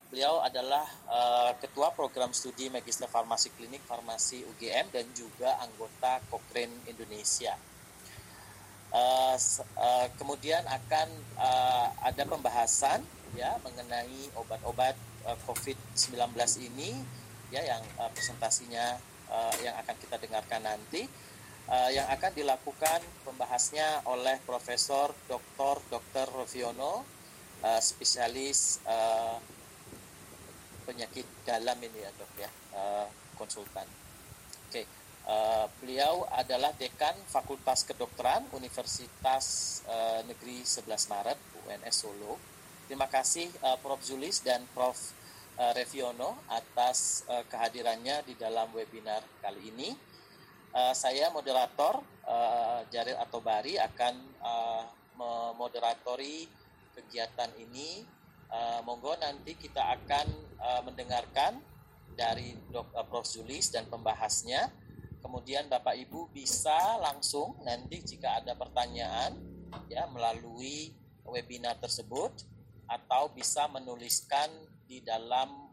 Beliau adalah Ketua Program Studi Magister Farmasi Klinik Farmasi UGM dan juga anggota Cochrane Indonesia. Kemudian akan ada pembahasan ya mengenai obat-obat COVID-19 ini ya yang presentasinya yang akan kita dengarkan nanti, yang akan dilakukan pembahasnya oleh Profesor Dr. Reviono, spesialis penyakit dalam ini ya dok ya, konsultan. Oke, beliau adalah Dekan Fakultas Kedokteran Universitas Negeri 11 Maret UNS Solo. Terima kasih Prof. Zulis dan Prof. Reviono atas kehadirannya di dalam webinar kali ini. Saya moderator Jaril Atobari akan memoderatori kegiatan ini. Monggo nanti kita akan mendengarkan dari Prof. Zulis dan pembahasnya. Kemudian Bapak Ibu bisa langsung nanti jika ada pertanyaan ya melalui webinar tersebut atau bisa menuliskan di dalam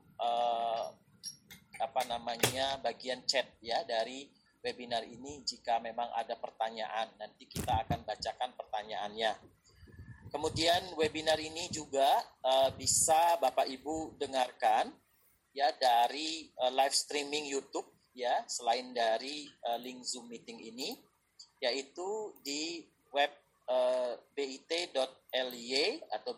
bagian chat ya dari webinar ini jika memang ada pertanyaan. Nanti kita akan bacakan pertanyaannya. Kemudian webinar ini juga bisa Bapak Ibu dengarkan ya dari live streaming YouTube ya, selain dari link Zoom meeting ini, yaitu di web bit.ly atau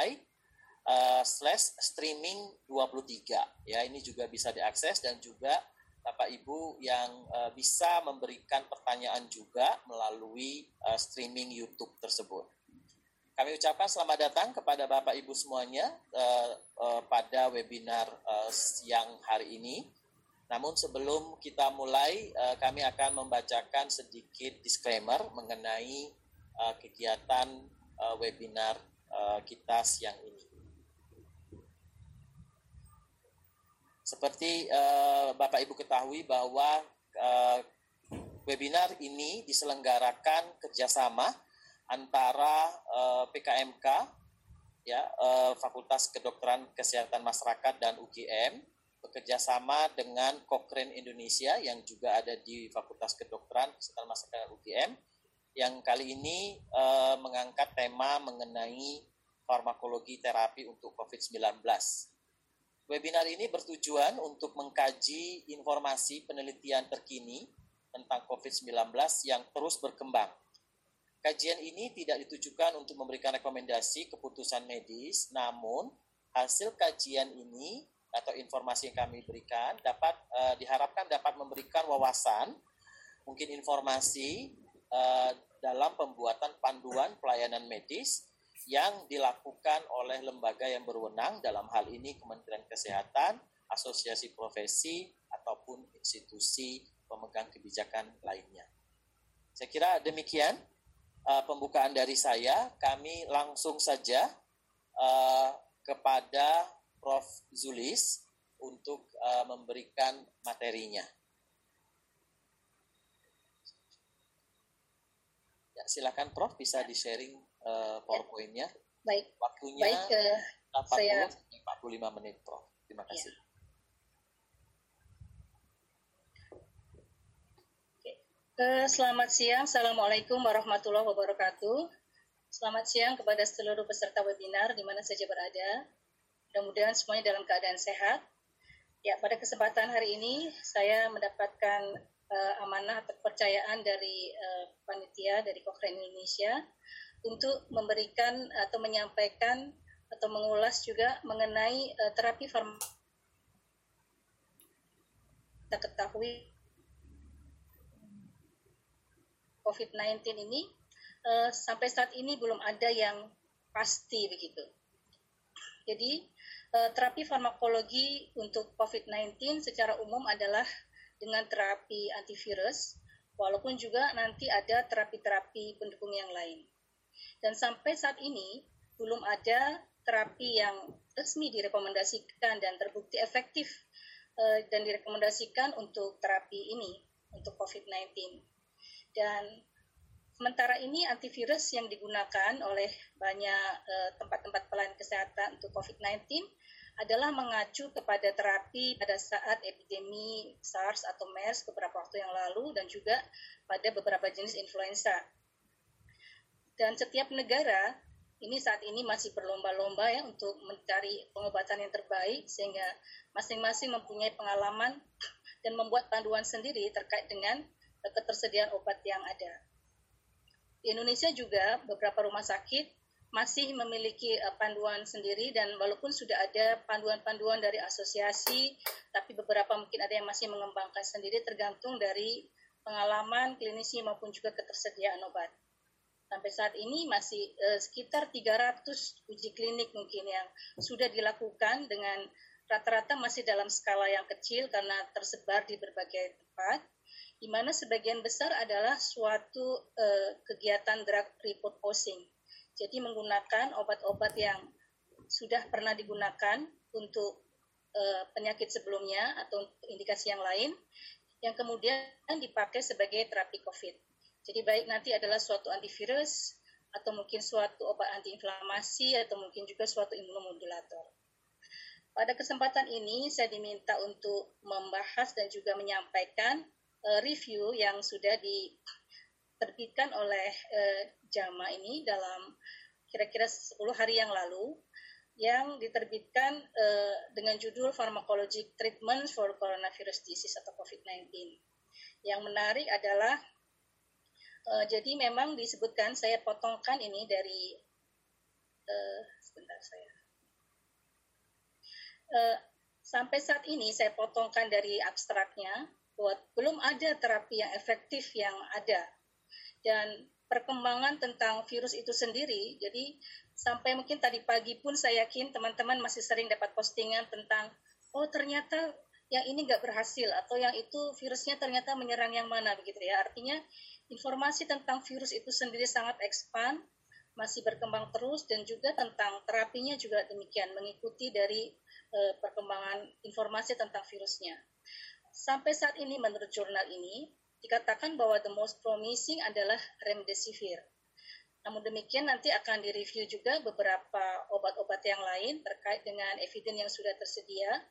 bit.ly/streaming23 ya, ini juga bisa diakses dan juga Bapak Ibu yang bisa memberikan pertanyaan juga melalui streaming YouTube tersebut. Kami ucapkan selamat datang kepada Bapak Ibu semuanya pada webinar siang hari ini. Namun sebelum kita mulai, kami akan membacakan sedikit disclaimer mengenai kegiatan webinar kita siang ini. Seperti Bapak Ibu ketahui bahwa webinar ini diselenggarakan kerjasama antara PKMK, ya, Fakultas Kedokteran Kesehatan Masyarakat dan UGM, bekerjasama dengan Cochrane Indonesia yang juga ada di Fakultas Kedokteran Kesehatan Masyarakat UGM, yang kali ini mengangkat tema mengenai farmakologi terapi untuk COVID-19. Webinar ini bertujuan untuk mengkaji informasi penelitian terkini tentang COVID-19 yang terus berkembang. Kajian ini tidak ditujukan untuk memberikan rekomendasi keputusan medis, namun hasil kajian ini atau informasi yang kami berikan diharapkan dapat memberikan wawasan, mungkin informasi dalam pembuatan panduan pelayanan medis yang dilakukan oleh lembaga yang berwenang, dalam hal ini Kementerian Kesehatan, asosiasi profesi, ataupun institusi pemegang kebijakan lainnya. Saya kira demikian pembukaan dari saya. Kami langsung saja kepada Prof. Zulis untuk memberikan materinya. Ya, silakan Prof, bisa di-sharing PowerPoint-nya. Baik. Waktunya saya 45 menit, Prof. Terima kasih. Ya. Selamat siang. Assalamualaikum warahmatullahi wabarakatuh. Selamat siang kepada seluruh peserta webinar di mana saja berada. Mudah-mudahan semuanya dalam keadaan sehat. Ya, pada kesempatan hari ini saya mendapatkan amanah atau kepercayaan dari panitia dari Cochrane Indonesia untuk memberikan atau menyampaikan atau mengulas juga mengenai terapi farmaka. Kita ketahui COVID-19 ini sampai saat ini belum ada yang pasti begitu. Jadi terapi farmakologi untuk COVID-19 secara umum adalah dengan terapi antivirus, walaupun juga nanti ada terapi-terapi pendukung yang lain. Dan sampai saat ini belum ada terapi yang resmi direkomendasikan dan terbukti efektif dan direkomendasikan untuk terapi ini, untuk COVID-19. Dan sementara ini antivirus yang digunakan oleh banyak tempat-tempat pelayanan kesehatan untuk COVID-19 adalah mengacu kepada terapi pada saat epidemi SARS atau MERS beberapa waktu yang lalu dan juga pada beberapa jenis influenza. Dan setiap negara ini saat ini masih berlomba-lomba ya untuk mencari pengobatan yang terbaik sehingga masing-masing mempunyai pengalaman dan membuat panduan sendiri terkait dengan ketersediaan obat yang ada. Di Indonesia juga beberapa rumah sakit masih memiliki panduan sendiri dan walaupun sudah ada panduan-panduan dari asosiasi, tapi beberapa mungkin ada yang masih mengembangkan sendiri tergantung dari pengalaman klinisi maupun juga ketersediaan obat. Sampai saat ini masih sekitar 300 uji klinik mungkin yang sudah dilakukan dengan rata-rata masih dalam skala yang kecil karena tersebar di berbagai tempat, di mana sebagian besar adalah suatu kegiatan drug repurposing. Jadi menggunakan obat-obat yang sudah pernah digunakan untuk penyakit sebelumnya atau indikasi yang lain, yang kemudian dipakai sebagai terapi COVID. Jadi baik nanti adalah suatu antivirus, atau mungkin suatu obat antiinflamasi, atau mungkin juga suatu imunomodulator. Pada kesempatan ini saya diminta untuk membahas dan juga menyampaikan review yang sudah diterbitkan oleh JAMA ini dalam kira-kira 10 hari yang lalu yang diterbitkan dengan judul Pharmacologic Treatment for Coronavirus Disease atau COVID-19. Yang menarik adalah jadi memang disebutkan, saya potongkan ini dari sampai saat ini saya potongkan dari abstraknya bahwa belum ada terapi yang efektif yang ada. Dan perkembangan tentang virus itu sendiri, jadi sampai mungkin tadi pagi pun saya yakin teman-teman masih sering dapat postingan tentang, oh ternyata yang ini nggak berhasil, atau yang itu virusnya ternyata menyerang yang mana, begitu ya. Artinya informasi tentang virus itu sendiri sangat expand, masih berkembang terus, dan juga tentang terapinya juga demikian, mengikuti dari perkembangan informasi tentang virusnya. Sampai saat ini menurut jurnal ini, dikatakan bahwa the most promising adalah remdesivir. Namun demikian nanti akan direview juga beberapa obat-obat yang lain terkait dengan evidence yang sudah tersedia.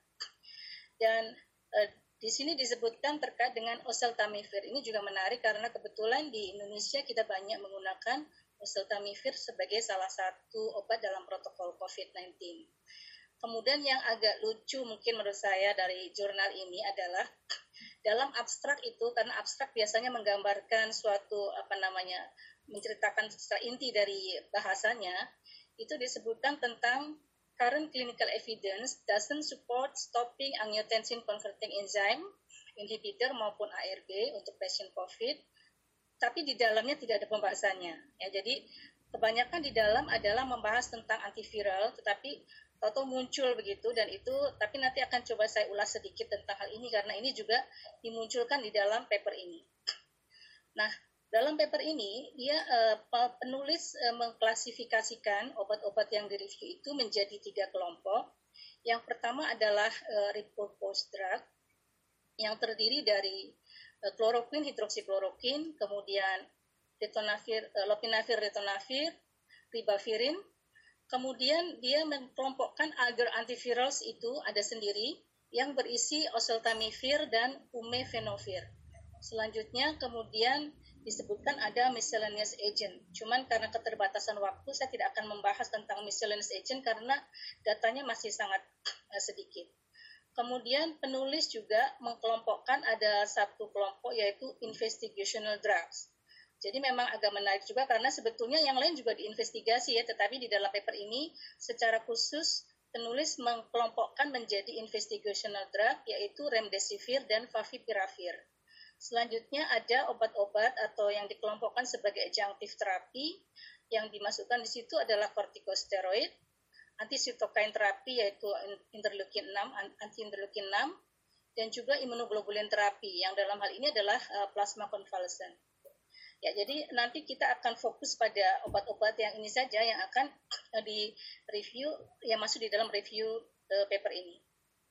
Dan di sini disebutkan terkait dengan oseltamivir. Ini juga menarik karena kebetulan di Indonesia kita banyak menggunakan oseltamivir sebagai salah satu obat dalam protokol COVID-19. Kemudian yang agak lucu mungkin menurut saya dari jurnal ini adalah dalam abstrak itu, karena abstrak biasanya menggambarkan suatu menceritakan secara inti dari bahasanya, itu disebutkan tentang current clinical evidence doesn't support stopping angiotensin converting enzyme inhibitor maupun ARB untuk pasien COVID, tapi di dalamnya tidak ada pembahasannya. Ya, jadi kebanyakan di dalam adalah membahas tentang antiviral, tetapi atau muncul begitu, dan itu tapi nanti akan coba saya ulas sedikit tentang hal ini karena ini juga dimunculkan di dalam paper ini. Nah, dalam paper ini dia penulis mengklasifikasikan obat-obat yang direview itu menjadi 3 kelompok. Yang pertama adalah repurposed drug yang terdiri dari kloroquine, hidroksikloroquine, kemudian lopinavir, ritonavir, ribavirin. Kemudian dia mengelompokkan agar antivirals itu ada sendiri yang berisi oseltamivir dan umefenovir. Selanjutnya kemudian disebutkan ada miscellaneous agent. Cuman karena keterbatasan waktu saya tidak akan membahas tentang miscellaneous agent karena datanya masih sangat sedikit. Kemudian penulis juga mengelompokkan ada satu kelompok yaitu investigational drugs. Jadi memang agak menarik juga karena sebetulnya yang lain juga diinvestigasi ya, tetapi di dalam paper ini secara khusus penulis mengkelompokkan menjadi investigational drug yaitu remdesivir dan favipiravir. Selanjutnya ada obat-obat atau yang dikelompokkan sebagai adjunctive terapi yang dimasukkan di situ adalah kortikosteroid, anti-sitokain terapi yaitu interleukin 6, anti-interleukin 6, dan juga imunoglobulin terapi yang dalam hal ini adalah plasma convalescent. Ya, jadi nanti kita akan fokus pada obat-obat yang ini saja yang akan di-review, yang masuk di dalam review paper ini.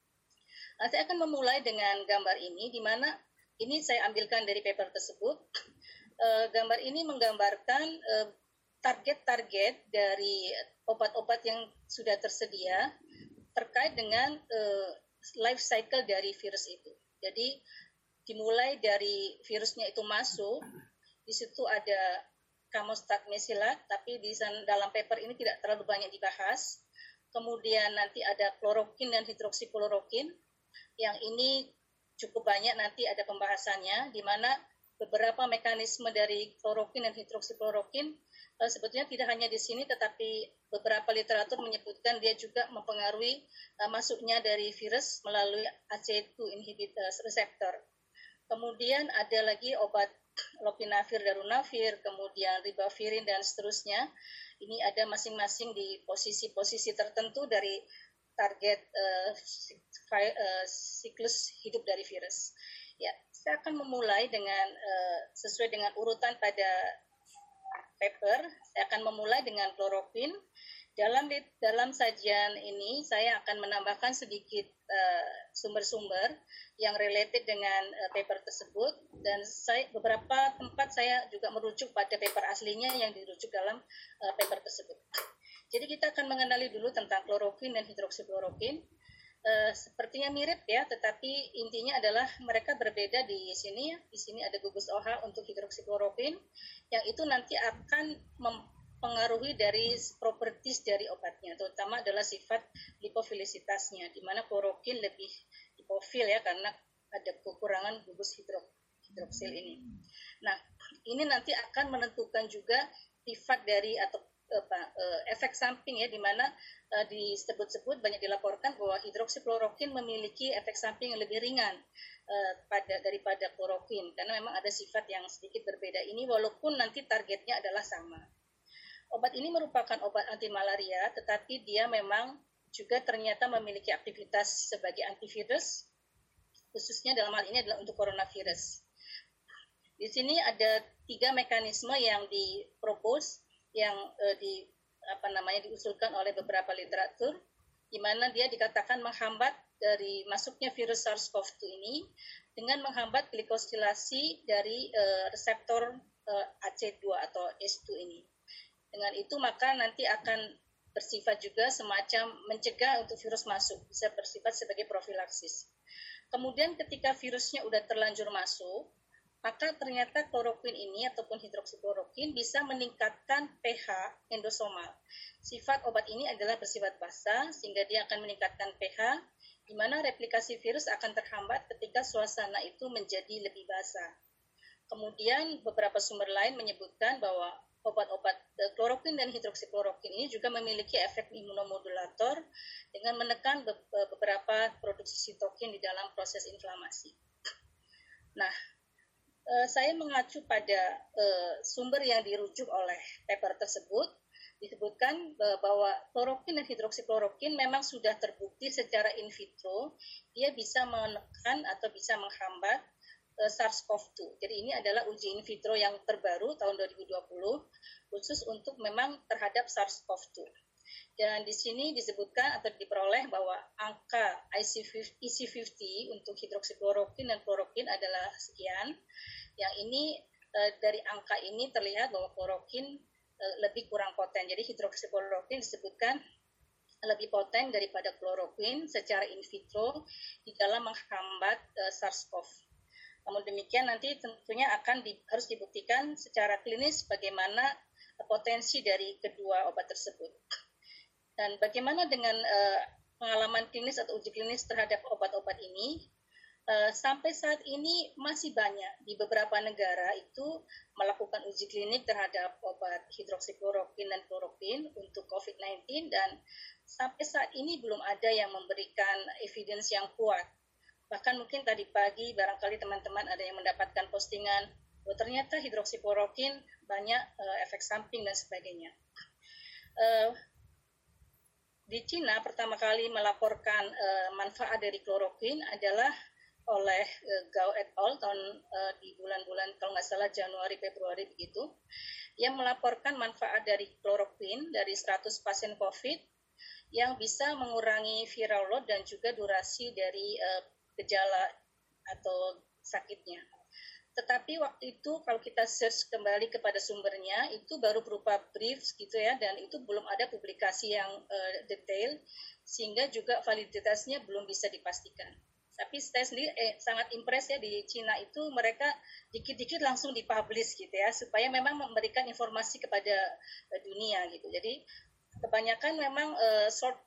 Nah, saya akan memulai dengan gambar ini, di mana ini saya ambilkan dari paper tersebut. Gambar ini menggambarkan target-target dari obat-obat yang sudah tersedia terkait dengan life cycle dari virus itu. Jadi dimulai dari virusnya itu masuk, di situ ada Camostat mesilat, tapi dalam paper ini tidak terlalu banyak dibahas. Kemudian nanti ada klorokin dan hidroksiklorokin, yang ini cukup banyak nanti ada pembahasannya, di mana beberapa mekanisme dari klorokin dan hidroksiklorokin sebetulnya tidak hanya di sini, tetapi beberapa literatur menyebutkan dia juga mempengaruhi masuknya dari virus melalui ACE2 inhibitor receptor. Kemudian ada lagi obat lopinavir, darunavir, kemudian ribavirin dan seterusnya. Ini ada masing-masing di posisi-posisi tertentu dari target siklus hidup dari virus. Ya, saya akan memulai dengan sesuai dengan urutan pada paper. Saya akan memulai dengan kloroquine. Dalam sajian ini saya akan menambahkan sedikit sumber-sumber yang related dengan paper tersebut, dan beberapa tempat saya juga merujuk pada paper aslinya yang dirujuk dalam paper tersebut. Jadi kita akan mengenali dulu tentang kloroquine dan hidroksikloroquine. Sepertinya mirip ya, tetapi intinya adalah mereka berbeda di sini. Di sini ada gugus OH untuk hidroksikloroquine, yang itu nanti akan mempengaruhi dari properties dari obatnya, terutama adalah sifat lipofilisitasnya, di mana kloroquine lebih lipofil ya, karena ada kekurangan gugus hidroksil ini. Nah, ini nanti akan menentukan juga sifat dari atau efek samping ya, di mana disebut-sebut banyak dilaporkan bahwa hidroksikloroquine memiliki efek samping yang lebih ringan daripada kloroquine, karena memang ada sifat yang sedikit berbeda ini, walaupun nanti targetnya adalah sama. Obat ini merupakan obat anti malaria, tetapi dia memang juga ternyata memiliki aktivitas sebagai antivirus, khususnya dalam hal ini adalah untuk coronavirus. Di sini ada 3 mekanisme yang dipropose, yang diusulkan oleh beberapa literatur, di mana dia dikatakan menghambat dari masuknya virus SARS-CoV-2 ini dengan menghambat glikosilasi dari reseptor ACE2 atau ACE2 ini. Dengan itu maka nanti akan bersifat juga semacam mencegah untuk virus masuk, bisa bersifat sebagai profilaksis. Kemudian ketika virusnya udah terlanjur masuk, maka ternyata kloroquine ini ataupun hidroksikloroquine bisa meningkatkan pH endosomal. Sifat obat ini adalah bersifat basa, sehingga dia akan meningkatkan pH, di mana replikasi virus akan terhambat ketika suasana itu menjadi lebih basah. Kemudian beberapa sumber lain menyebutkan bahwa obat-obat kloroquine dan hidroksikloroquine ini juga memiliki efek imunomodulator dengan menekan beberapa produksi sitokin di dalam proses inflamasi. Nah, saya mengacu pada sumber yang dirujuk oleh paper tersebut. Disebutkan bahwa kloroquine dan hidroksikloroquine memang sudah terbukti secara in vitro dia bisa menekan atau bisa menghambat SARS-CoV-2. Jadi ini adalah uji in vitro yang terbaru tahun 2020 khusus untuk memang terhadap SARS-CoV-2. Dan di sini disebutkan atau diperoleh bahwa angka EC50 untuk hidroksikloroquine dan kloroquine adalah sekian. Yang ini dari angka ini terlihat bahwa kloroquine lebih kurang poten. Jadi hidroksikloroquine disebutkan lebih poten daripada kloroquine secara in vitro di dalam menghambat SARS-CoV. Namun demikian nanti tentunya harus dibuktikan secara klinis bagaimana potensi dari kedua obat tersebut. Dan bagaimana dengan pengalaman klinis atau uji klinis terhadap obat-obat ini? Sampai saat ini masih banyak di beberapa negara itu melakukan uji klinik terhadap obat hidroksikloroquine dan kloroquine untuk COVID-19, dan sampai saat ini belum ada yang memberikan evidence yang kuat. Bahkan mungkin tadi pagi barangkali teman-teman ada yang mendapatkan postingan bahwa ternyata hidroksikloroquine banyak efek samping dan sebagainya. Di Cina pertama kali melaporkan manfaat dari kloroquine adalah oleh Gao et al. Di bulan-bulan kalau nggak salah Januari Februari begitu, yang melaporkan manfaat dari kloroquine dari 100 pasien COVID yang bisa mengurangi viral load dan juga durasi dari gejala atau sakitnya. Tetapi waktu itu kalau kita search kembali kepada sumbernya itu baru berupa briefs gitu ya, dan itu belum ada publikasi yang detail, sehingga juga validitasnya belum bisa dipastikan. Tapi saya sendiri sangat impress ya, di Cina itu mereka dikit-dikit langsung dipublish gitu ya, supaya memang memberikan informasi kepada dunia gitu. Jadi kebanyakan memang short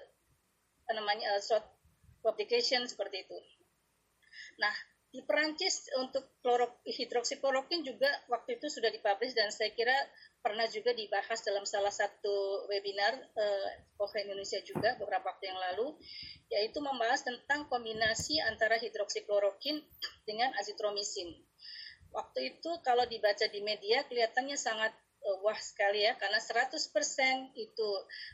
publication seperti itu. Nah, di Perancis untuk hidroksikloroquine juga waktu itu sudah dipublish, dan saya kira pernah juga dibahas dalam salah satu webinar Cochrane Indonesia juga beberapa waktu yang lalu, yaitu membahas tentang kombinasi antara hidroksikloroquine dengan azitromisin. Waktu itu kalau dibaca di media kelihatannya sangat wah sekali ya, karena 100% itu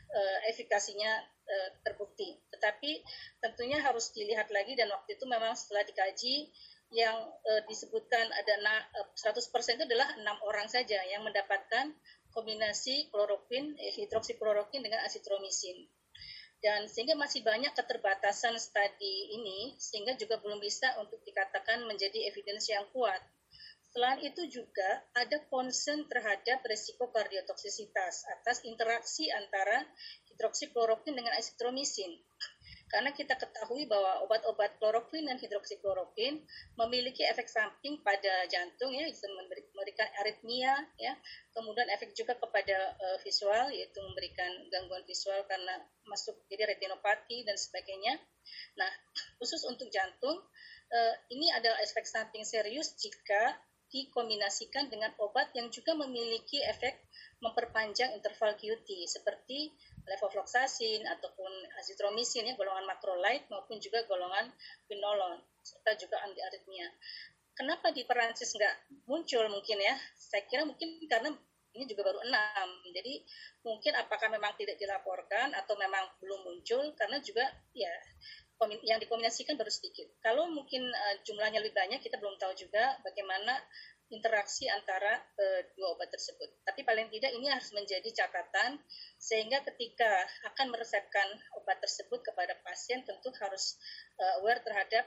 efikasinya terbukti. Tetapi tentunya harus dilihat lagi, dan waktu itu memang setelah dikaji yang disebutkan ada 100% itu adalah 6 orang saja yang mendapatkan kombinasi hidroksikloroquine dengan azitromisin. Dan sehingga masih banyak keterbatasan studi ini, sehingga juga belum bisa untuk dikatakan menjadi evidence yang kuat. Selain itu juga ada concern terhadap risiko kardiotoksisitas atas interaksi antara hidroksikloroquine dengan azitromisin. Karena kita ketahui bahwa obat-obat kloroquine dan hidroksikloroquine memiliki efek samping pada jantung ya, bisa memberikan aritmia ya, kemudian efek juga kepada visual, yaitu memberikan gangguan visual karena masuk jadi retinopati dan sebagainya. Nah, khusus untuk jantung ini adalah efek samping serius jika dikombinasikan dengan obat yang juga memiliki efek memperpanjang interval QT seperti levofloxacin ataupun azitromisin ya, golongan macrolide maupun juga golongan quinolone serta juga anti aritmia. Kenapa di Perancis nggak muncul mungkin ya? Saya kira mungkin karena ini juga baru 6. Jadi mungkin apakah memang tidak dilaporkan atau memang belum muncul karena juga ya yang dikombinasikan baru sedikit. Kalau mungkin jumlahnya lebih banyak, kita belum tahu juga bagaimana interaksi antara dua obat tersebut. Tapi paling tidak ini harus menjadi catatan, sehingga ketika akan meresepkan obat tersebut kepada pasien tentu harus aware terhadap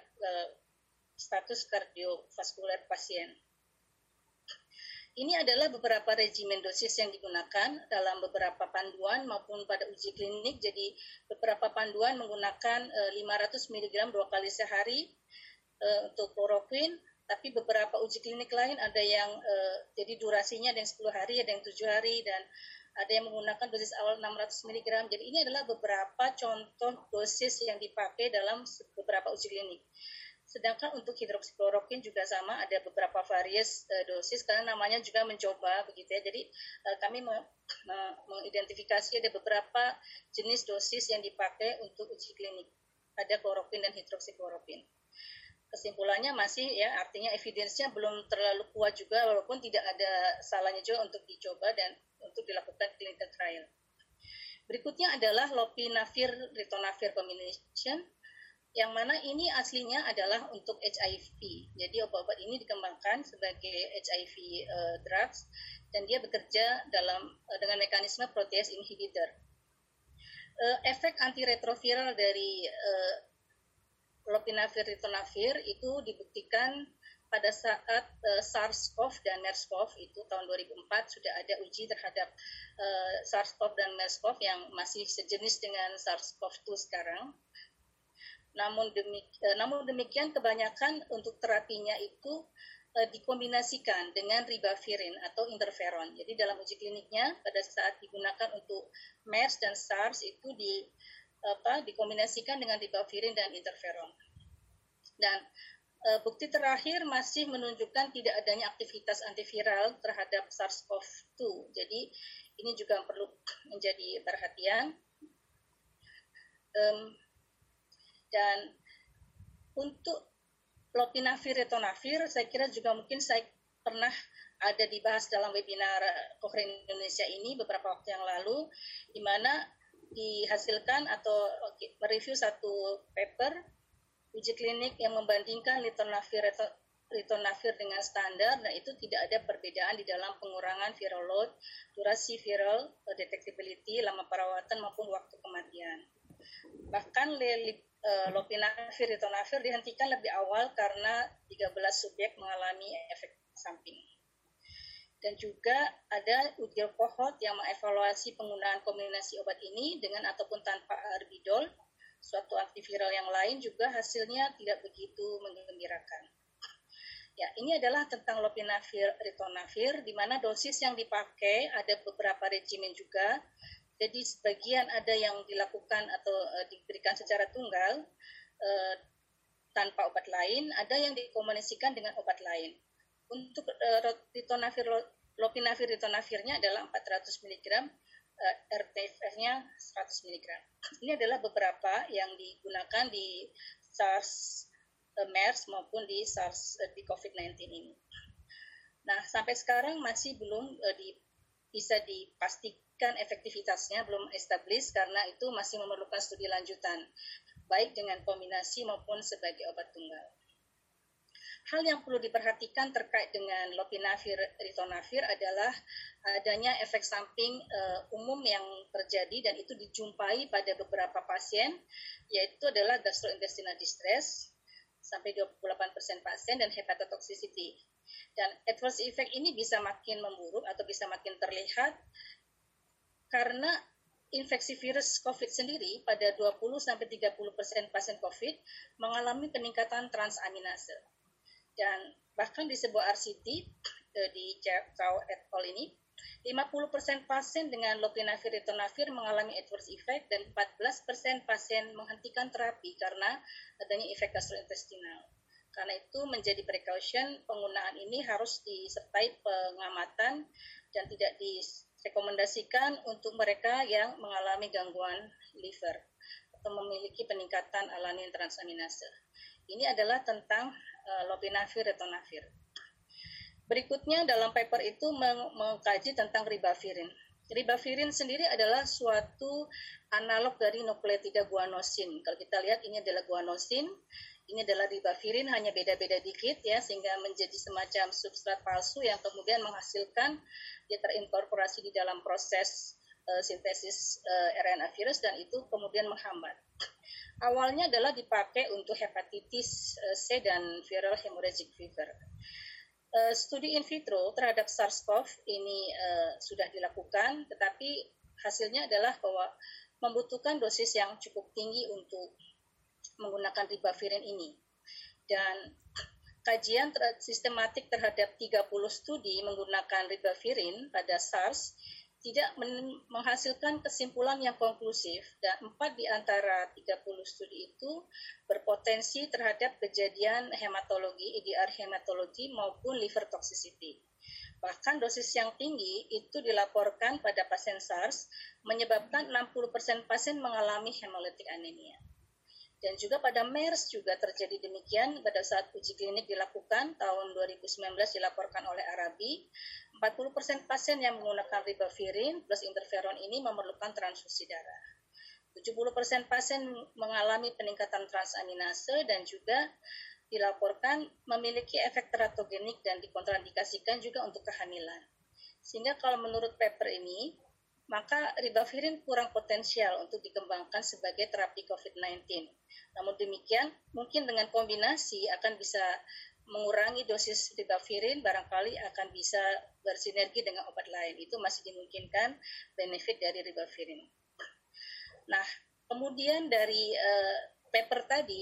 status kardiovaskuler pasien. Ini adalah beberapa regimen dosis yang digunakan dalam beberapa panduan maupun pada uji klinik. Jadi beberapa panduan menggunakan 500 mg 2 kali sehari untuk kloroquine, tapi beberapa uji klinik lain ada yang jadi durasinya ada yang 10 hari, ada yang 7 hari, dan ada yang menggunakan dosis awal 600 mg. Jadi ini adalah beberapa contoh dosis yang dipakai dalam beberapa uji klinik. Sedangkan untuk hidroksikloroquine juga sama, ada beberapa varies dosis karena namanya juga mencoba begitu ya. Jadi kami mengidentifikasi ada beberapa jenis dosis yang dipakai untuk uji klinik pada kloroquine dan hidroksikloroquine. Kesimpulannya masih ya, artinya evidence-nya belum terlalu kuat juga, walaupun tidak ada salahnya juga untuk dicoba dan untuk dilakukan clinical trial. Berikutnya adalah lopinavir ritonavir combination, yang mana ini aslinya adalah untuk HIV. Jadi obat-obat ini dikembangkan sebagai HIV drugs, dan dia bekerja dengan mekanisme protease inhibitor. Efek antiretroviral dari lopinavir ritonavir itu dibuktikan pada saat SARS-CoV dan MERS-CoV itu tahun 2004 sudah ada uji terhadap SARS-CoV dan MERS-CoV yang masih sejenis dengan SARS-CoV-2 sekarang. Namun demikian kebanyakan untuk terapinya itu dikombinasikan dengan ribavirin atau interferon. Jadi dalam uji kliniknya pada saat digunakan untuk MERS dan SARS itu dikombinasikan dengan ribavirin dan interferon. Dan bukti terakhir masih menunjukkan tidak adanya aktivitas antiviral terhadap SARS-CoV-2. Jadi ini juga perlu menjadi perhatian. Dan untuk lopinavir ritonavir saya kira juga mungkin saya pernah ada dibahas dalam webinar Cochrane Indonesia ini beberapa waktu yang lalu, di mana dihasilkan atau mereview satu paper uji klinik yang membandingkan ritonavir dengan standar, dan itu tidak ada perbedaan di dalam pengurangan viral load, durasi viral detectability, lama perawatan maupun waktu kematian. Bahkan lopinavir, ritonavir dihentikan lebih awal karena 13 subjek mengalami efek samping. Dan juga ada uji kohort yang mengevaluasi penggunaan kombinasi obat ini dengan ataupun tanpa arbidol, suatu antiviral yang lain, juga hasilnya tidak begitu menggembirakan. Ya, ini adalah tentang lopinavir, ritonavir, di mana dosis yang dipakai ada beberapa regimen juga. Jadi sebagian ada yang dilakukan atau diberikan secara tunggal tanpa obat lain, ada yang dikombinasikan dengan obat lain. Untuk ritonavir, lopinavir ritonavirnya adalah 400 mg, RTFR-nya 100 mg. Ini adalah beberapa yang digunakan di SARS, MERS maupun di SARS di COVID-19 ini. Nah, sampai sekarang masih belum bisa dipastikan efektivitasnya, belum established karena itu masih memerlukan studi lanjutan, baik dengan kombinasi maupun sebagai obat tunggal. Hal yang perlu diperhatikan terkait dengan lopinavir, ritonavir adalah adanya efek samping umum yang terjadi dan itu dijumpai pada beberapa pasien, yaitu adalah gastrointestinal distress sampai 28% pasien dan hepatotoxicity. Dan adverse effect ini bisa makin memburuk atau bisa makin terlihat karena infeksi virus COVID sendiri pada 20-30% pasien COVID mengalami peningkatan transaminase. Dan bahkan di sebuah RCT di Chow et al. Ini, 50% pasien dengan lopinavir ritonavir mengalami adverse effect dan 14% pasien menghentikan terapi karena adanya efek gastrointestinal. Karena itu menjadi precaution, penggunaan ini harus disertai pengamatan dan tidak direkomendasikan untuk mereka yang mengalami gangguan liver atau memiliki peningkatan alanin transaminase. Ini adalah tentang lopinavir, ritonavir. Berikutnya dalam paper itu mengkaji tentang ribavirin. Ribavirin sendiri adalah suatu analog dari nukleotida guanosin. Kalau kita lihat ini adalah guanosin, ini adalah ribavirin, hanya beda-beda dikit ya, sehingga menjadi semacam substrat palsu yang kemudian menghasilkan dia terinkorporasi di dalam proses sintesis RNA virus dan itu kemudian menghambat. Awalnya adalah dipakai untuk hepatitis C dan viral hemorrhagic fever. Studi in vitro terhadap SARS-CoV ini sudah dilakukan, tetapi hasilnya adalah bahwa membutuhkan dosis yang cukup tinggi untuk menggunakan ribavirin ini. Dan kajian sistematik terhadap 30 studi menggunakan ribavirin pada SARS tidak menghasilkan kesimpulan yang konklusif dan 4 di antara 30 studi itu berpotensi terhadap kejadian hematologi, EDR hematologi maupun liver toxicity. Bahkan dosis yang tinggi itu dilaporkan pada pasien SARS menyebabkan 60% pasien mengalami hemolytic anemia. Dan juga pada MERS juga terjadi demikian pada saat uji klinik dilakukan tahun 2019 dilaporkan oleh Arabi, 40% pasien yang menggunakan ribavirin plus interferon ini memerlukan transfusi darah. 70% pasien mengalami peningkatan transaminase dan juga dilaporkan memiliki efek teratogenik dan dikontraindikasikan juga untuk kehamilan. Sehingga kalau menurut paper ini, maka ribavirin kurang potensial untuk dikembangkan sebagai terapi COVID-19. Namun demikian, mungkin dengan kombinasi akan bisa mengurangi dosis ribavirin, barangkali akan bisa bersinergi dengan obat lain. Itu masih dimungkinkan benefit dari ribavirin. Nah, kemudian dari paper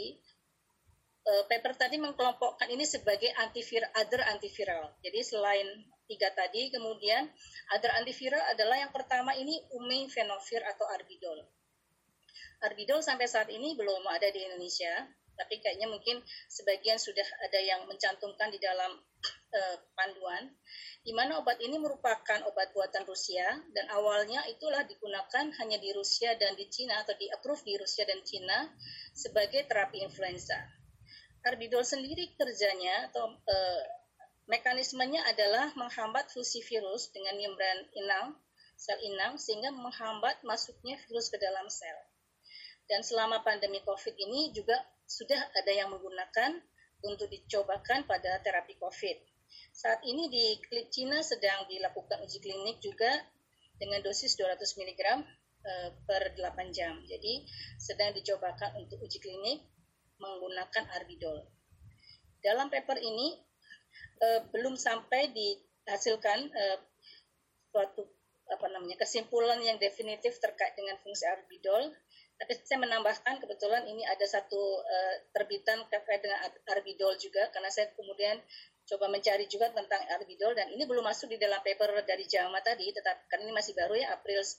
tadi mengkelompokkan ini sebagai other antiviral. Jadi selain 3 tadi, kemudian other antiviral adalah yang pertama ini umifenofir atau arbidol. Arbidol sampai saat ini belum ada di Indonesia, tapi kayaknya mungkin sebagian sudah ada yang mencantumkan di dalam panduan, di mana obat ini merupakan obat buatan Rusia dan awalnya itulah digunakan hanya di Rusia dan di Cina atau di-approve di Rusia dan Cina sebagai terapi influenza. Arbidol sendiri kerjanya atau mekanismenya adalah menghambat fusi virus dengan membran inang, sel inang, sehingga menghambat masuknya virus ke dalam sel. Dan selama pandemi COVID ini juga sudah ada yang menggunakan untuk dicobakan pada terapi COVID. Saat ini di Cina sedang dilakukan uji klinik juga dengan dosis 200 mg per 8 jam. Jadi sedang dicobakan untuk uji klinik menggunakan Arbidol. Dalam paper ini belum sampai dihasilkan suatu kesimpulan yang definitif terkait dengan fungsi Arbidol. Tapi saya menambahkan, kebetulan ini ada satu terbitan terkait dengan Arbidol juga, karena saya kemudian coba mencari juga tentang Arbidol, dan ini belum masuk di dalam paper dari JAMA tadi, tetapi karena ini masih baru ya, April 10.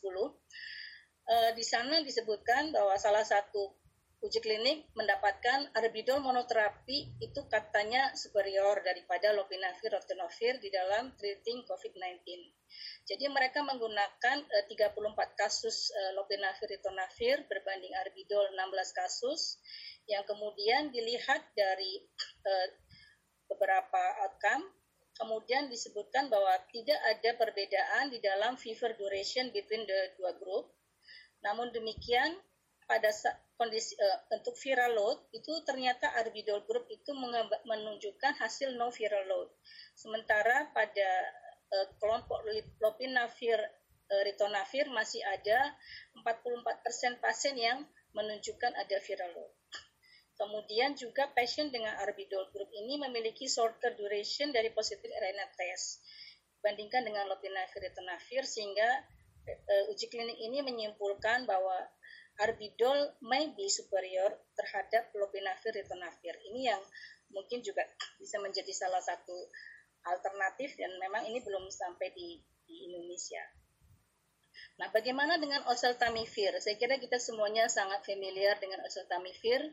Di sana disebutkan bahwa salah satu uji klinik mendapatkan Arbidol monoterapi itu katanya superior daripada lopinavir ritonavir di dalam treating COVID-19. Jadi mereka menggunakan 34 kasus lopinavir ritonavir berbanding Arbidol 16 kasus, yang kemudian dilihat dari beberapa outcome. Kemudian disebutkan bahwa tidak ada perbedaan di dalam fever duration between the dua group. Namun demikian, pada kondisi untuk viral load itu ternyata Arbidol group itu menunjukkan hasil no viral load. Sementara pada kelompok lopinavir ritonavir masih ada 44% pasien yang menunjukkan ada viral load. Kemudian juga pasien dengan Arbidol group ini memiliki shorter duration dari positive RNA test dibandingkan dengan lopinavir ritonavir, sehingga uji klinik ini menyimpulkan bahwa Arbidol may be superior terhadap lopinavir ritonavir. Ini yang mungkin juga bisa menjadi salah satu alternatif, dan memang ini belum sampai di Indonesia. Nah, bagaimana dengan oseltamivir? Saya kira kita semuanya sangat familiar dengan oseltamivir,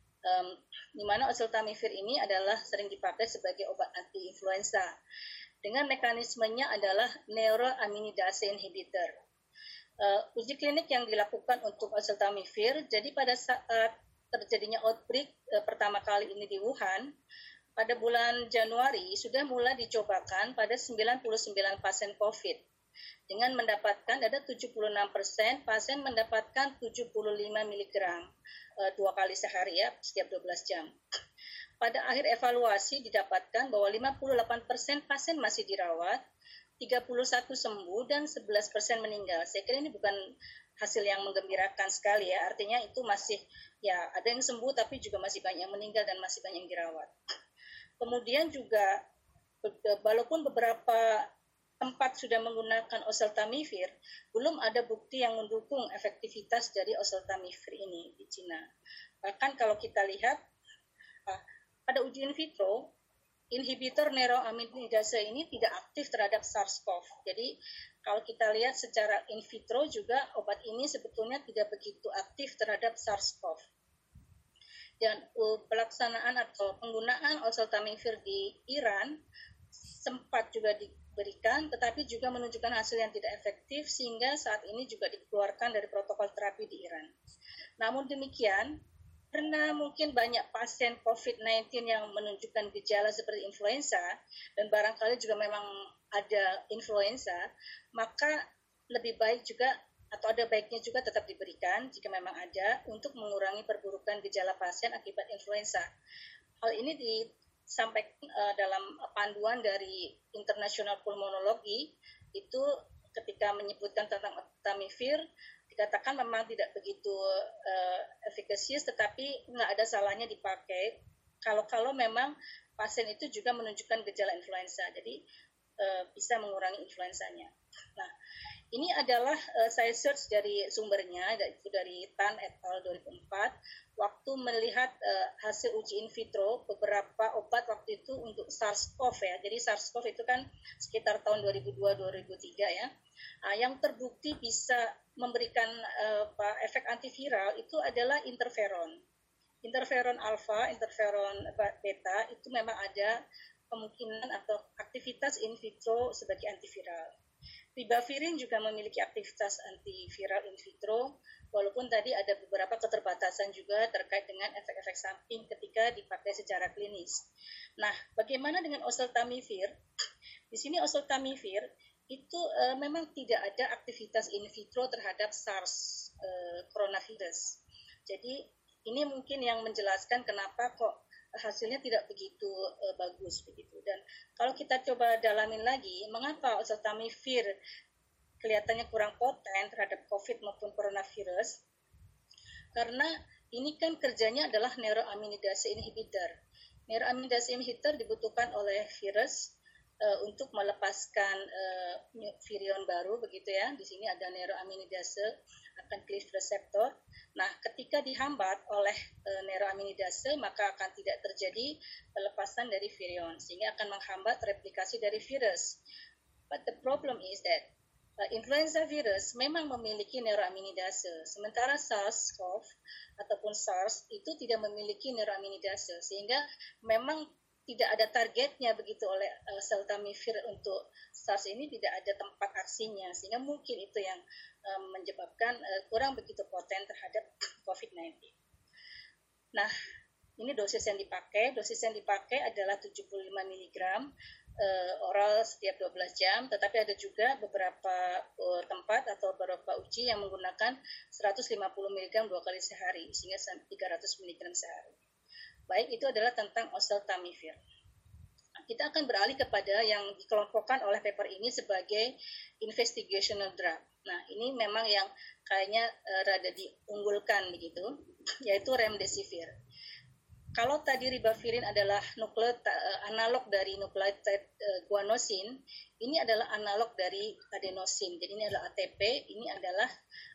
di mana oseltamivir ini adalah sering dipakai sebagai obat anti-influenza. Dengan mekanismenya adalah neuroaminidase inhibitor. Uji klinik yang dilakukan untuk oseltamivir, jadi pada saat terjadinya outbreak pertama kali ini di Wuhan, pada bulan Januari sudah mulai dicobakan pada 99 pasien COVID. Dengan mendapatkan, ada 76% pasien mendapatkan 75 mg 2 kali sehari ya, setiap 12 jam. Pada akhir evaluasi didapatkan bahwa 58% pasien masih dirawat, 31 sembuh, dan 11% meninggal. Saya kira ini bukan hasil yang menggembirakan sekali ya, artinya itu masih, ya ada yang sembuh tapi juga masih banyak yang meninggal dan masih banyak yang dirawat. Kemudian juga, walaupun beberapa tempat sudah menggunakan oseltamivir, belum ada bukti yang mendukung efektivitas dari oseltamivir ini di Cina. Bahkan kalau kita lihat, pada uji in vitro, inhibitor neuroaminidase ini tidak aktif terhadap SARS-CoV. Jadi kalau kita lihat secara in vitro juga, obat ini sebetulnya tidak begitu aktif terhadap SARS-CoV. Dan pelaksanaan atau penggunaan oseltamivir di Iran sempat juga diberikan, tetapi juga menunjukkan hasil yang tidak efektif, sehingga saat ini juga dikeluarkan dari protokol terapi di Iran. Namun demikian, karena mungkin banyak pasien COVID-19 yang menunjukkan gejala seperti influenza, dan barangkali juga memang ada influenza, maka lebih baik juga, atau ada baiknya juga tetap diberikan jika memang ada, untuk mengurangi perburukan gejala pasien akibat influenza. Hal ini disampaikan dalam panduan dari International Pulmonology, itu ketika menyebutkan tentang oseltamivir, dikatakan memang tidak begitu efekasius, tetapi nggak ada salahnya dipakai kalau memang pasien itu juga menunjukkan gejala influenza, jadi bisa mengurangi influenzanya. Nah, ini adalah saya search dari sumbernya, yaitu dari Tan et al. 2004, waktu melihat hasil uji in vitro beberapa obat waktu itu untuk SARS-CoV ya. Jadi SARS-CoV itu kan sekitar tahun 2002-2003 ya. Yang terbukti bisa memberikan efek antiviral itu adalah interferon. Interferon alfa, interferon beta itu memang ada kemungkinan atau aktivitas in vitro sebagai antiviral. Ribavirin juga memiliki aktivitas antiviral in vitro, walaupun tadi ada beberapa keterbatasan juga terkait dengan efek-efek samping ketika dipakai secara klinis. Nah, bagaimana dengan oseltamivir? Di sini oseltamivir itu memang tidak ada aktivitas in vitro terhadap SARS coronavirus. Jadi ini mungkin yang menjelaskan kenapa kok hasilnya tidak begitu bagus begitu. Dan kalau kita coba dalamin lagi, mengapa oseltamivir kelihatannya kurang poten terhadap COVID maupun coronavirus, karena ini kan kerjanya adalah neuroaminidase inhibitor. Neuroaminidase inhibitor dibutuhkan oleh virus untuk melepaskan virion baru, begitu ya. Di sini ada neuroaminidase akan cleave receptor. Nah, ketika dihambat oleh neuroaminidase, maka akan tidak terjadi pelepasan dari virion, sehingga akan menghambat replikasi dari virus. But the problem is that influenza virus memang memiliki neuroaminidase, sementara SARS-CoV ataupun SARS itu tidak memiliki neuroaminidase, sehingga memang tidak ada targetnya begitu oleh sel Tamifir untuk SARS ini, tidak ada tempat aksinya, sehingga mungkin itu yang menyebabkan kurang begitu poten terhadap COVID-19. Nah, ini dosis yang dipakai. Dosis yang dipakai adalah 75 mg oral setiap 12 jam, tetapi ada juga beberapa tempat atau beberapa uji yang menggunakan 150 mg 2 kali sehari, sehingga 300 mg sehari. Baik, itu adalah tentang oseltamivir. Kita akan beralih kepada yang dikelompokkan oleh paper ini sebagai investigational drug. Nah, ini memang yang kayaknya rada diunggulkan begitu, yaitu remdesivir. Kalau tadi ribavirin adalah analog dari nucleotide guanosin, ini adalah analog dari adenosin. Jadi ini adalah ATP, ini adalah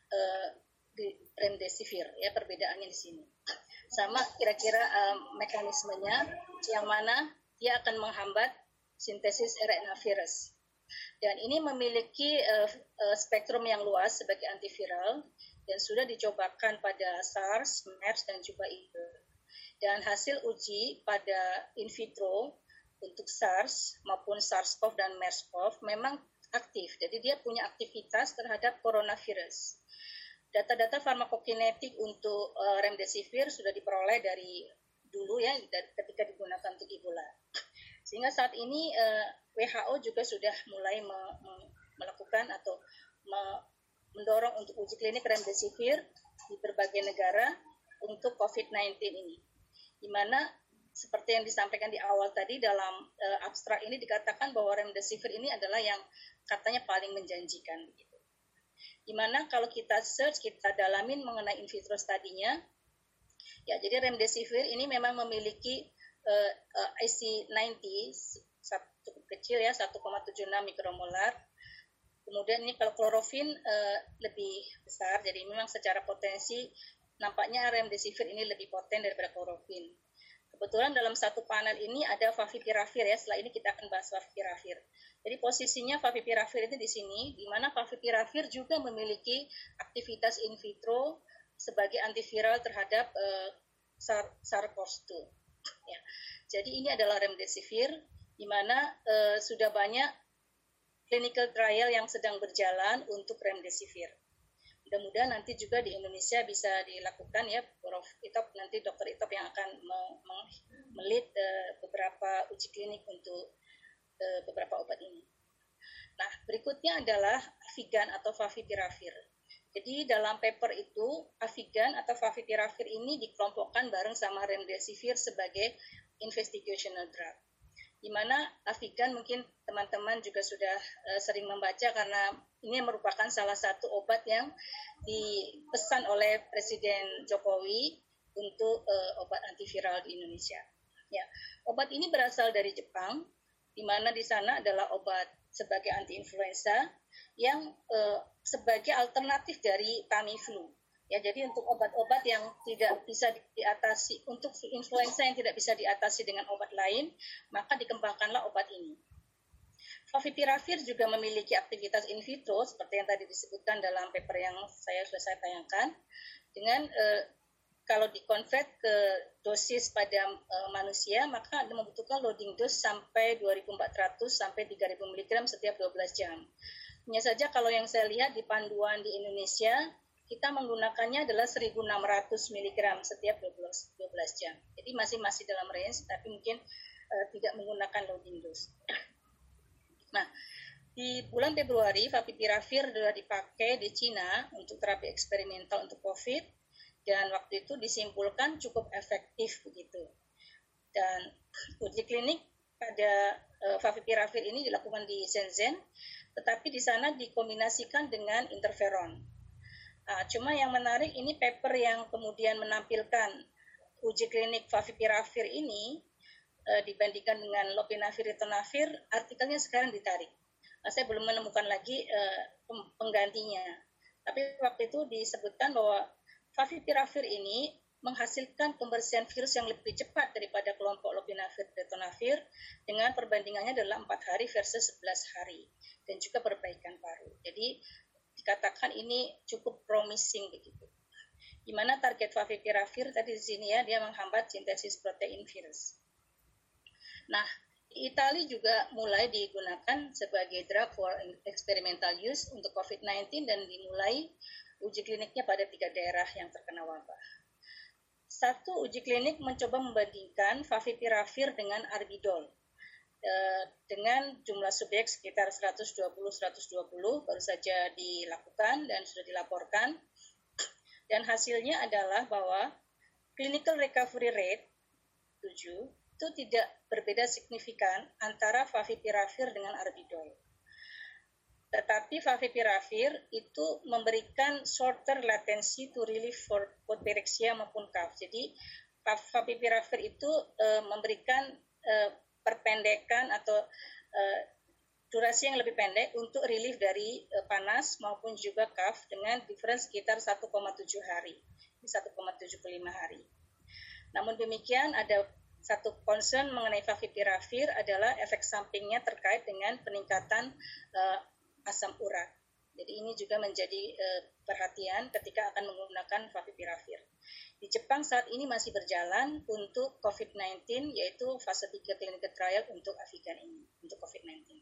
remdesivir, ya, perbedaannya di sini. Sama kira-kira mekanismenya, yang mana dia akan menghambat sintesis RNA virus. Dan ini memiliki spektrum yang luas sebagai antiviral dan sudah dicobakan pada SARS, MERS, dan juga IBE. Dan hasil uji pada in vitro untuk SARS maupun SARS-CoV dan MERS-CoV memang aktif. Jadi dia punya aktivitas terhadap coronavirus. Data-data farmakokinetik untuk remdesivir sudah diperoleh dari dulu ya, ketika digunakan untuk Ebola. Sehingga saat ini WHO juga sudah mulai melakukan atau mendorong untuk uji klinik remdesivir di berbagai negara untuk COVID-19 ini. Di mana seperti yang disampaikan di awal tadi dalam abstrak ini dikatakan bahwa remdesivir ini adalah yang katanya paling menjanjikan begitu. Di mana kalau kita search, kita dalamin mengenai in vitro studinya, ya, jadi remdesivir ini memang memiliki IC90 cukup kecil ya, 1,76 mikromolar. Kemudian ini kalau klorofin lebih besar, jadi memang secara potensi nampaknya remdesivir ini lebih poten daripada klorofin. Kebetulan dalam satu panel ini ada favipiravir ya, setelah ini kita akan bahas favipiravir. Jadi posisinya favipiravir itu di sini, di mana favipiravir juga memiliki aktivitas in vitro sebagai antiviral terhadap SARS-CoV-2. Ya. Jadi ini adalah remdesivir, di mana sudah banyak clinical trial yang sedang berjalan untuk remdesivir. Mudah-mudahan nanti juga di Indonesia bisa dilakukan ya, Prof. Itop, nanti Dr. Itop yang akan melit beberapa uji klinik untuk beberapa obat ini. Nah, berikutnya adalah Avigan atau favipiravir. Jadi dalam paper itu Avigan atau favipiravir ini dikelompokkan bareng sama remdesivir sebagai investigational drug. Di mana Avigan mungkin teman-teman juga sudah sering membaca karena ini merupakan salah satu obat yang dipesan oleh Presiden Jokowi untuk obat antiviral di Indonesia. Ya, obat ini berasal dari Jepang, di mana di sana adalah obat sebagai anti-influenza yang sebagai alternatif dari Tamiflu. Ya, jadi untuk obat-obat yang tidak bisa diatasi, untuk influenza yang tidak bisa diatasi dengan obat lain, maka dikembangkanlah obat ini. Favipiravir juga memiliki aktivitas in vitro, seperti yang tadi disebutkan dalam paper yang sudah saya tayangkan, dengan kalau dikonvert ke dosis pada manusia, maka membutuhkan loading dose sampai 2.400 sampai 3.000 mg setiap 12 jam. Hanya saja kalau yang saya lihat di panduan di Indonesia, kita menggunakannya adalah 1.600 mg setiap 12 jam. Jadi masih dalam range, tapi mungkin tidak menggunakan loading dose. Nah, di bulan Februari, favipiravir sudah dipakai di Cina untuk terapi eksperimental untuk COVID, dan waktu itu disimpulkan cukup efektif begitu. Dan uji klinik pada favipiravir ini dilakukan di Shenzhen, tetapi di sana dikombinasikan dengan interferon. Cuma yang menarik ini paper yang kemudian menampilkan uji klinik favipiravir ini dibandingkan dengan lopinavir ritonavir, artikelnya sekarang ditarik. Saya belum menemukan lagi penggantinya. Tapi waktu itu disebutkan bahwa favipiravir ini menghasilkan pembersihan virus yang lebih cepat daripada kelompok lopinavir ritonavir dengan perbandingannya adalah 4 hari versus 11 hari dan juga perbaikan paru. Jadi dikatakan ini cukup promising begitu. Di mana target favipiravir tadi di sini ya, dia menghambat sintesis protein virus. Nah, di Italia juga mulai digunakan sebagai drug for experimental use untuk COVID-19 dan dimulai uji kliniknya pada 3 daerah yang terkena wabah. Satu, uji klinik mencoba membandingkan favipiravir dengan arbidol. Dengan jumlah subjek sekitar 120 baru saja dilakukan dan sudah dilaporkan, dan hasilnya adalah bahwa clinical recovery rate 7 itu tidak berbeda signifikan antara favipiravir dengan arbidol. Tetapi favipiravir itu memberikan shorter latency to relief for both pyrexia maupun cough. Jadi favipiravir itu memberikan perpendekan atau durasi yang lebih pendek untuk relief dari panas maupun juga cough dengan difference sekitar 1,7 hari, 1,75 hari. Namun demikian ada satu concern mengenai favipiravir adalah efek sampingnya terkait dengan peningkatan asam urat. Jadi ini juga menjadi perhatian ketika akan menggunakan favipiravir. Di Jepang saat ini masih berjalan untuk COVID-19, yaitu fase 3 clinical trial untuk Avigan ini, untuk COVID-19.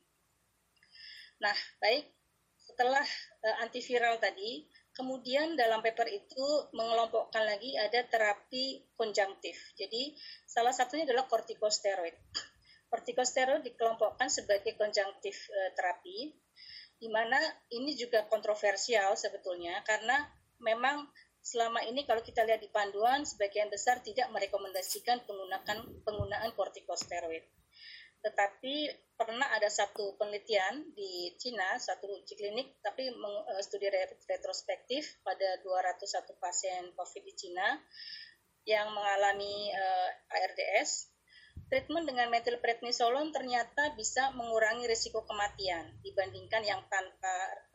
Nah, baik, setelah antiviral tadi, kemudian dalam paper itu mengelompokkan lagi ada terapi konjungtif. Jadi, salah satunya adalah kortikosteroid. Kortikosteroid dikelompokkan sebagai konjungtif terapi, di mana ini juga kontroversial sebetulnya karena memang selama ini kalau kita lihat di panduan sebagian besar tidak merekomendasikan penggunaan kortikosteroid. Tetapi pernah ada satu penelitian di Cina, satu uji klinik, tapi studi retrospektif pada 201 pasien COVID di Cina yang mengalami ARDS. Treatment dengan metilprednisolon ternyata bisa mengurangi risiko kematian dibandingkan yang tanpa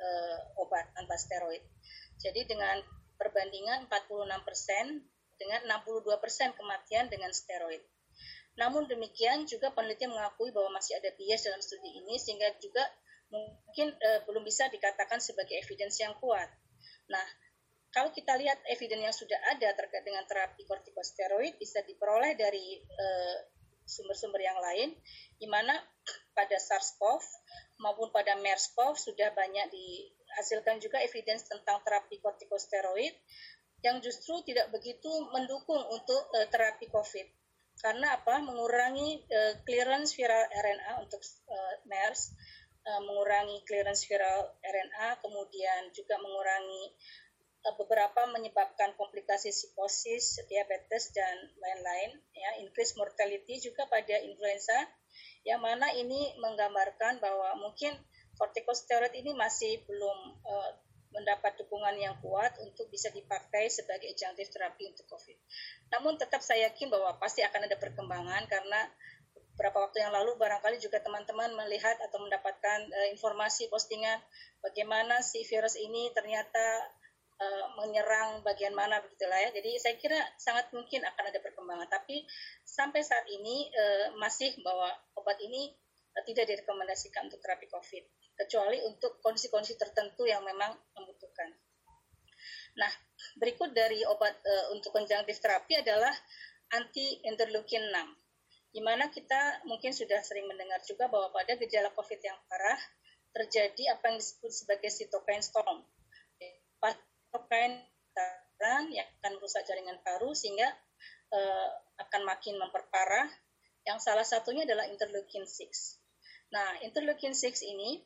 obat, tanpa steroid. Jadi dengan perbandingan 46% dengan 62% kematian dengan steroid. Namun demikian juga peneliti mengakui bahwa masih ada bias dalam studi ini sehingga juga mungkin belum bisa dikatakan sebagai evidence yang kuat. Nah, kalau kita lihat evidence yang sudah ada terkait dengan terapi kortikosteroid bisa diperoleh dari sumber-sumber yang lain, di mana pada SARS-CoV maupun pada MERS-CoV sudah banyak dihasilkan juga evidence tentang terapi kortikosteroid yang justru tidak begitu mendukung untuk terapi COVID. Karena apa? Mengurangi clearance viral RNA untuk MERS, mengurangi clearance viral RNA, kemudian juga mengurangi beberapa menyebabkan komplikasi psikosis, diabetes, dan lain-lain, ya, increase mortality juga pada influenza, yang mana ini menggambarkan bahwa mungkin kortikosteroid ini masih belum mendapat dukungan yang kuat untuk bisa dipakai sebagai adjunctive terapi untuk COVID. Namun tetap saya yakin bahwa pasti akan ada perkembangan karena beberapa waktu yang lalu barangkali juga teman-teman melihat atau mendapatkan informasi postingan bagaimana si virus ini ternyata menyerang bagian mana begitulah ya. Jadi saya kira sangat mungkin akan ada perkembangan. Tapi sampai saat ini masih bahwa obat ini tidak direkomendasikan untuk terapi COVID, kecuali untuk kondisi-kondisi tertentu yang memang membutuhkan. Nah, berikut dari obat untuk konjungtif terapi adalah anti-interleukin 6, di mana kita mungkin sudah sering mendengar juga bahwa pada gejala COVID yang parah terjadi apa yang disebut sebagai cytokine storm. Cytokine yang akan merusak jaringan paru sehingga akan makin memperparah. Yang salah satunya adalah interleukin 6. Nah, interleukin 6 ini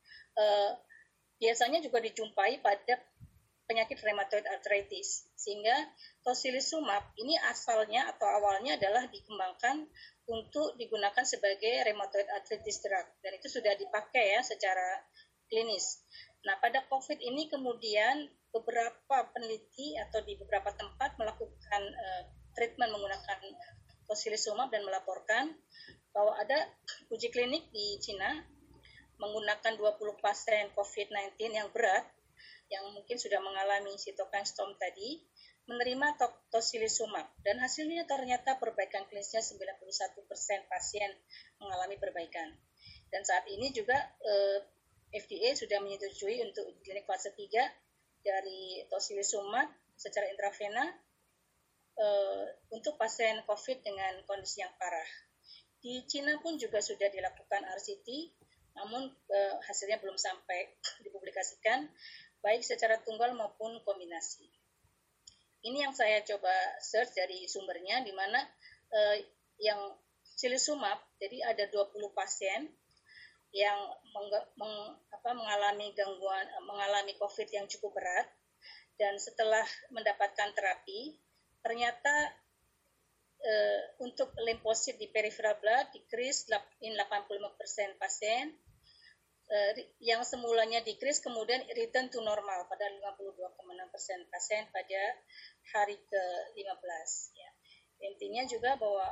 biasanya juga dijumpai pada penyakit rheumatoid arthritis, sehingga tocilizumab ini asalnya atau awalnya adalah dikembangkan untuk digunakan sebagai rheumatoid arthritis drug, dan itu sudah dipakai ya secara klinis. Nah, pada COVID ini kemudian beberapa peneliti atau di beberapa tempat melakukan treatment menggunakan tocilizumab dan melaporkan bahwa ada uji klinik di Cina menggunakan 20 pasien COVID-19 yang berat, yang mungkin sudah mengalami cytokine storm tadi, menerima tocilizumab, dan hasilnya ternyata perbaikan klinisnya 91% pasien mengalami perbaikan. Dan saat ini juga FDA sudah menyetujui untuk uji klinik fase 3 dari tocilizumab secara intravena untuk pasien COVID dengan kondisi yang parah. Di Cina pun juga sudah dilakukan RCT, namun hasilnya belum sampai dipublikasikan, baik secara tunggal maupun kombinasi. Ini yang saya coba search dari sumbernya, di mana yang tocilizumab, jadi ada 20 pasien yang mengalami gangguan, mengalami COVID yang cukup berat, dan setelah mendapatkan terapi, ternyata untuk limfosit di peripheral blood decrease in 85% pasien, yang semulanya decrease kemudian return to normal pada 52,6% pasien pada hari ke-15. Ya. Intinya juga bahwa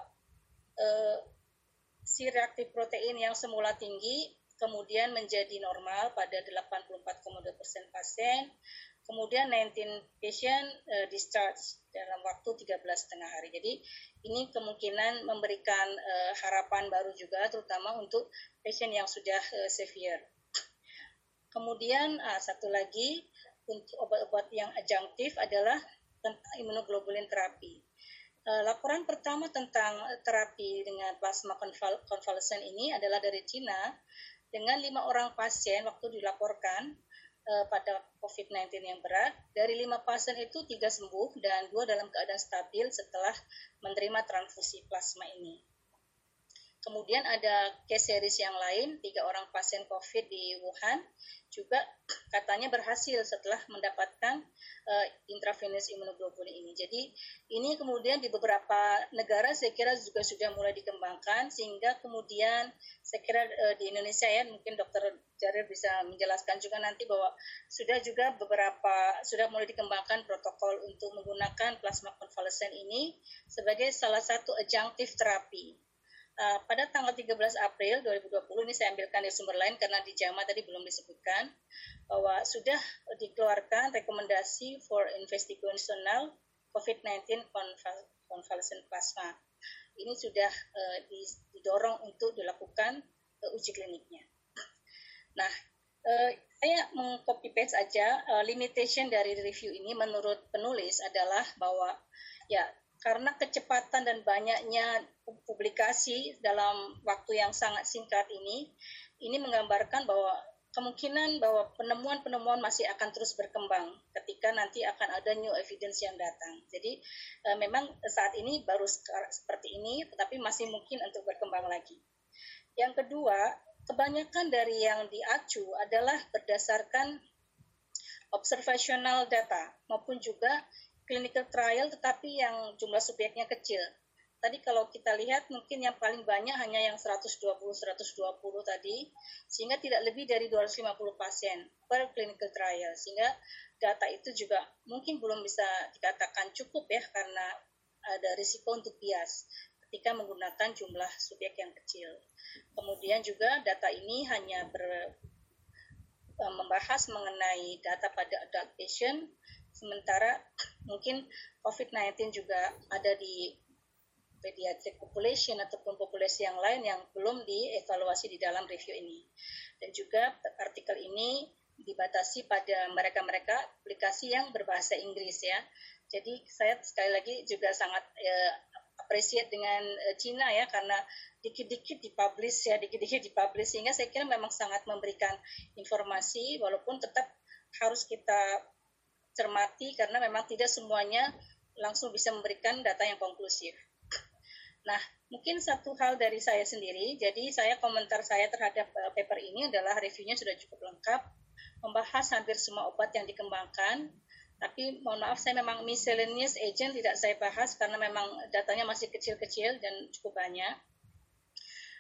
si reaktif protein yang semula tinggi kemudian menjadi normal pada 84,2% pasien, kemudian 19 patient discharge dalam waktu 13,5 hari. Jadi ini kemungkinan memberikan harapan baru juga, terutama untuk pasien yang sudah severe. Kemudian satu lagi untuk obat-obat yang adjunktif adalah tentang immunoglobulin terapi. Laporan pertama tentang terapi dengan plasma convalescent ini adalah dari Cina, dengan 5 orang pasien waktu dilaporkan pada COVID-19 yang berat. Dari 5 pasien itu 3 sembuh dan 2 dalam keadaan stabil setelah menerima transfusi plasma ini. Kemudian ada case series yang lain, 3 orang pasien COVID di Wuhan juga katanya berhasil setelah mendapatkan intravenous immunoglobulin ini. Jadi ini kemudian di beberapa negara saya kira juga sudah mulai dikembangkan, sehingga kemudian saya kira di Indonesia ya, mungkin Dr. Jarir bisa menjelaskan juga nanti bahwa sudah mulai dikembangkan protokol untuk menggunakan plasma convalescent ini sebagai salah satu adjunctive terapi. Pada tanggal 13 April 2020, ini saya ambilkan dari sumber lain karena di JAMA tadi belum disebutkan, bahwa sudah dikeluarkan rekomendasi for investigational COVID-19 convalescent plasma. Ini sudah didorong untuk dilakukan uji kliniknya. Nah, saya meng-copy paste aja limitation dari review ini menurut penulis adalah bahwa ya, karena kecepatan dan banyaknya publikasi dalam waktu yang sangat singkat ini menggambarkan bahwa kemungkinan bahwa penemuan-penemuan masih akan terus berkembang ketika nanti akan ada new evidence yang datang. Jadi memang saat ini baru seperti ini, tetapi masih mungkin untuk berkembang lagi. Yang kedua, kebanyakan dari yang diacu adalah berdasarkan observational data maupun juga clinical trial, tetapi yang jumlah subjeknya kecil. Tadi kalau kita lihat mungkin yang paling banyak hanya yang 120 tadi, sehingga tidak lebih dari 250 pasien per clinical trial, sehingga data itu juga mungkin belum bisa dikatakan cukup ya, karena ada risiko untuk bias ketika menggunakan jumlah subjek yang kecil. Kemudian juga data ini hanya membahas mengenai data pada adult patient, sementara mungkin COVID-19 juga ada di pediatric population ataupun populasi yang lain yang belum dievaluasi di dalam review ini. Dan juga artikel ini dibatasi pada mereka-mereka publikasi yang berbahasa Inggris ya. Jadi saya sekali lagi juga sangat appreciate dengan Cina ya, karena dikit-dikit dipublish sehingga saya kira memang sangat memberikan informasi, walaupun tetap harus kita cermati karena memang tidak semuanya langsung bisa memberikan data yang konklusif. Nah, mungkin satu hal dari saya sendiri, jadi komentar saya terhadap paper ini adalah reviewnya sudah cukup lengkap, membahas hampir semua obat yang dikembangkan, tapi mohon maaf saya memang miscellaneous agent tidak saya bahas karena memang datanya masih kecil-kecil dan cukup banyak.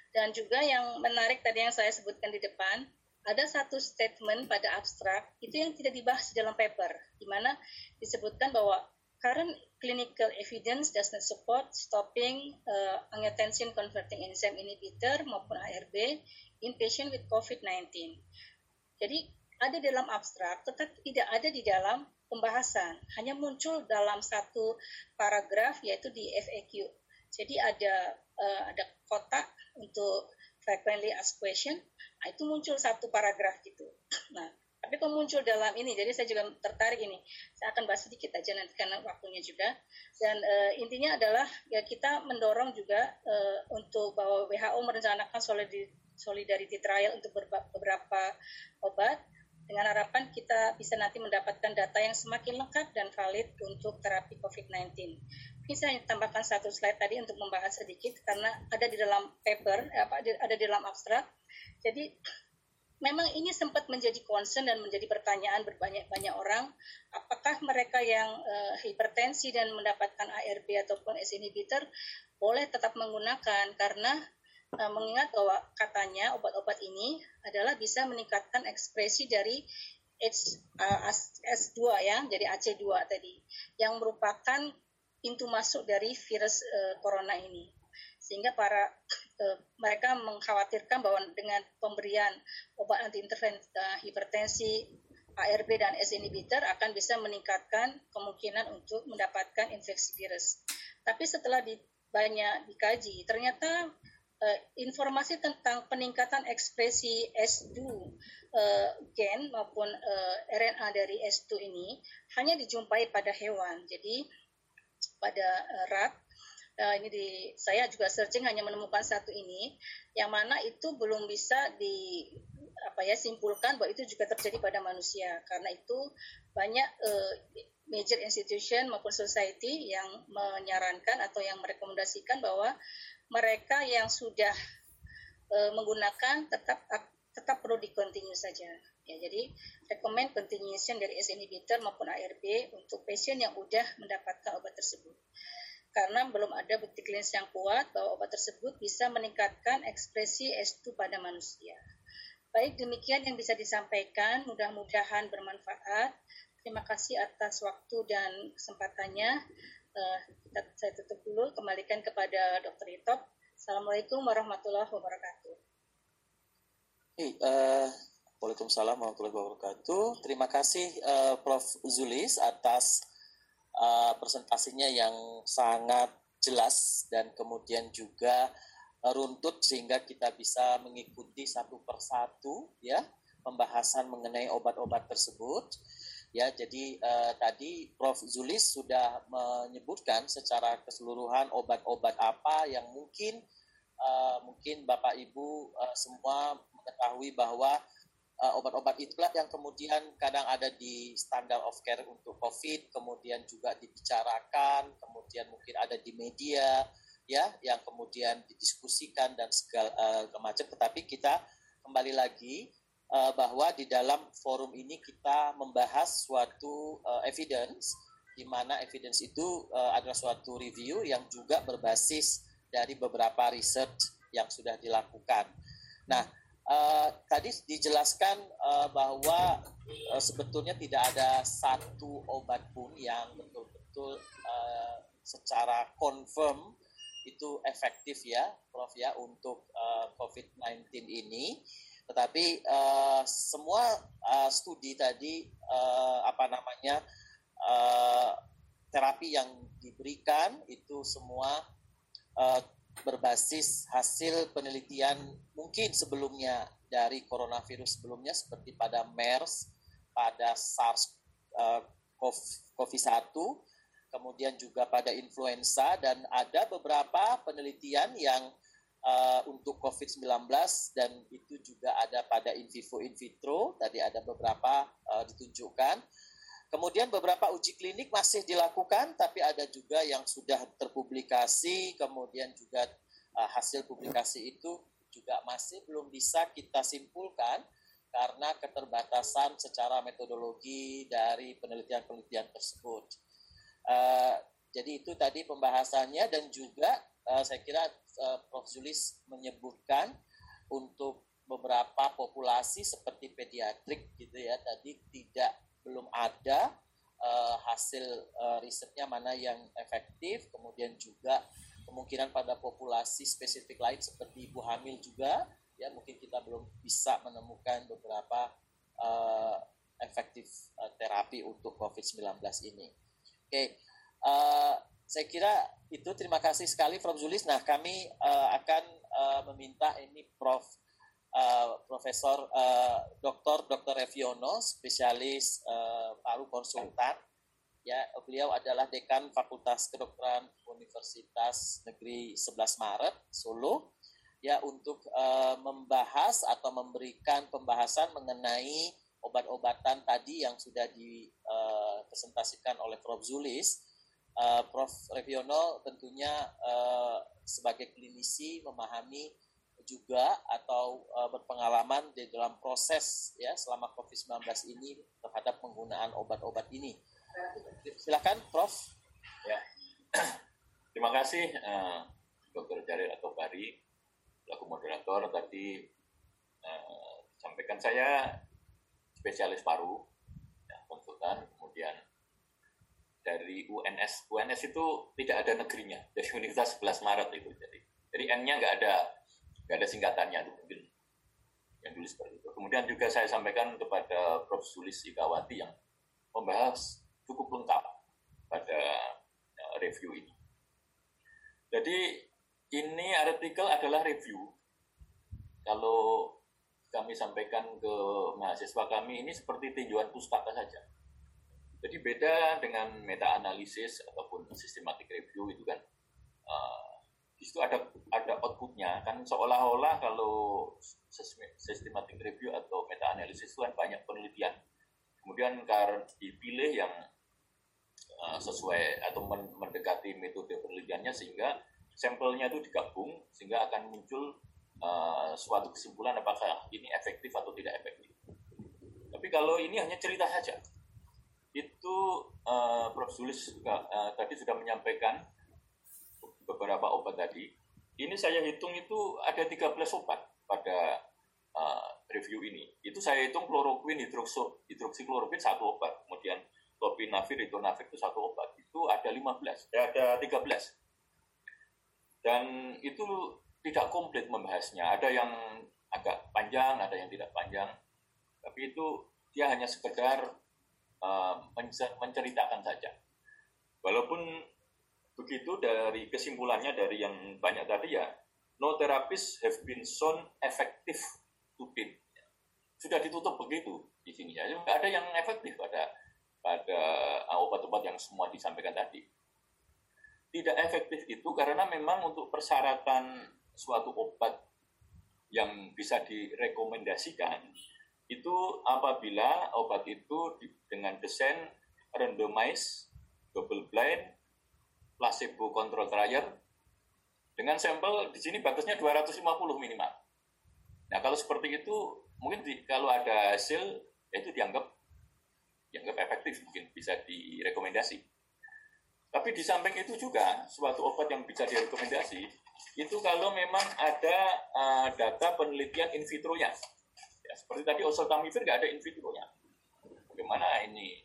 Dan juga yang menarik tadi yang saya sebutkan di depan, ada satu statement pada abstrak itu yang tidak dibahas di dalam paper, di mana disebutkan bahwa current clinical evidence does not support stopping angiotensin converting enzyme inhibitor maupun ARB in patient with COVID-19. Jadi ada dalam abstrak, tetapi tidak ada di dalam pembahasan. Hanya muncul dalam satu paragraf, yaitu di FAQ. Jadi ada kotak untuk frequently asked question, itu muncul satu paragraf gitu. Nah, tapi kok muncul dalam ini, jadi saya juga tertarik ini. Saya akan bahas sedikit aja nanti karena waktunya juga. Dan intinya adalah ya kita mendorong juga untuk bahwa WHO merencanakan solidarity trial untuk beberapa obat, dengan harapan kita bisa nanti mendapatkan data yang semakin lengkap dan valid untuk terapi COVID-19. Mungkin saya tambahkan satu slide tadi untuk membahas sedikit, karena ada di dalam paper, ada di dalam abstrak. Jadi memang ini sempat menjadi concern dan menjadi pertanyaan banyak orang, apakah mereka yang hipertensi dan mendapatkan ARB ataupun ACE inhibitor boleh tetap menggunakan, karena mengingat bahwa katanya obat-obat ini adalah bisa meningkatkan ekspresi dari S2 ya, jadi AC2 tadi, yang merupakan pintu masuk dari virus corona ini. Sehingga mereka mengkhawatirkan bahwa dengan pemberian obat anti-interferon hipertensi, ARB dan ACE inhibitor akan bisa meningkatkan kemungkinan untuk mendapatkan infeksi virus. Tapi setelah banyak dikaji, ternyata informasi tentang peningkatan ekspresi S2 gen maupun RNA dari S2 ini hanya dijumpai pada hewan. Jadi pada rat, saya juga searching hanya menemukan satu ini, yang mana itu belum bisa simpulkan bahwa itu juga terjadi pada manusia. Karena itu banyak major institution maupun society yang menyarankan atau yang merekomendasikan bahwa mereka yang sudah menggunakan tetap perlu di-continue saja. Ya, jadi recommend continuation dari ACE inhibitor maupun ARB untuk pasien yang sudah mendapatkan obat tersebut. Karena belum ada bukti klinis yang kuat bahwa obat tersebut bisa meningkatkan ekspresi S2 pada manusia. Baik, demikian yang bisa disampaikan, mudah-mudahan bermanfaat. Terima kasih atas waktu dan kesempatannya. Saya tutup dulu, kembalikan kepada Dr. Itop. Assalamualaikum warahmatullahi wabarakatuh. Waalaikumsalam warahmatullahi wabarakatuh. Terima kasih Prof. Zulis atas presentasinya yang sangat jelas dan kemudian juga runtut sehingga kita bisa mengikuti satu persatu ya pembahasan mengenai obat-obat tersebut. Ya, jadi tadi Prof. Zulis sudah menyebutkan secara keseluruhan obat-obat apa yang mungkin Bapak Ibu semua mengetahui bahwa obat-obat itulah yang kemudian kadang ada di standard of care untuk COVID, kemudian juga dibicarakan, kemudian mungkin ada di media, ya, yang kemudian didiskusikan dan segala macam. Tetapi kita kembali lagi bahwa di dalam forum ini kita membahas suatu evidence, di mana evidence itu adalah suatu review yang juga berbasis dari beberapa research yang sudah dilakukan. Nah, tadi dijelaskan bahwa sebetulnya tidak ada satu obat pun yang betul-betul secara confirm itu efektif ya, Prof ya, untuk COVID-19 ini. Tetapi semua studi tadi terapi yang diberikan itu semua berbasis hasil penelitian mungkin sebelumnya dari coronavirus sebelumnya seperti pada MERS, pada SARS-CoV-1, kemudian juga pada influenza, dan ada beberapa penelitian yang untuk COVID-19 dan itu juga ada pada in vivo in vitro, tadi ada beberapa ditunjukkan. Kemudian beberapa uji klinik masih dilakukan, tapi ada juga yang sudah terpublikasi, kemudian juga hasil publikasi itu juga masih belum bisa kita simpulkan karena keterbatasan secara metodologi dari penelitian-penelitian tersebut. Jadi itu tadi pembahasannya, dan juga saya kira Prof. Zulis menyebutkan untuk beberapa populasi seperti pediatrik gitu ya, tadi belum ada hasil risetnya mana yang efektif, kemudian juga kemungkinan pada populasi spesifik lain seperti ibu hamil juga ya, mungkin kita belum bisa menemukan beberapa efektif terapi untuk COVID-19 ini. Oke, saya kira itu. Terima kasih sekali Prof. Zulis. Nah, kami akan meminta ini Profesor Dr. Reviono, spesialis paru konsultan. Ya, beliau adalah Dekan Fakultas Kedokteran Universitas Negeri 11 Maret Solo. Ya, untuk membahas atau memberikan pembahasan mengenai obat-obatan tadi yang sudah dipresentasikan oleh Prof. Zulis. Prof. Reviono tentunya sebagai klinisi memahami juga atau berpengalaman di dalam proses ya selama COVID-19 ini terhadap penggunaan obat-obat ini. Silakan, Prof. Ya, terima kasih Dr. Jalil atau Bari, selaku moderator. Tadi sampaikan saya spesialis paru, ya, konsultan, kemudian dari UNS. UNS itu tidak ada negerinya, dari Universitas 11 Maret itu. Jadi N-nya nggak ada singkatannya, itu mungkin yang dulu seperti itu. Kemudian juga saya sampaikan kepada Prof. Zulis Ikawati yang membahas cukup lengkap pada review ini. Jadi ini artikel adalah review. Kalau kami sampaikan ke mahasiswa kami, ini seperti tinjauan pustaka saja. Jadi beda dengan meta-analisis ataupun systematic review itu kan, di situ ada outputnya kan, seolah-olah kalau systematic review atau meta-analisis itu kan banyak penelitian. Kemudian karena dipilih yang sesuai atau mendekati metode penelitiannya sehingga sampelnya itu digabung sehingga akan muncul suatu kesimpulan apakah ini efektif atau tidak efektif. Tapi kalau ini hanya cerita saja. Itu Prof. Zulis juga tadi sudah menyampaikan beberapa obat tadi. Ini saya hitung itu ada 13 obat pada review ini. Itu saya hitung kloroquine, hidroksikloroquine satu obat, kemudian lopinavir, ritonavir itu satu obat. Itu ada 15, ada 13. Dan itu tidak komplit membahasnya. Ada yang agak panjang, ada yang tidak panjang. Tapi itu dia hanya sekedar menceritakan saja. Walaupun begitu, dari kesimpulannya dari yang banyak tadi ya, no therapies have been shown effective to date. Sudah ditutup begitu di sini ya. Tidak ada yang efektif pada obat-obat yang semua disampaikan tadi. Tidak efektif itu karena memang untuk persyaratan suatu obat yang bisa direkomendasikan itu apabila obat itu dengan desain randomized, double blind, placebo control trial dengan sampel di sini batasnya 250 minimal. Nah, kalau seperti itu mungkin kalau ada hasil ya itu dianggap efektif, mungkin bisa direkomendasi. Tapi di samping itu juga suatu obat yang bisa direkomendasi itu kalau memang ada data penelitian in vitro-nya. Ya, seperti tadi oseltamivir nggak ada in vitro-nya. Bagaimana ini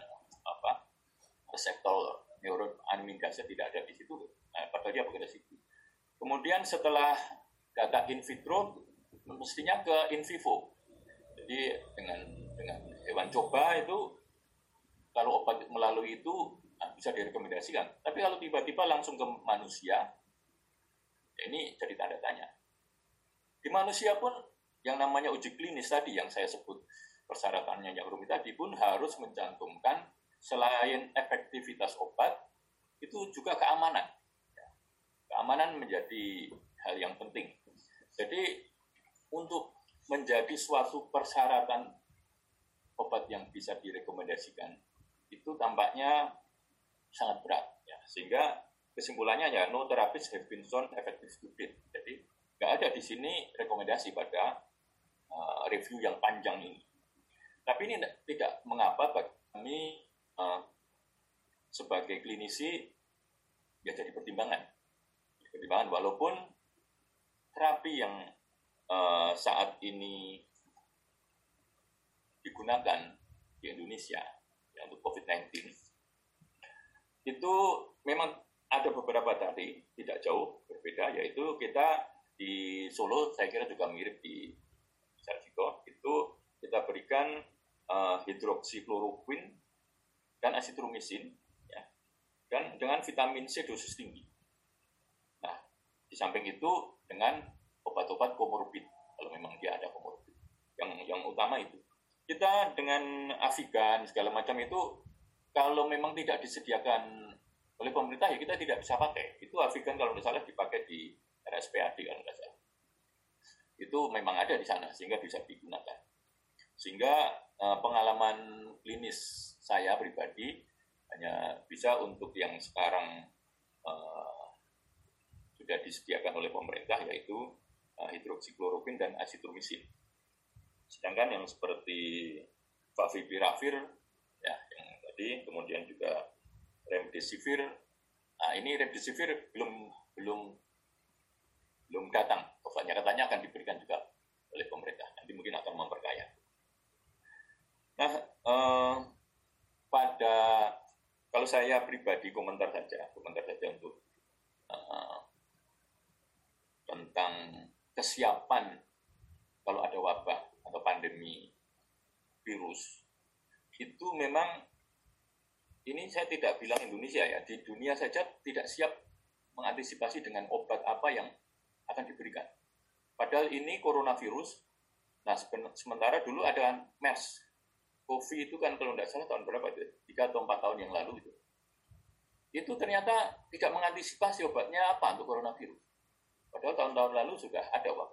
reseptor neuroanimidase tidak ada di situ, padahal dia bekerja di situ. Kemudian setelah data in vitro, mestinya ke in vivo. Jadi dengan hewan coba itu, kalau obat melalui itu bisa direkomendasikan. Tapi kalau tiba-tiba langsung ke manusia, ya ini jadi tanda tanya. Di manusia pun yang namanya uji klinis tadi yang saya sebut persyaratannya yang rumit tadi pun harus mencantumkan selain efektivitas obat itu juga keamanan. Keamanan menjadi hal yang penting. Jadi untuk menjadi suatu persyaratan obat yang bisa direkomendasikan itu tampaknya sangat berat. Ya. Sehingga kesimpulannya ya no therapies have been shown effective to date. Jadi nggak ada di sini rekomendasi pada review yang panjang ini. Tapi ini tidak mengapa bagi kami sebagai klinisi ya jadi pertimbangan. Walaupun terapi yang saat ini digunakan di Indonesia ya, untuk COVID-19 itu memang ada beberapa tadi tidak jauh berbeda, yaitu kita di Solo saya kira juga mirip di Sarjito, itu kita berikan hidroksikloroquine dan asitromisin ya, dan dengan vitamin C dosis tinggi. Nah, di samping itu dengan obat-obat komorbid kalau memang dia ada komorbid. Yang utama itu. Kita dengan Avigan segala macam itu kalau memang tidak disediakan oleh pemerintah ya kita tidak bisa pakai. Itu Avigan kalau tidak salah dipakai di RSPAD kalau tidak salah. Itu memang ada di sana sehingga bisa digunakan. Sehingga pengalaman klinis saya pribadi hanya bisa untuk yang sekarang sudah disediakan oleh pemerintah, yaitu hidroksikloroquine dan asitromisin. Sedangkan yang seperti favipiravir ya yang tadi, kemudian juga remdesivir. Nah, ini remdesivir belum datang. Obatnya katanya akan diberikan juga oleh pemerintah. Nanti mungkin akan memperkaya. Nah, kalau saya pribadi komentar saja untuk tentang kesiapan kalau ada wabah atau pandemi virus. Itu memang, ini saya tidak bilang Indonesia ya, di dunia saja tidak siap mengantisipasi dengan obat apa yang akan diberikan. Padahal ini coronavirus, nah sementara dulu ada MERS, COVID itu kan kalau tidak salah tahun berapa itu, 3 atau 4 tahun yang lalu itu. Itu ternyata tidak mengantisipasi obatnya apa untuk coronavirus. Padahal tahun-tahun lalu sudah ada wabah.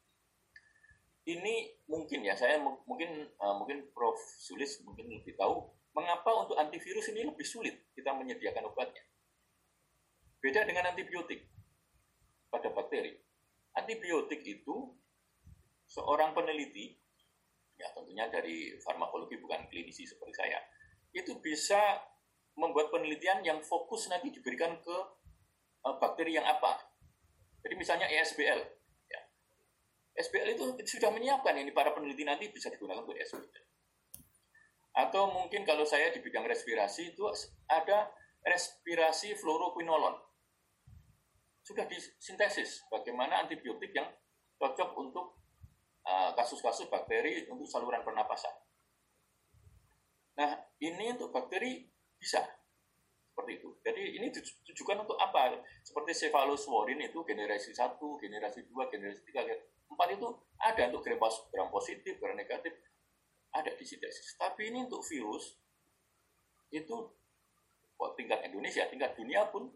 Ini mungkin ya, saya mungkin Prof. Sulis mungkin lebih tahu mengapa untuk antivirus ini lebih sulit kita menyediakan obatnya. Beda dengan antibiotik pada bakteri. Antibiotik itu seorang peneliti, ya tentunya dari farmakologi bukan klinisi seperti saya, itu bisa membuat penelitian yang fokus nanti diberikan ke bakteri yang apa. Jadi misalnya ESBL. Ya. SBL itu sudah menyiapkan ini para peneliti nanti bisa digunakan untuk SBL. Atau mungkin kalau saya di bidang respirasi itu ada respirasi fluoroquinolone. Sudah disintesis bagaimana antibiotik yang cocok untuk kasus-kasus bakteri untuk saluran pernapasan. Nah, ini untuk bakteri bisa seperti itu. Jadi ini ditujukan untuk apa? Seperti cephalosporin itu generasi 1, generasi 2, generasi 3, 4 itu ada untuk gram positif, gram negatif, ada di sintesis. Tapi ini untuk virus itu tingkat Indonesia, tingkat dunia pun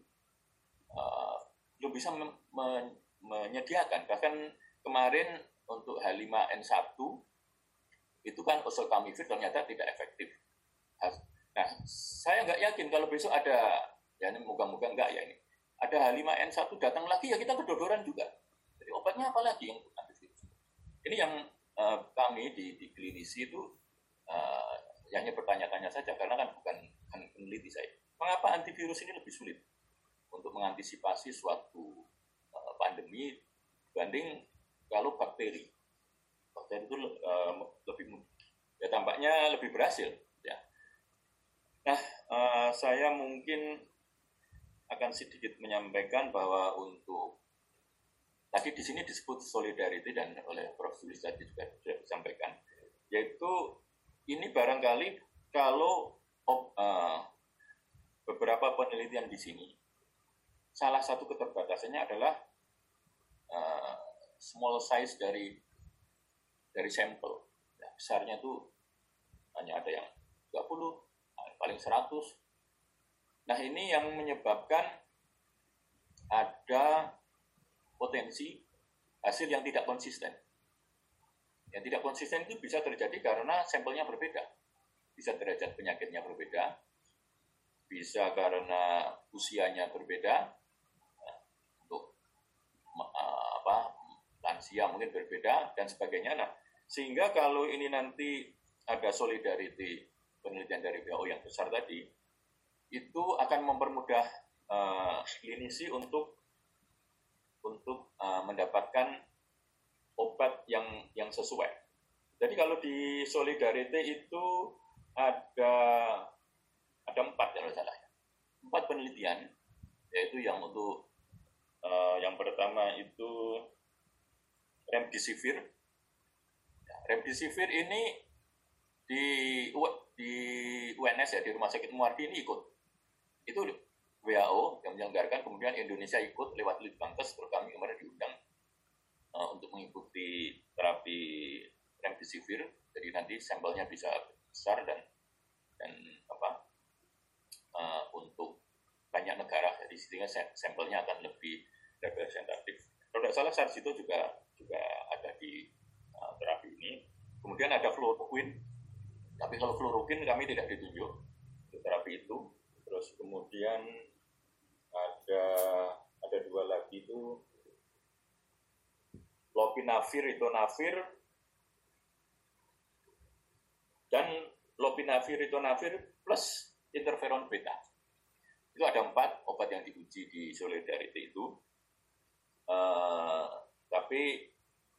belum bisa menyediakan. Bahkan kemarin untuk H5N1 itu kan oseltamivir ternyata tidak efektif. Nah, saya nggak yakin kalau besok ada, ya ini moga-moga enggak ya ini, ada H5N1 datang lagi ya kita kedodoran juga. Jadi obatnya apa lagi yang antivirus? Ini yang kami di klinisi itu hanya bertanya-tanya saja karena kan bukan peneliti saya. Mengapa antivirus ini lebih sulit untuk mengantisipasi suatu pandemi dibanding kalau bakteri? Bakteri itu lebih ya tampaknya lebih berhasil. Ya. Nah, saya mungkin akan sedikit menyampaikan bahwa untuk tadi di sini disebut solidarity dan oleh Prof. Sulis tadi juga sudah disampaikan, yaitu ini barangkali kalau beberapa penelitian di sini salah satu keterbatasannya adalah small size dari sampel. Ya, besarnya itu hanya ada yang 30, paling 100. Nah, ini yang menyebabkan ada potensi hasil yang tidak konsisten. Yang tidak konsisten itu bisa terjadi karena sampelnya berbeda. Bisa derajat penyakitnya berbeda, bisa karena usianya berbeda, untuk lansia mungkin berbeda, dan sebagainya. Nah, sehingga kalau ini nanti ada solidarity penelitian dari WHO yang besar tadi, itu akan mempermudah klinisi untuk mendapatkan obat yang sesuai. Jadi kalau di Solidarity itu ada 4 kalau salah, 4 penelitian, yaitu yang untuk yang pertama itu remdesivir. Remdesivir ini di UNS ya, di Rumah Sakit Muardi ini ikut. Itu WHO yang menyelenggarakan, kemudian Indonesia ikut lewat Litbangkes, terus kami kemarin diundang untuk mengikuti terapi remdesivir. Jadi nanti sampelnya bisa besar dan untuk banyak negara, jadi sehingga sampelnya akan lebih representatif. Kalau tidak salah Sarjito juga ada di terapi ini. Kemudian ada kloroquine, tapi kalau kloroquine kami tidak ditunjuk untuk terapi itu. Terus kemudian ada 2 lagi itu lopinavir, ritonavir, dan lopinavir plus interferon beta. Itu ada 4 obat yang diuji di Solidarity itu. Tapi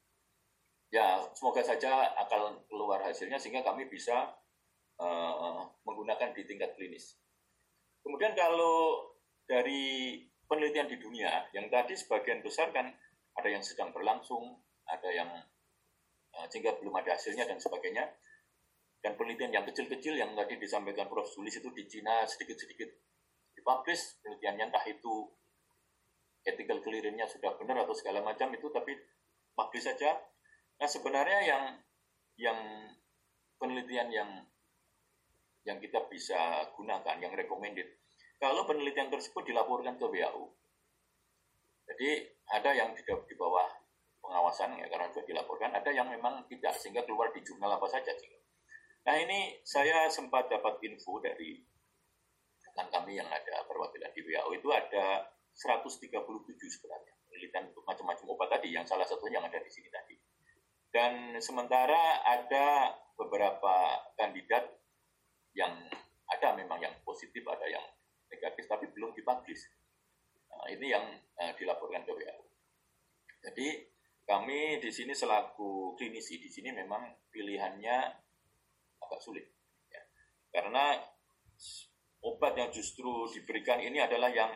ya semoga saja akan keluar hasilnya sehingga kami bisa menggunakan di tingkat klinis. Kemudian kalau dari penelitian di dunia, yang tadi sebagian besar kan ada yang sedang berlangsung, ada yang sehingga belum ada hasilnya dan sebagainya. Dan penelitian yang kecil-kecil yang tadi disampaikan Prof. Zulis itu di Cina sedikit-sedikit dipublish penelitiannya, entah itu ethical clearance-nya sudah benar atau segala macam itu, tapi publish saja. Nah sebenarnya yang penelitian yang kita bisa gunakan, yang recommended, kalau penelitian tersebut dilaporkan ke WHO. Jadi ada yang di bawah pengawasan ya karena sudah dilaporkan, ada yang memang tidak sehingga keluar di jurnal apa saja. Nah ini saya sempat dapat info dari rekan kami yang ada perwakilan di WHO, itu ada 137 sebenarnya penelitian untuk macam-macam obat tadi, yang salah satunya yang ada di sini tadi. Dan sementara ada beberapa kandidat yang ada memang yang positif, ada yang negatif, tapi belum dipublish. Nah, ini yang dilaporkan ke WHO. Jadi kami di sini selaku klinisi di sini memang pilihannya agak sulit, ya. Karena obat yang justru diberikan ini adalah yang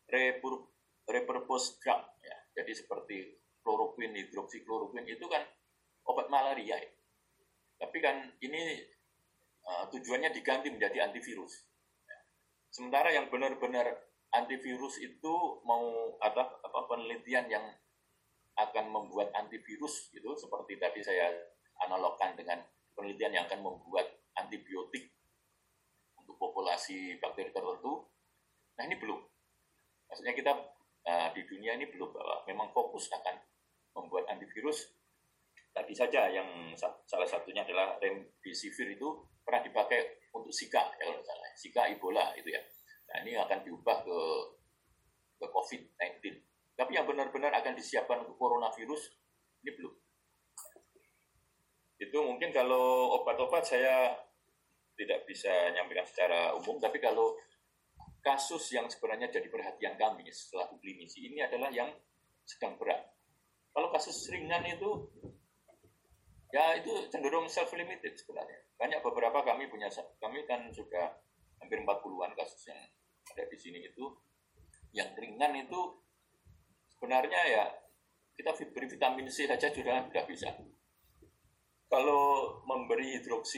repurpose drug, ya. Jadi seperti kloroquine, hidroksikloroquine itu kan obat malaria, ya. Tapi kan ini tujuannya diganti menjadi antivirus. Ya. Sementara yang benar-benar antivirus itu mau ada penelitian yang akan membuat antivirus itu seperti tadi saya analogkan dengan penelitian yang akan membuat antibiotik untuk populasi bakteri tertentu. Nah ini belum. Maksudnya kita di dunia ini belum, bahwa memang fokus akan membuat antivirus. Tadi saja yang salah satunya adalah remdesivir itu pernah dipakai untuk Zika, ya kalau salah, Zika, Ebola itu ya. Nah ini akan diubah ke COVID-19. Tapi yang benar-benar akan disiapkan untuk coronavirus ini belum. Itu mungkin kalau obat-obat saya tidak bisa nyampaikan secara umum, tapi kalau kasus yang sebenarnya jadi perhatian kami setelah klinisi ini adalah yang sedang berat. Kalau kasus ringan itu, ya itu cenderung self-limited sebenarnya. Banyak beberapa kami kan sudah hampir 40-an kasus yang ada di sini itu, yang ringan itu sebenarnya ya kita beri vitamin C saja sudah bisa. Kalau memberi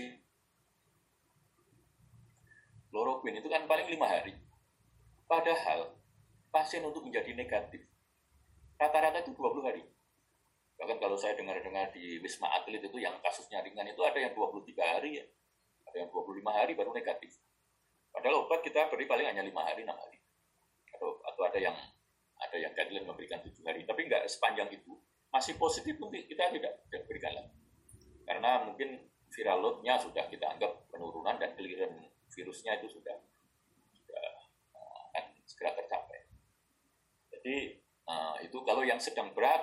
hidroksikloroquine itu kan paling 5 hari. Padahal pasien untuk menjadi negatif rata-rata itu 20 hari. Bahkan kalau saya dengar-dengar di Wisma Atlet itu yang kasusnya ringan itu ada yang 23 hari ya. Ada yang 25 hari baru negatif. Padahal obat kita beri paling hanya 5 hari, 6 hari. Atau ada yang guideline memberikan 7 hari. Tapi enggak sepanjang itu. Masih positif pun kita tidak berikan lagi. Karena mungkin viral load-nya sudah kita anggap penurunan dan clearance virusnya itu sudah akan segera tercapai. Jadi itu kalau yang sedang berat,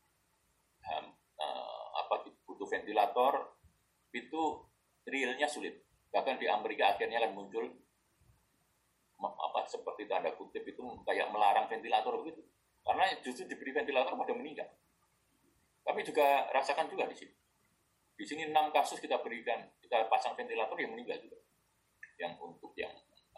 butuh ventilator, itu realnya sulit. Bahkan di Amerika akhirnya akan muncul seperti tanda kutip itu kayak melarang ventilator begitu. Karena justru diberi ventilator pada meninggal. Kami juga rasakan juga di sini. Di sini 6 kasus kita berikan, kita pasang ventilator yang meninggal juga. Yang untuk yang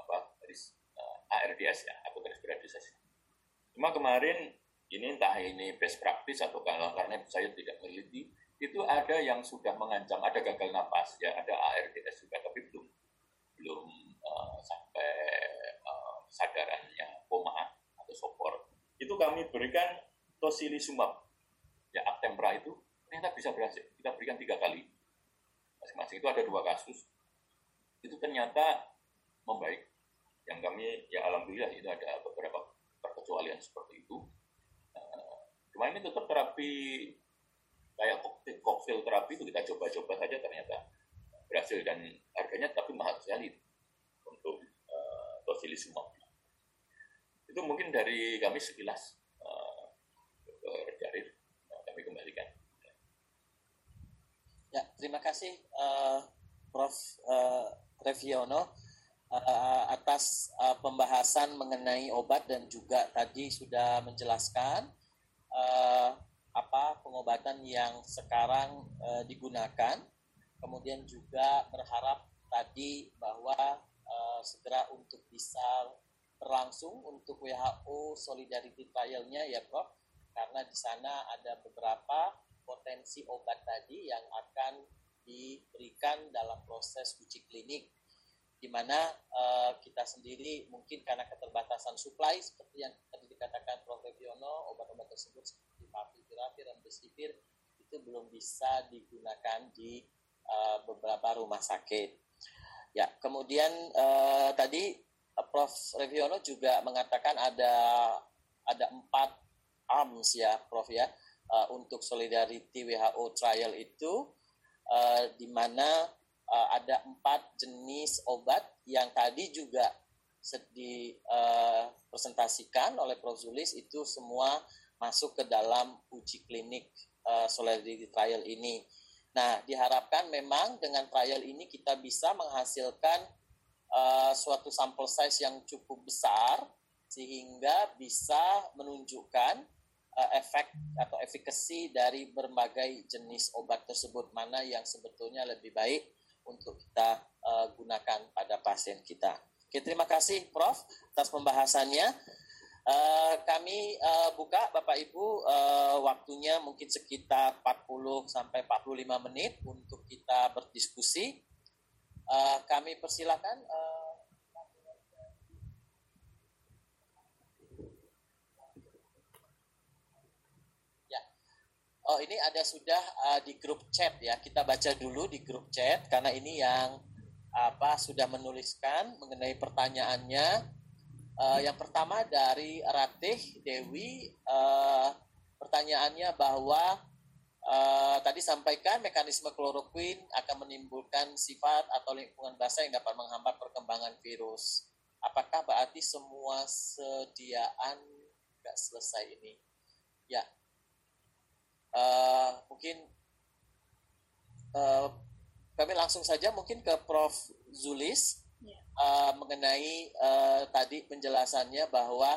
ARDS ya, atau respiratory disease. Cuma kemarin ini entah ini best practice atau karena saya tidak meneliti, itu ada yang sudah mengancam, ada gagal napas ya, ada ARDS juga, tapi belum sampai sadarannya koma atau sopor. Itu kami berikan tocilizumab ya, Actemra itu ternyata bisa berhasil. Kita berikan 3 kali masing-masing, itu ada 2 kasus, itu ternyata membaik. Yang kami ya alhamdulillah itu ada beberapa perkecualian seperti itu. Cuma ini tetap terapi kayak cocktail terapi itu kita coba-coba saja, ternyata berhasil dan harganya tapi mahal sekali untuk tocilizumab. Itu mungkin dari kami sekilas. Dr. Jarir, kami kembalikan. Ya, terima kasih Prof. Reviono atas pembahasan mengenai obat dan juga tadi sudah menjelaskan apa pengobatan yang sekarang digunakan. Kemudian juga berharap tadi bahwa segera untuk bisa berlangsung untuk WHO Solidarity Trial-nya ya Prof, karena di sana ada beberapa potensi obat tadi yang akan diberikan dalam proses uji klinik, di mana kita sendiri mungkin karena keterbatasan supply seperti yang tadi dikatakan Prof. Reviono, obat-obat tersebut seperti favipiravir dan remdesivir itu belum bisa digunakan di beberapa rumah sakit. Ya, kemudian tadi Prof. Reviono juga mengatakan ada 4 arms ya Prof ya untuk Solidarity WHO Trial itu, di mana ada 4 jenis obat yang tadi juga dipresentasikan oleh Prof. Zulis, itu semua masuk ke dalam uji klinik Solidarity Trial ini. Nah, diharapkan memang dengan trial ini kita bisa menghasilkan suatu sampel size yang cukup besar sehingga bisa menunjukkan efek atau efikasi dari berbagai jenis obat tersebut, mana yang sebetulnya lebih baik untuk kita gunakan pada pasien kita. Oke, terima kasih Prof. atas pembahasannya. Kami buka Bapak Ibu waktunya mungkin sekitar 40 sampai 45 menit untuk kita berdiskusi. Kami persilakan Oh, ini ada sudah di grup chat ya. Kita baca dulu di grup chat karena ini yang sudah menuliskan mengenai pertanyaannya. Yang pertama dari Ratih Dewi, pertanyaannya bahwa tadi sampaikan mekanisme kloroquine akan menimbulkan sifat atau lingkungan basah yang dapat menghambat perkembangan virus. Apakah berarti semua sediaan nggak selesai ini? Ya. Mungkin kami langsung saja mungkin ke Prof. Zulis mengenai tadi penjelasannya bahwa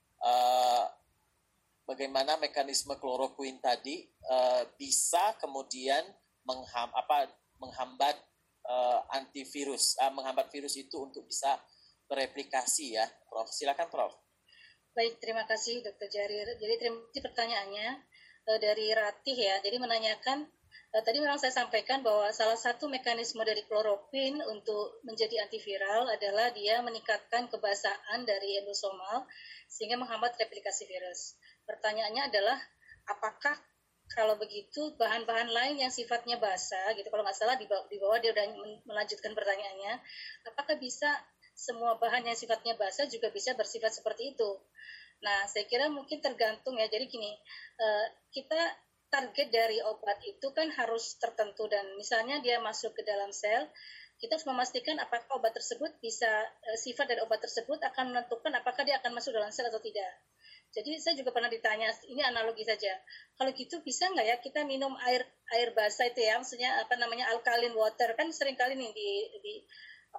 bagaimana mekanisme kloroquine tadi bisa kemudian menghambat antivirus, menghambat virus itu untuk bisa bereplikasi ya, Prof. Silakan Prof. Baik, terima kasih Dr. Jarir. Jadi terima kasih pertanyaannya dari Ratih ya. Jadi menanyakan, tadi memang saya sampaikan bahwa salah satu mekanisme dari kloroquine untuk menjadi antiviral adalah dia meningkatkan kebasahan dari endosomal sehingga menghambat replikasi virus. Pertanyaannya adalah apakah kalau begitu bahan-bahan lain yang sifatnya basah gitu, kalau nggak salah di bawah dia sudah melanjutkan pertanyaannya, apakah bisa semua bahan yang sifatnya basah juga bisa bersifat seperti itu? Nah, saya kira mungkin tergantung ya. Jadi gini, kita target dari obat itu kan harus tertentu dan misalnya dia masuk ke dalam sel, kita harus memastikan apakah obat tersebut bisa, sifat dari obat tersebut akan menentukan apakah dia akan masuk dalam sel atau tidak. Jadi saya juga pernah ditanya, ini analogi saja. Kalau gitu bisa nggak ya kita minum air basah itu ya, maksudnya alkaline water, kan seringkali nih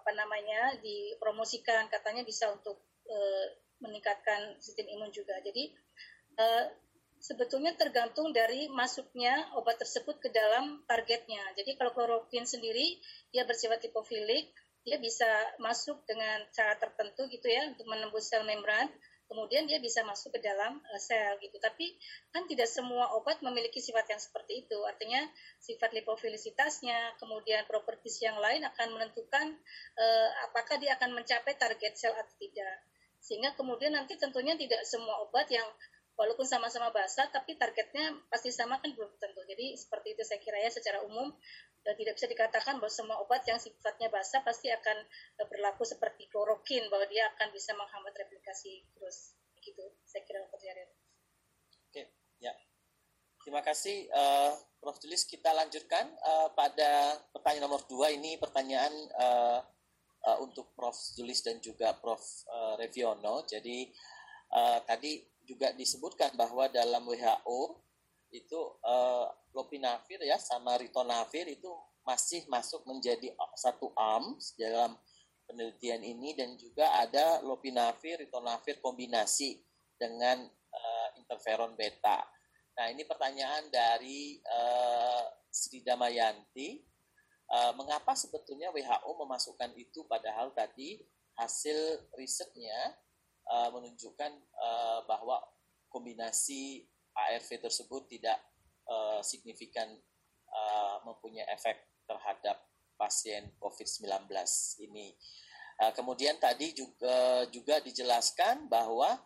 dipromosikan, katanya bisa untuk meningkatkan sistem imun juga. Jadi sebetulnya tergantung dari masuknya obat tersebut ke dalam targetnya. Jadi kalau kloroquine sendiri dia bersifat lipofilik, dia bisa masuk dengan cara tertentu gitu ya untuk menembus sel membran. Kemudian dia bisa masuk ke dalam sel gitu. Tapi kan tidak semua obat memiliki sifat yang seperti itu. Artinya sifat lipofilisitasnya, kemudian propertis yang lain akan menentukan apakah dia akan mencapai target sel atau tidak. Sehingga kemudian nanti tentunya tidak semua obat yang walaupun sama-sama basah, tapi targetnya pasti sama kan belum tentu. Jadi seperti itu saya kira ya secara umum. Tidak bisa dikatakan bahwa semua obat yang sifatnya basah pasti akan berlaku seperti kloroquine, bahwa dia akan bisa menghambat replikasi virus. Gitu, saya kira Dr. Jarir. Oke, ya. Terima kasih, Prof. Julis. Kita lanjutkan pada pertanyaan nomor 2. Ini pertanyaan untuk Prof. Julis dan juga Prof. Reviono. Jadi tadi juga disebutkan bahwa dalam WHO itu lopinavir ya sama ritonavir itu masih masuk menjadi satu arm dalam penelitian ini, dan juga ada lopinavir ritonavir kombinasi dengan interferon beta. Nah, ini pertanyaan dari Sri Damayanti, mengapa sebetulnya WHO memasukkan itu padahal tadi hasil risetnya menunjukkan bahwa kombinasi ARV tersebut tidak signifikan mempunyai efek terhadap pasien COVID-19 ini. Kemudian tadi juga dijelaskan bahwa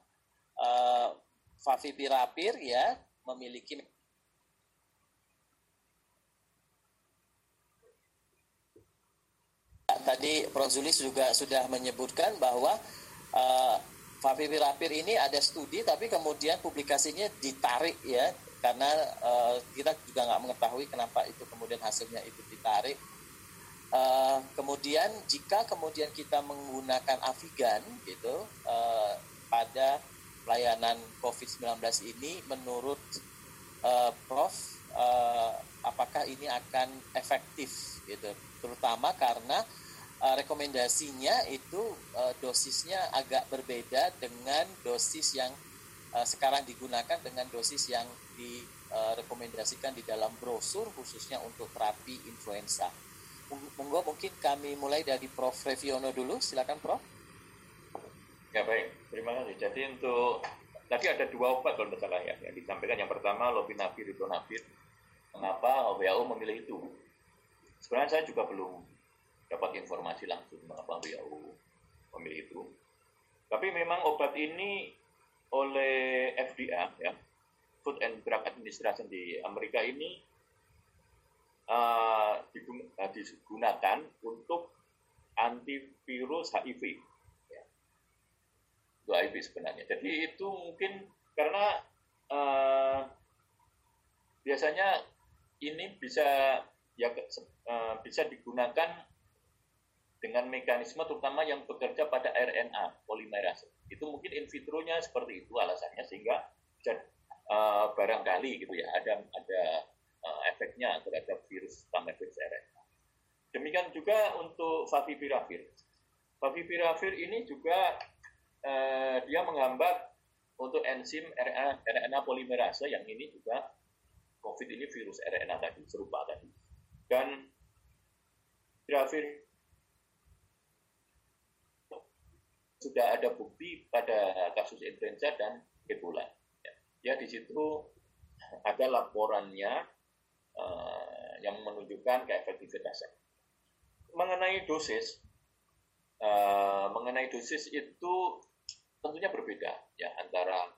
favipiravir ya memiliki tadi Prof. Zulis juga sudah menyebutkan bahwa favipiravir ini ada studi tapi kemudian publikasinya ditarik ya, karena kita juga nggak mengetahui kenapa itu kemudian hasilnya itu ditarik. Kemudian jika kemudian kita menggunakan Avigan gitu pada pelayanan COVID-19 ini, menurut Prof, apakah ini akan efektif gitu, terutama karena rekomendasinya itu dosisnya agak berbeda dengan dosis yang sekarang digunakan dengan dosis yang direkomendasikan di dalam brosur khususnya untuk terapi influenza. Monggo mungkin kami mulai dari Prof. Reviono dulu, silakan Prof. Ya baik, terima kasih. Jadi untuk tadi ada 2 obat kalau tidak salah ya yang disampaikan. Yang pertama lopinavir, ritonavir. Mengapa WHO memilih itu? Sebenarnya saya juga belum dapat informasi langsung mengapa WHO memilih itu. Tapi memang obat ini oleh FDA ya, Food and Drug Administration di Amerika ini digunakan untuk antivirus HIV ya. Itu HIV sebenarnya. Jadi itu mungkin karena biasanya ini bisa digunakan dengan mekanisme terutama yang bekerja pada RNA polimerase. Itu mungkin in vitro-nya seperti itu alasannya, sehingga bisa barangkali gitu ya ada efeknya terhadap virus virus RNA. Demikian juga untuk favipiravir. Favipiravir ini juga dia menghambat untuk enzim RNA polimerase, yang ini juga COVID ini virus RNA tadi, serupa tadi. Dan piravir sudah ada bukti pada kasus influenza dan Ebola. Ya di situ ada laporannya yang menunjukkan keefektivitasan. Mengenai dosis itu tentunya berbeda ya antara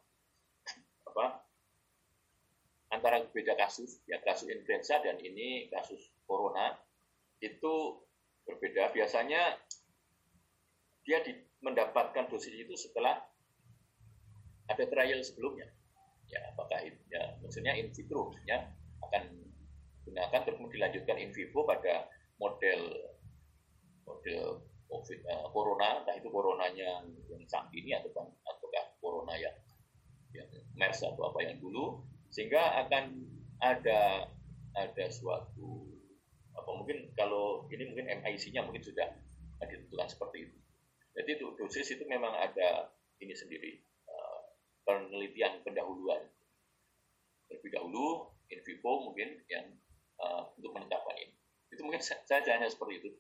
beda kasus ya, kasus influenza dan ini kasus corona itu berbeda. Biasanya dia mendapatkan dosis itu setelah ada trial sebelumnya. Ya, apakah itu ya, maksudnya in vitro, maksudnya akan gunakan terus dilanjutkan in vivo pada model COVID corona, entah itu coronanya yang saat ini ataukah corona yang MERS atau apa yang dulu, sehingga akan ada suatu mungkin kalau ini mungkin MIC-nya mungkin sudah ditentukan seperti itu. Jadi dosis itu memang ada ini sendiri, penelitian pendahuluan. Terlebih dahulu in vivo mungkin yang untuk menetapkan ini. Itu mungkin saya hanya seperti itu.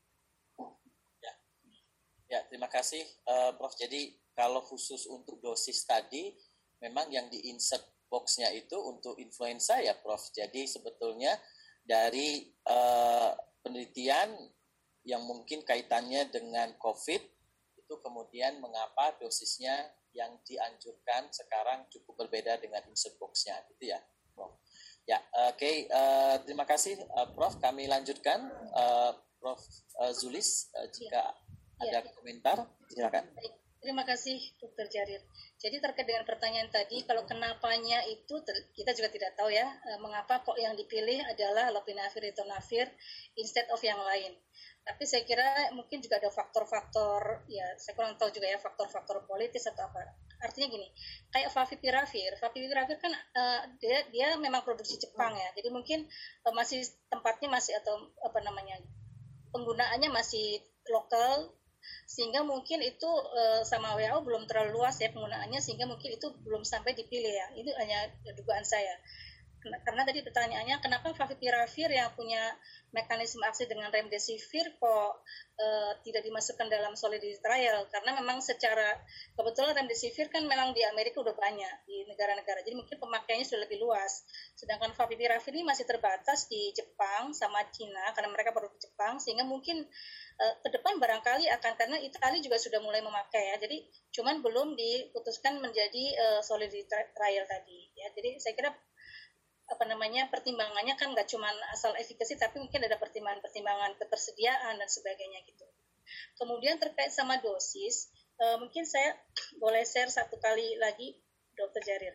Ya, terima kasih Prof. Jadi kalau khusus untuk dosis tadi, memang yang di-insert box-nya itu untuk influenza ya Prof. Jadi sebetulnya dari penelitian yang mungkin kaitannya dengan COVID, itu kemudian mengapa dosisnya yang dianjurkan sekarang cukup berbeda dengan insert box-nya, gitu ya Prof. Ya, oke. Terima kasih Prof. Kami lanjutkan Prof. Zulis, jika ada komentar, silakan. Baik, terima kasih Dr. Jarir. Jadi terkait dengan pertanyaan tadi, kalau kenapanya itu kita juga tidak tahu ya, mengapa kok yang dipilih adalah lopinavir, ritonavir instead of yang lain. Tapi saya kira mungkin juga ada faktor-faktor, ya saya kurang tahu juga ya, faktor-faktor politis atau apa. Artinya gini, kayak favipiravir kan dia memang produksi Jepang ya, jadi mungkin masih tempatnya masih atau apa namanya penggunaannya masih lokal, sehingga mungkin itu sama WHO belum terlalu luas ya penggunaannya, sehingga mungkin itu belum sampai dipilih ya. Itu hanya dugaan saya. Karena tadi pertanyaannya kenapa favipiravir yang punya mekanisme aksi dengan remdesivir kok tidak dimasukkan dalam solidity trial, karena memang secara kebetulan remdesivir kan memang di Amerika udah banyak di negara-negara, jadi mungkin pemakaiannya sudah lebih luas, sedangkan favipiravir ini masih terbatas di Jepang sama Cina karena mereka produk Jepang, sehingga mungkin ke depan barangkali akan, karena Italia juga sudah mulai memakai ya, jadi cuman belum diputuskan menjadi solidity trial tadi ya. Jadi saya kira pertimbangannya kan nggak cuma asal efikasi, tapi mungkin ada pertimbangan ketersediaan dan sebagainya gitu. Kemudian terkait sama dosis, mungkin saya boleh share satu kali lagi, Dr. Jarir.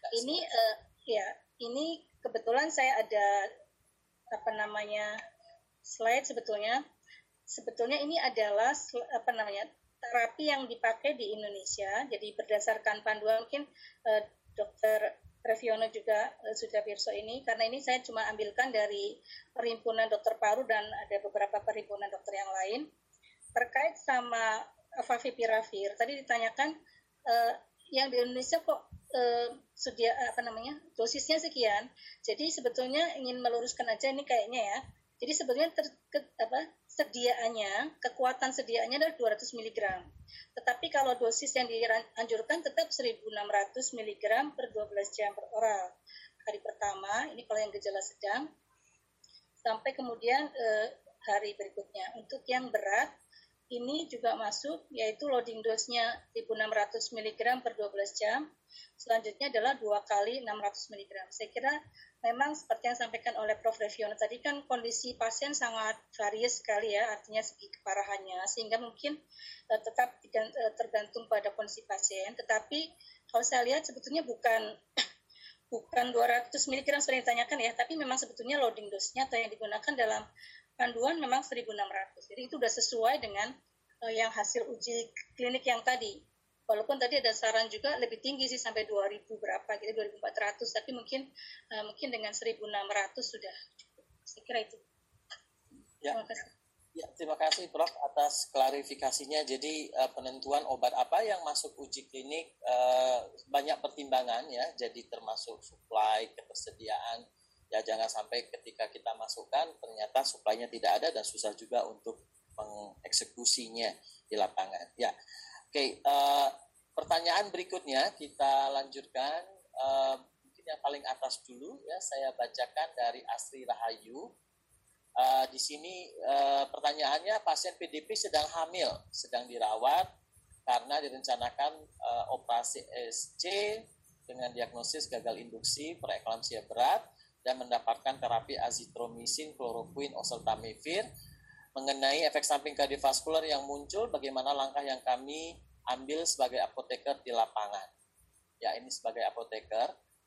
Ini kebetulan saya ada slide sebetulnya. Sebetulnya ini adalah terapi yang dipakai di Indonesia. Jadi berdasarkan panduan mungkin Dr. Reviono juga sudah pirsa ini, karena ini saya cuma ambilkan dari Perhimpunan Dokter Paru dan ada beberapa perhimpunan dokter yang lain terkait sama favipiravir. Tadi ditanyakan yang di Indonesia kok dosisnya sekian. Jadi sebetulnya ingin meluruskan aja ini kayaknya ya. Jadi sebetulnya kekuatan sediaannya adalah 200 mg. Tetapi kalau dosis yang dianjurkan tetap 1.600 mg per 12 jam per oral. Hari pertama, ini kalau yang gejala sedang, sampai kemudian hari berikutnya. Untuk yang berat, ini juga masuk, yaitu loading dose-nya 1.600 mg per 12 jam. Selanjutnya adalah 2 kali 600 mg. Saya kira memang seperti yang disampaikan oleh Prof. Reviono tadi kan kondisi pasien sangat varies sekali ya, artinya segi keparahannya, sehingga mungkin tetap tergantung pada kondisi pasien. Tetapi kalau saya lihat sebetulnya bukan 200 mg seperti yang ditanyakan ya, tapi memang sebetulnya loading dose-nya atau yang digunakan dalam panduan memang 1.600. Jadi itu sudah sesuai dengan yang hasil uji klinik yang tadi. Walaupun tadi ada saran juga lebih tinggi sih sampai 2.000 berapa gitu, 2.400, tapi mungkin dengan 1.600 sudah cukup. Saya kira itu. Terima kasih. Ya, terima kasih Prof atas klarifikasinya. Jadi penentuan obat apa yang masuk uji klinik banyak pertimbangan ya. Jadi termasuk supply, ketersediaan. Ya jangan sampai ketika kita masukkan ternyata supply-nya tidak ada dan susah juga untuk mengeksekusinya di lapangan. Ya. Oke, pertanyaan berikutnya kita lanjutkan, mungkin yang paling atas dulu ya, saya bacakan dari Asri Rahayu. Di sini pertanyaannya, pasien PDP sedang hamil, sedang dirawat karena direncanakan operasi SC dengan diagnosis gagal induksi preeklamsia berat dan mendapatkan terapi azitromisin, kloroquine, oseltamivir. Mengenai efek samping kardiovaskular yang muncul, bagaimana langkah yang kami ambil sebagai apoteker di lapangan? Ya, ini sebagai apoteker.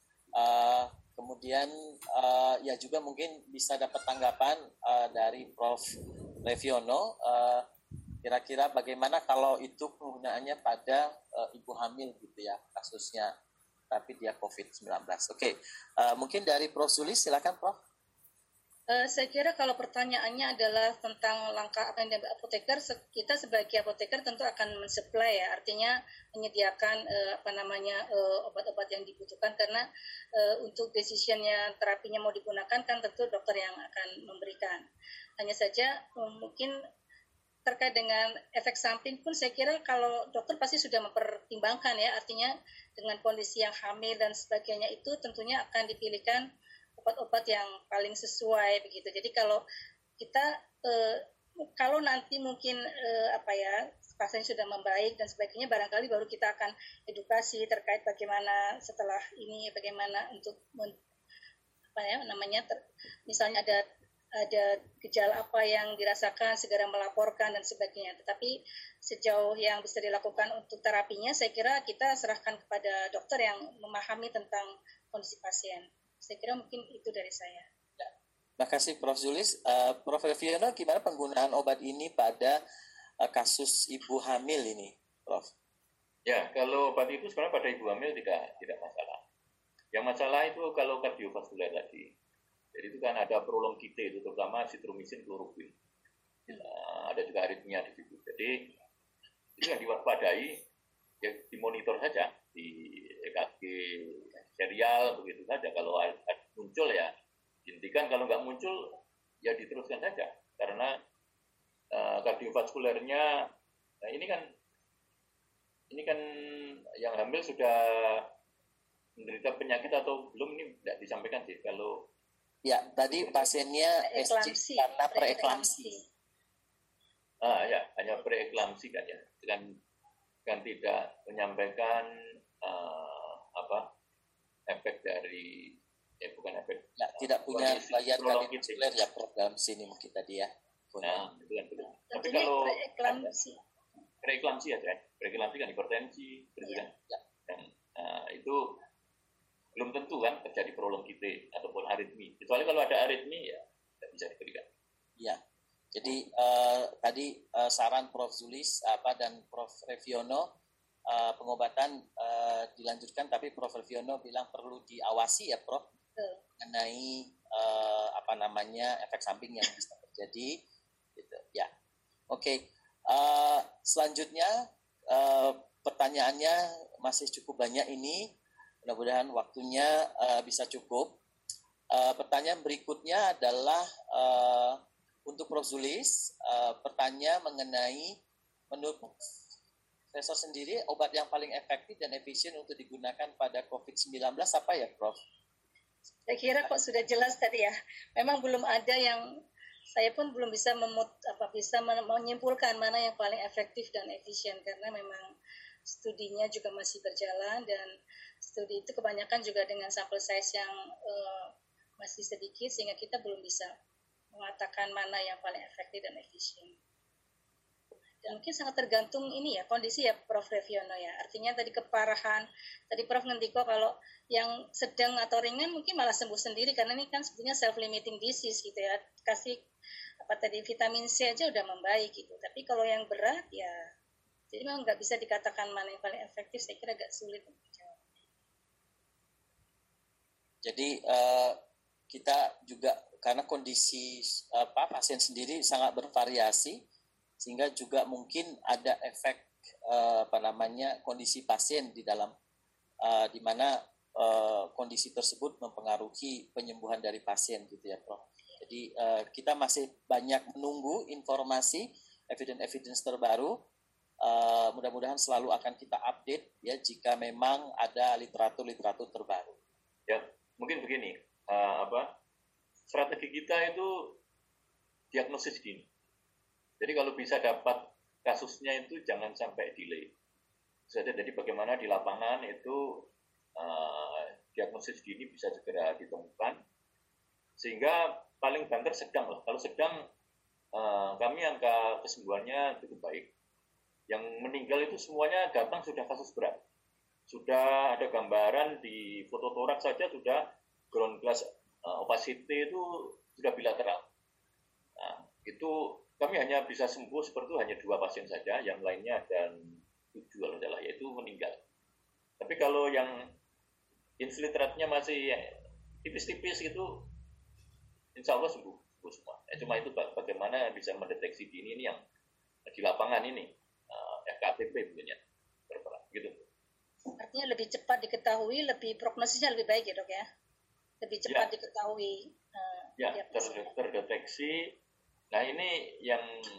Kemudian ya juga mungkin bisa dapat tanggapan dari Prof. Reviono. Kira-kira bagaimana kalau itu penggunaannya pada ibu hamil gitu ya, kasusnya, tapi dia COVID-19. Oke, mungkin dari Prof. Zulis, silakan Prof. Saya kira kalau pertanyaannya adalah tentang langkah apa yang diambil apoteker, kita sebagai apoteker tentu akan mensuplai ya, artinya menyediakan obat-obat yang dibutuhkan karena untuk decisionnya terapinya mau digunakan kan tentu dokter yang akan memberikan. Hanya saja mungkin terkait dengan efek samping pun saya kira kalau dokter pasti sudah mempertimbangkan ya, artinya dengan kondisi yang hamil dan sebagainya itu tentunya akan dipilihkan obat-obat yang paling sesuai begitu. Jadi kalau kita kalau nanti mungkin pasien sudah membaik dan sebagainya, barangkali baru kita akan edukasi terkait bagaimana setelah ini, bagaimana untuk misalnya ada gejala apa yang dirasakan, segera melaporkan dan sebagainya. Tetapi sejauh yang bisa dilakukan untuk terapinya, saya kira kita serahkan kepada dokter yang memahami tentang kondisi pasien. Saya kira mungkin itu dari saya. Terima kasih Prof. Zulis. Prof. Reviono, gimana penggunaan obat ini pada kasus ibu hamil ini, Prof? Ya, kalau obat itu sebenarnya pada ibu hamil tidak masalah. Yang masalah itu kalau kardiovaskuler tadi. Jadi itu kan ada prolongite itu, terutama sitromisin kloroquine. Ada juga aritmia di situ. Jadi itu yang diwaspadai, ya dimonitor saja di EKG serial begitu saja. Kalau muncul ya dihentikan, kalau nggak muncul ya diteruskan saja karena kardiovaskulernya ini kan yang hamil sudah menderita penyakit atau belum, ini tidak disampaikan sih. Kalau ya tadi pasiennya SC karena preeklamsi. Ya hanya preeklamsi kan ya, dengan tidak menyampaikan efek dari bukan efek ya, tidak punya riwayat kardiovaskuler ya program sini mungkin tadi ya. Nah, itu kan betul. Tapi kalau preeklamsi aja, preeklamsi kan hipertensi, gitu kan. Ya. Dan itu belum tentu kan terjadi prolongite ataupun aritmi. Kecuali kalau ada aritmi ya tidak bisa diberikan. Ya. Jadi tadi saran Prof. Zulis dan Prof. Reviono, pengobatan dilanjutkan, tapi Prof. Reviono bilang perlu diawasi ya Prof, mengenai efek samping yang bisa terjadi gitu ya. Oke. Selanjutnya pertanyaannya masih cukup banyak ini, mudah-mudahan waktunya bisa cukup. Pertanyaan berikutnya adalah untuk Prof. Zulis, pertanyaan mengenai menurut Profesor sendiri obat yang paling efektif dan efisien untuk digunakan pada COVID-19 apa ya, Prof? Saya kira kok sudah jelas tadi ya. Memang belum ada yang, saya pun belum bisa menyimpulkan mana yang paling efektif dan efisien karena memang studinya juga masih berjalan dan studi itu kebanyakan juga dengan sampel size yang masih sedikit sehingga kita belum bisa mengatakan mana yang paling efektif dan efisien. Dan mungkin sangat tergantung ini ya, kondisi ya Prof. Reviono ya. Artinya tadi keparahan, tadi Prof. ngendiko kalau yang sedang atau ringan mungkin malah sembuh sendiri karena ini kan sebetulnya self-limiting disease gitu ya. Kasih vitamin C aja udah membaik gitu. Tapi kalau yang berat ya, jadi memang nggak bisa dikatakan mana yang paling efektif, saya kira agak sulit untuk jawab. Jadi kita juga karena kondisi pasien sendiri sangat bervariasi, sehingga juga mungkin ada efek kondisi pasien di dalam di mana kondisi tersebut mempengaruhi penyembuhan dari pasien gitu ya Prof. Jadi kita masih banyak menunggu informasi evidence terbaru. Mudah-mudahan selalu akan kita update ya jika memang ada literatur terbaru. Ya, mungkin begini, strategi kita itu diagnosis dini. Jadi kalau bisa dapat kasusnya itu jangan sampai delay. Jadi bagaimana di lapangan itu diagnosis dini bisa segera ditemukan, sehingga paling banter sedang lah. Kalau sedang kami angka kesembuhannya cukup baik. Yang meninggal itu semuanya datang sudah kasus berat. Sudah ada gambaran di fototoraks saja sudah ground glass opacity itu sudah bilateral. Nah, itu kami hanya bisa sembuh seperti itu hanya 2 pasien saja, yang lainnya dan 7 kalau salah, yaitu meninggal. Tapi kalau yang infiltratnya masih tipis-tipis itu insya Allah sembuh semua. Cuma itu bagaimana bisa mendeteksi dini ini yang di lapangan ini, FKTP tentunya berperan gitu. Artinya lebih cepat diketahui, lebih prognosisnya lebih baik ya dok ya, lebih cepat diketahui. Ya, terdeteksi. Nah ini yang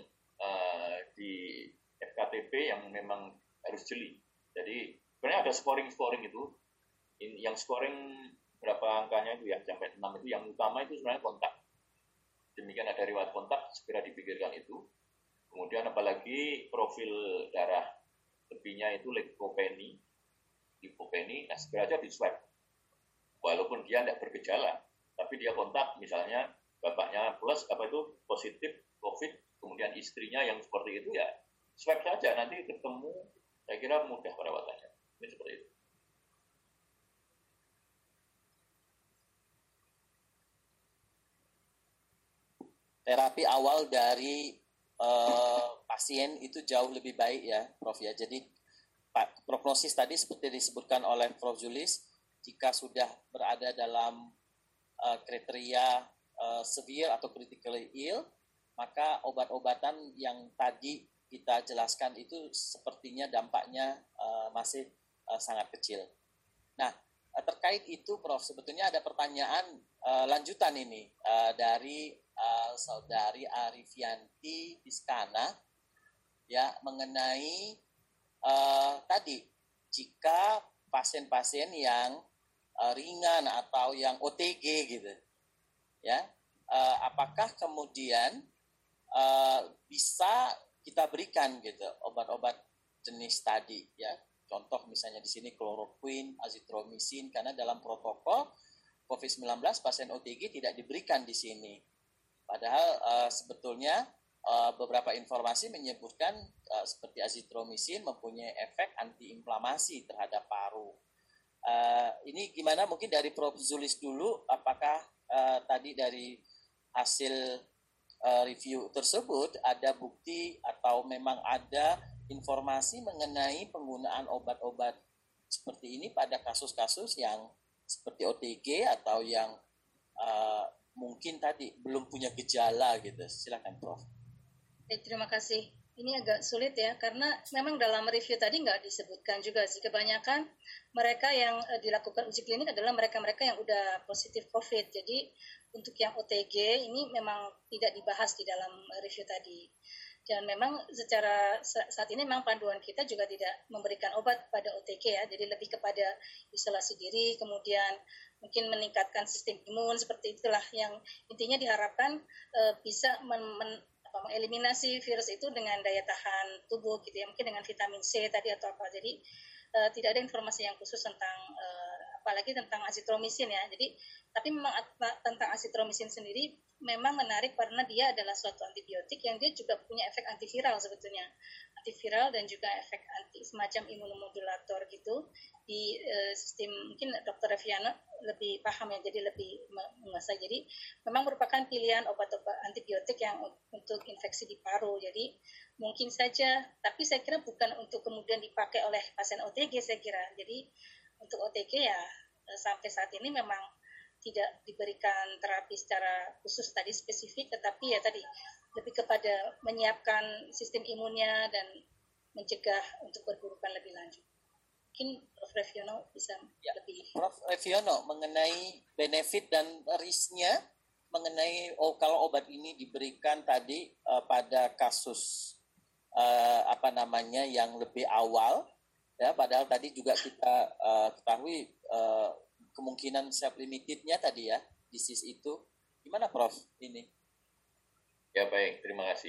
di FKTP yang memang harus jeli. Jadi sebenarnya ada scoring itu, yang scoring berapa angkanya itu ya, sampai 6 itu yang utama itu sebenarnya kontak. Demikian ada riwayat kontak, segera dipikirkan itu. Kemudian apalagi profil darah lebihnya itu lipopeni, nah segera aja di swab. Walaupun dia tidak bergejala, tapi dia kontak, misalnya bapaknya positif COVID, kemudian istrinya yang seperti itu, ya swab saja, nanti ketemu, saya kira mudah perawatannya. Ini seperti itu. Terapi awal dari pasien itu jauh lebih baik ya, Prof ya. Jadi prognosis tadi seperti disebutkan oleh Prof Julis, jika sudah berada dalam kriteria severe atau critically ill, maka obat-obatan yang tadi kita jelaskan itu sepertinya dampaknya masih sangat kecil. Nah, terkait itu Prof, sebetulnya ada pertanyaan lanjutan ini dari Saudari Arifianti Piskana ya, mengenai tadi jika pasien-pasien yang ringan atau yang OTG gitu ya, apakah kemudian bisa kita berikan gitu obat-obat jenis tadi ya, contoh misalnya di sini kloroquine, azitromisin, karena dalam protokol COVID-19 pasien OTG tidak diberikan di sini. Padahal sebetulnya beberapa informasi menyebutkan seperti azitromisin mempunyai efek antiinflamasi terhadap paru. Ini gimana, mungkin dari Prof Zulis dulu, apakah tadi dari hasil review tersebut ada bukti atau memang ada informasi mengenai penggunaan obat-obat seperti ini pada kasus-kasus yang seperti OTG atau yang mungkin tadi belum punya gejala gitu. Silakan Prof. Terima kasih. Ini agak sulit ya, karena memang dalam review tadi nggak disebutkan juga sih. Kebanyakan mereka yang dilakukan uji klinik adalah mereka-mereka yang udah positif COVID. Jadi untuk yang OTG ini memang tidak dibahas di dalam review tadi. Dan memang secara saat ini memang panduan kita juga tidak memberikan obat pada OTG ya. Jadi lebih kepada isolasi diri, kemudian mungkin meningkatkan sistem imun, seperti itulah yang intinya diharapkan bisa mengeliminasi virus itu dengan daya tahan tubuh gitu ya, mungkin dengan vitamin C tadi atau apa. Jadi tidak ada informasi yang khusus tentang apalagi tentang azitromisin ya. Jadi tapi memang tentang azitromisin sendiri memang menarik karena dia adalah suatu antibiotik yang dia juga punya efek antiviral sebetulnya. Antiviral dan juga efek semacam imunomodulator gitu di sistem. Mungkin Dr. Reviano lebih paham ya, jadi lebih menguasai. Jadi memang merupakan pilihan obat-obat antibiotik yang untuk infeksi di paru. Jadi mungkin saja, tapi saya kira bukan untuk kemudian dipakai oleh pasien OTG saya kira. Jadi untuk OTG ya sampai saat ini memang tidak diberikan terapi secara khusus tadi spesifik, tetapi ya tadi lebih kepada menyiapkan sistem imunnya dan mencegah untuk perburukan lebih lanjut. Mungkin Prof. Reviono bisa lebih. Prof. Reviono, mengenai benefit dan risknya, mengenai kalau obat ini diberikan tadi pada kasus yang lebih awal, ya, padahal tadi juga kita ketahui kemungkinan self-limitednya tadi ya, disease itu. Gimana Prof ini? Ya baik, terima kasih.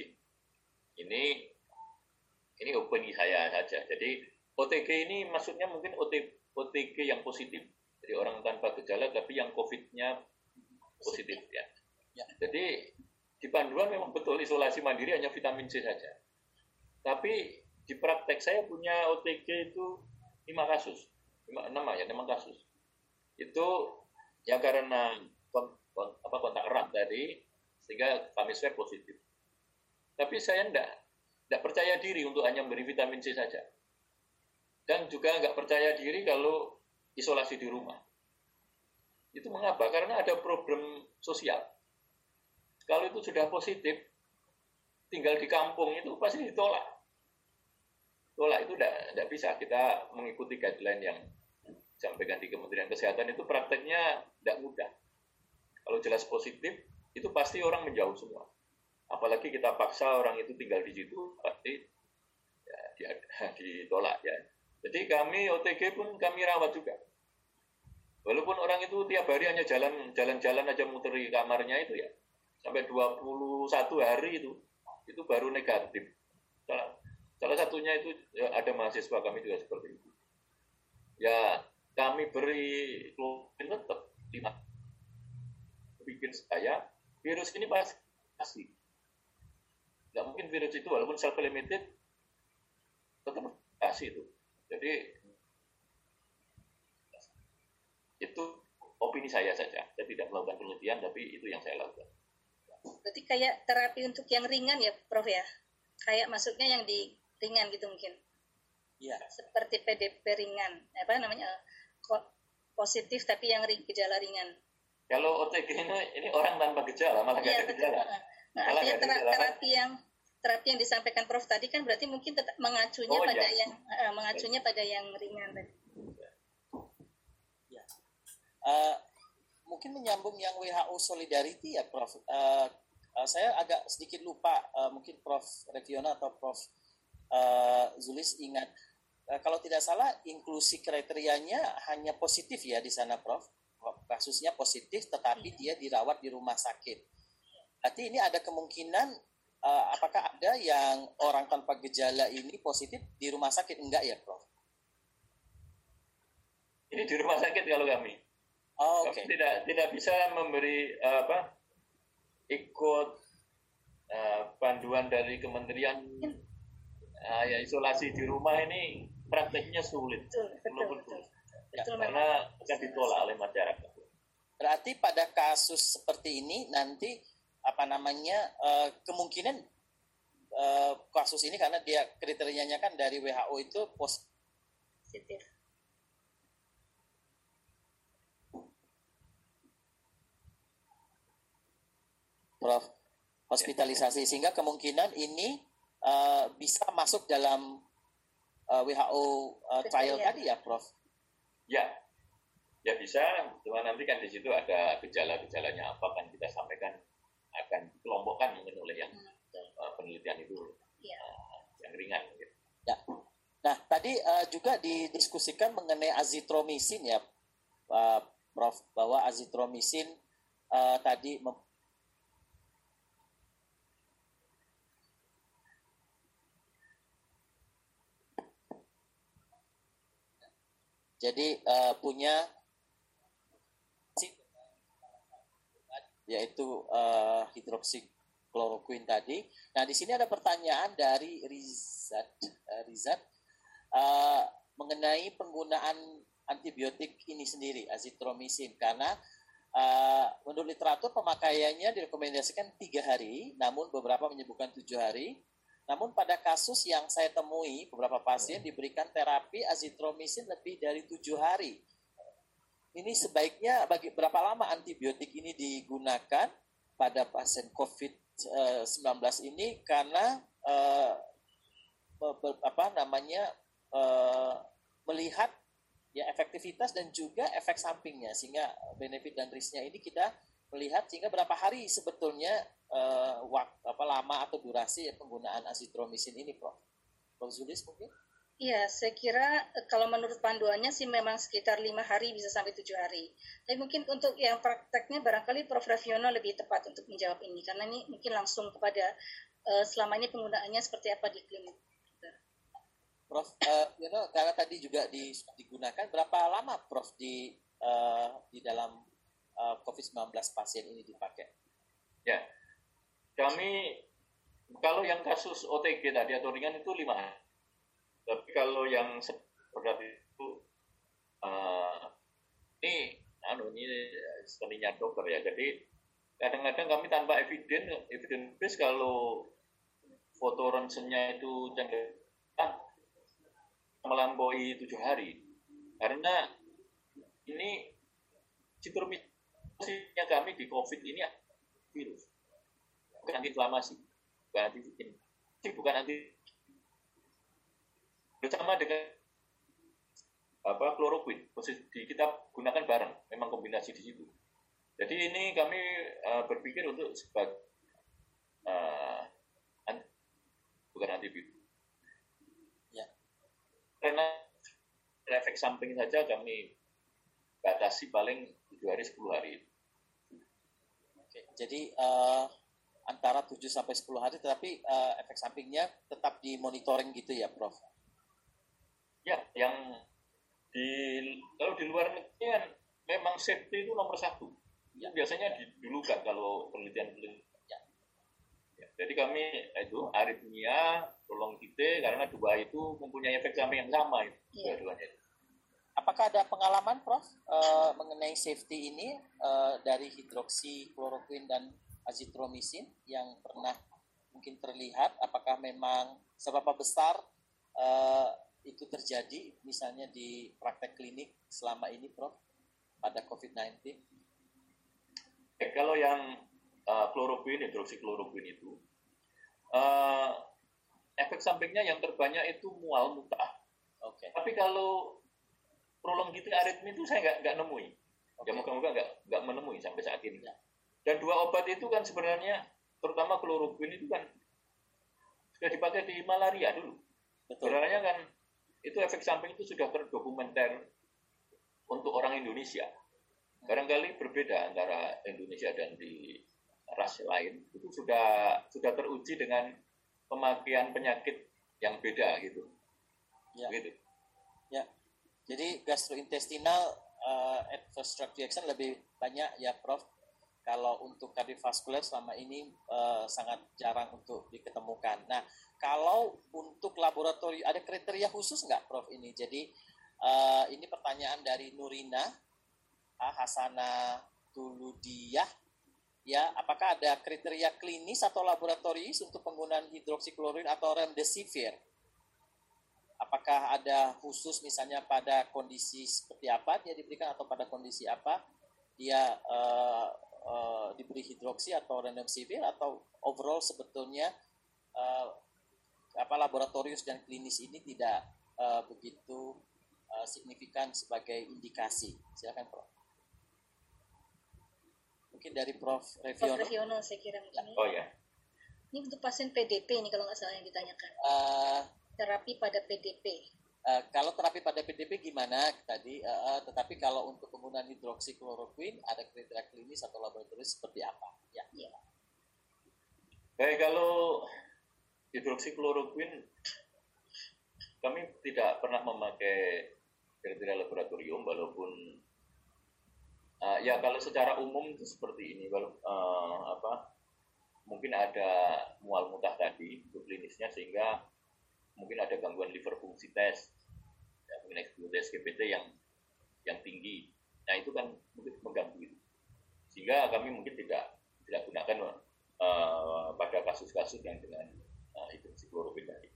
Ini opini saya saja. Jadi OTG ini maksudnya mungkin OTG yang positif. Jadi orang tanpa gejala tapi yang COVID-nya positif ya. Jadi di panduan memang betul isolasi mandiri hanya vitamin C saja. Tapi di praktek saya punya OTG itu 5 kasus. 6 kasus. Itu ya karena kontak erat tadi sehingga kami swab positif. Tapi saya tidak percaya diri untuk hanya memberi vitamin C saja. Dan juga nggak percaya diri kalau isolasi di rumah. Itu mengapa? Karena ada problem sosial. Kalau itu sudah positif, tinggal di kampung itu pasti ditolak. Tolak itu tidak bisa. Kita mengikuti guideline yang disampaikan di Kementerian Kesehatan itu prakteknya tidak mudah. Kalau jelas positif, itu pasti orang menjauh semua. Apalagi kita paksa orang itu tinggal di situ, pasti ya, ditolak ya. Jadi kami OTG pun kami rawat juga. Walaupun orang itu tiap hari hanya jalan-jalan aja muter di kamarnya itu ya, sampai 21 hari itu baru negatif. Salah satunya itu ya, ada mahasiswa kami juga seperti itu. Ya kami beri klorin tetap 5. Bikin saya virus ini pasti. Nggak mungkin virus itu walaupun self limited tetap pasti itu. Jadi itu opini saya saja. Saya tidak melakukan penelitian, tapi itu yang saya lakukan. Berarti kayak terapi untuk yang ringan ya, Prof ya? Kayak maksudnya yang di ringan gitu mungkin? Iya. Seperti PDP ringan, apa namanya, positif tapi yang gejala ringan. Kalau OTG ini orang tanpa gejala, malah nggak ada gejala. Nah, artinya terapi yang disampaikan Prof tadi kan berarti mungkin tetap mengacunya pada yang ringan tadi. Mungkin menyambung yang WHO Solidarity ya, Prof. Saya agak sedikit lupa, mungkin Prof. Reviono atau Prof. Zulis ingat. Kalau tidak salah, inklusi kriterianya hanya positif ya di sana, Prof. Kasusnya positif, tetapi dia dirawat di rumah sakit. Berarti ini ada kemungkinan, apakah ada yang orang tanpa gejala ini positif di rumah sakit? Enggak ya, Prof? Ini di rumah sakit kalau kami. Oh, okay. Tidak bisa memberi ikut panduan dari kementerian ya isolasi di rumah ini prakteknya sulit. Betul. Karena akan ditolak oleh masyarakat. Berarti pada kasus seperti ini nanti kemungkinan kasus ini karena dia kriterianya kan dari WHO itu positif. Prof, hospitalisasi sehingga kemungkinan ini bisa masuk dalam WHO trial tadi ya, Prof? Ya bisa. Cuma nanti kan di situ ada gejala-gejalanya apa kan kita sampaikan akan dikelompokkan mungkin oleh yang penelitian itu yang ringan. Gitu. Ya. Nah tadi juga didiskusikan mengenai azitromisin ya, Prof, bahwa azitromisin tadi jadi punya yaitu hidroksikloroquine tadi. Nah di sini ada pertanyaan dari Rizat mengenai penggunaan antibiotik ini sendiri, azitromisin, karena menurut literatur pemakaiannya direkomendasikan 3 hari, namun beberapa menyebutkan 7 hari. Namun pada kasus yang saya temui, beberapa pasien diberikan terapi azitromisin lebih dari 7 hari. Ini sebaiknya berapa lama antibiotik ini digunakan pada pasien COVID-19 ini karena melihat ya efektivitas dan juga efek sampingnya, sehingga benefit dan risknya ini kita melihat sehingga berapa hari sebetulnya lama atau durasi penggunaan azitromisin ini, Prof. Prof. Zulis mungkin? Iya, saya kira kalau menurut panduannya sih memang sekitar 5 hari bisa sampai 7 hari. Tapi mungkin untuk yang prakteknya barangkali Prof. Reviono lebih tepat untuk menjawab ini, karena ini mungkin langsung kepada selama ini penggunaannya seperti apa di klinik. Prof, karena tadi juga digunakan, berapa lama Prof di dalam COVID-19 pasien ini dipakai? Ya, kami kalau yang kasus OTG tadi atau ringan itu 5 hari. Tapi kalau yang berat itu ini seninya dokter ya. Jadi kadang-kadang kami tanpa evidence base kalau foto ronsennya itu cenderung melampaui 7 hari. Karena ini siturmisinya kami di COVID ini virus. bukan anti inflamasi, bukan anti bukan anti, bersama dengan kloroquine, kita gunakan bareng, memang kombinasi di situ. Jadi ini kami berpikir untuk sebagai bukan antivirus. Ya. Karena efek samping saja kami batasi paling 7 hari 10 hari. Oke, jadi antara 7 sampai 10 hari, tetapi efek sampingnya tetap dimonitoring gitu ya, Prof? Ya, yang kalau di luar negeri kan memang safety itu nomor 1. Ya, biasanya didulukan kalau penelitian-penelitian. Ya, jadi kami itu aritmia, prolongite, karena dua itu mempunyai efek samping yang sama itu. Dua-duanya. Apakah ada pengalaman, Prof, mengenai safety ini dari hidroksikloroquine dan azitromisin yang pernah mungkin terlihat? Apakah memang seberapa besar itu terjadi misalnya di praktek klinik selama ini, Prof, pada COVID-19? Kalau yang kloroquine, hidroksikloroquine itu efek sampingnya yang terbanyak itu mual, muntah. Oke. Tapi kalau prolongite aritmi itu saya nggak nemui. Ya moga-moga nggak menemui sampai saat ini. Ya. Dan dua obat itu kan sebenarnya, terutama kloroquine itu kan sudah dipakai di malaria dulu. Betul. Sebenarnya kan itu efek samping itu sudah terdokumenter untuk orang Indonesia. Barangkali berbeda antara Indonesia dan di ras lain. Itu sudah teruji dengan pemakaian penyakit yang beda gitu. Ya. Gitu. Ya. Jadi gastrointestinal adverse drug reaction lebih banyak ya, Prof. Kalau untuk kardiovaskuler selama ini sangat jarang untuk diketemukan. Nah, kalau untuk laboratorium ada kriteria khusus nggak, Prof, ini? Jadi ini pertanyaan dari Nurina Hasana Tuludiyah. Ya, apakah ada kriteria klinis atau laboratoris untuk penggunaan hidroksikloroquine atau remdesivir? Apakah ada khusus misalnya pada kondisi seperti apa dia diberikan atau pada kondisi apa dia diberi hidroksi atau remdesivir, atau overall sebetulnya laboratorius dan klinis ini tidak begitu signifikan sebagai indikasi. Silakan, Prof. Mungkin dari Prof. Reviono. Prof. Reviono saya kira mungkin. Oh ya. Ini untuk pasien PDP ini kalau nggak salah yang ditanyakan. Terapi pada PDP. Kalau terapi pada PDP gimana tadi? Tetapi kalau untuk penggunaan hidroksikloroquine ada kriteria klinis atau laboratoris seperti apa? Ya. Baik, kalau hidroksikloroquine kami tidak pernah memakai kriteria laboratorium, walaupun ya kalau secara umum itu seperti ini. Mungkin ada mual muntah tadi untuk klinisnya, sehingga mungkin ada gangguan liver fungsi tes, ya, mungkin SGPT yang tinggi. Nah itu kan mungkin mengganggu itu, sehingga kami mungkin tidak gunakan pada kasus-kasus yang dengan hidroksikloroquine tadi.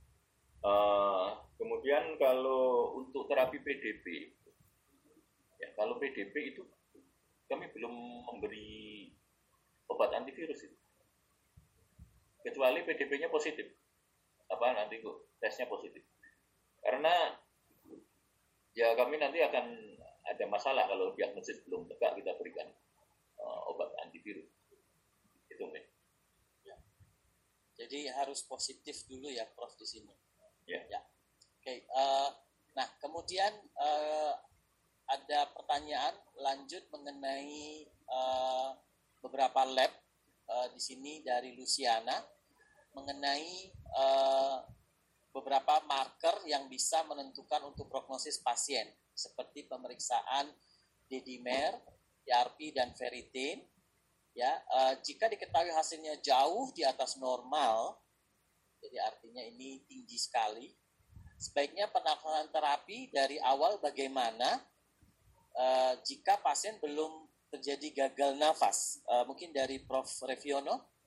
Kemudian kalau untuk terapi PDP, ya kalau PDP itu kami belum memberi obat antivirus itu, kecuali PDP-nya positif. Nanti kok tesnya positif, karena ya kami nanti akan ada masalah kalau diagnosis belum tegak kita berikan obat antivirus itu. Ya. Jadi harus positif dulu ya, Prof, di sini. Ya. Oke. Nah kemudian ada pertanyaan lanjut mengenai beberapa lab di sini dari Luciana mengenai beberapa marker yang bisa menentukan untuk prognosis pasien, seperti pemeriksaan D-dimer, TRP, dan ferritin. Ya, jika diketahui hasilnya jauh di atas normal, jadi artinya ini tinggi sekali, sebaiknya penanganan terapi dari awal bagaimana jika pasien belum terjadi gagal nafas. Mungkin dari Prof. Reviono.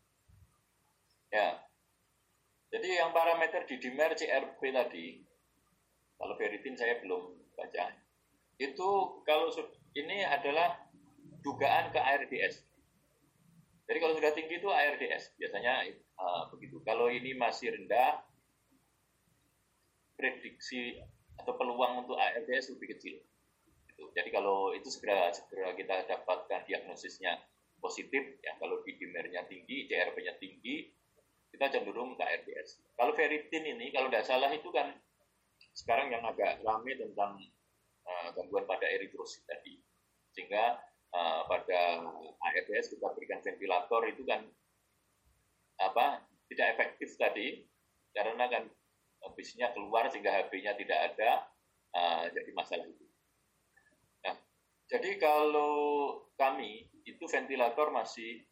Ya, jadi yang parameter D-dimer, CRP tadi, kalau ferritin saya belum baca, itu kalau ini adalah dugaan ke ARDS. Jadi kalau sudah tinggi itu ARDS biasanya begitu. Kalau ini masih rendah, prediksi atau peluang untuk ARDS lebih kecil. Gitu. Jadi kalau itu segera kita dapatkan diagnosisnya positif, ya kalau D-dimernya tinggi, CRP-nya tinggi, kita cenderung ke ARDS. Kalau ferritin ini, kalau tidak salah itu kan sekarang yang agak ramai tentang gangguan pada eritrosit tadi. Sehingga pada ARDS kita berikan ventilator itu kan tidak efektif tadi, karena kan bisnya keluar sehingga HB-nya tidak ada, jadi masalah itu. Nah, jadi kalau kami itu ventilator masih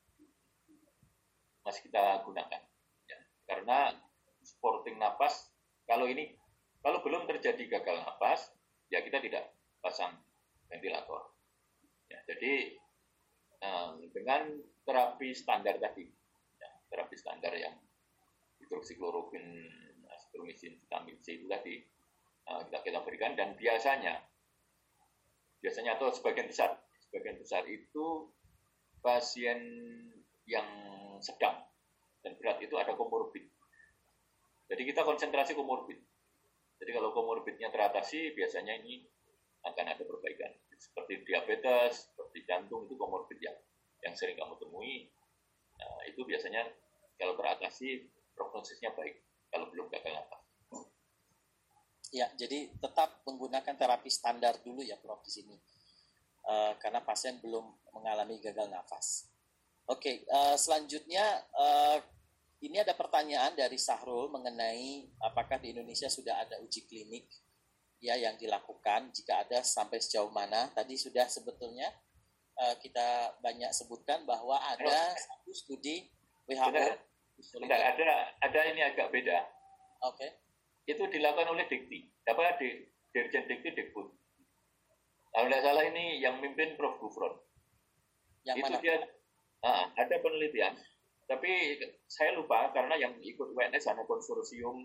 kita gunakan, ya. Karena supporting napas kalau belum terjadi gagal napas, ya kita tidak pasang ventilator. Ya, jadi dengan terapi standar tadi, ya, terapi standar yang hidroksikloroquin, azitromisin, vitamin C itu tadi kita berikan, dan biasanya atau sebagian besar itu pasien yang sedang dan berat itu ada komorbid. Jadi kita konsentrasi komorbid. Jadi kalau komorbidnya teratasi, biasanya ini akan ada perbaikan. Seperti diabetes, seperti jantung, itu komorbid yang sering kamu temui. Itu biasanya kalau teratasi, prognosisnya baik. Kalau belum gagal napas. Ya, jadi tetap menggunakan terapi standar dulu ya Prof di sini. Karena pasien belum mengalami gagal nafas. Oke, selanjutnya ini ada pertanyaan dari Sahrul mengenai apakah di Indonesia sudah ada uji klinik ya yang dilakukan, jika ada sampai sejauh mana. Tadi sudah sebetulnya kita banyak sebutkan bahwa ada satu studi WHO. Ada ini agak beda. Oke. Itu dilakukan oleh Dikti. Dirjen Dikti Dikbud. Kalau tidak salah ini yang mimpin Prof. Gufron. Yang itu mana? Dia ada penelitian, tapi saya lupa karena yang ikut WNS hanya konsorsium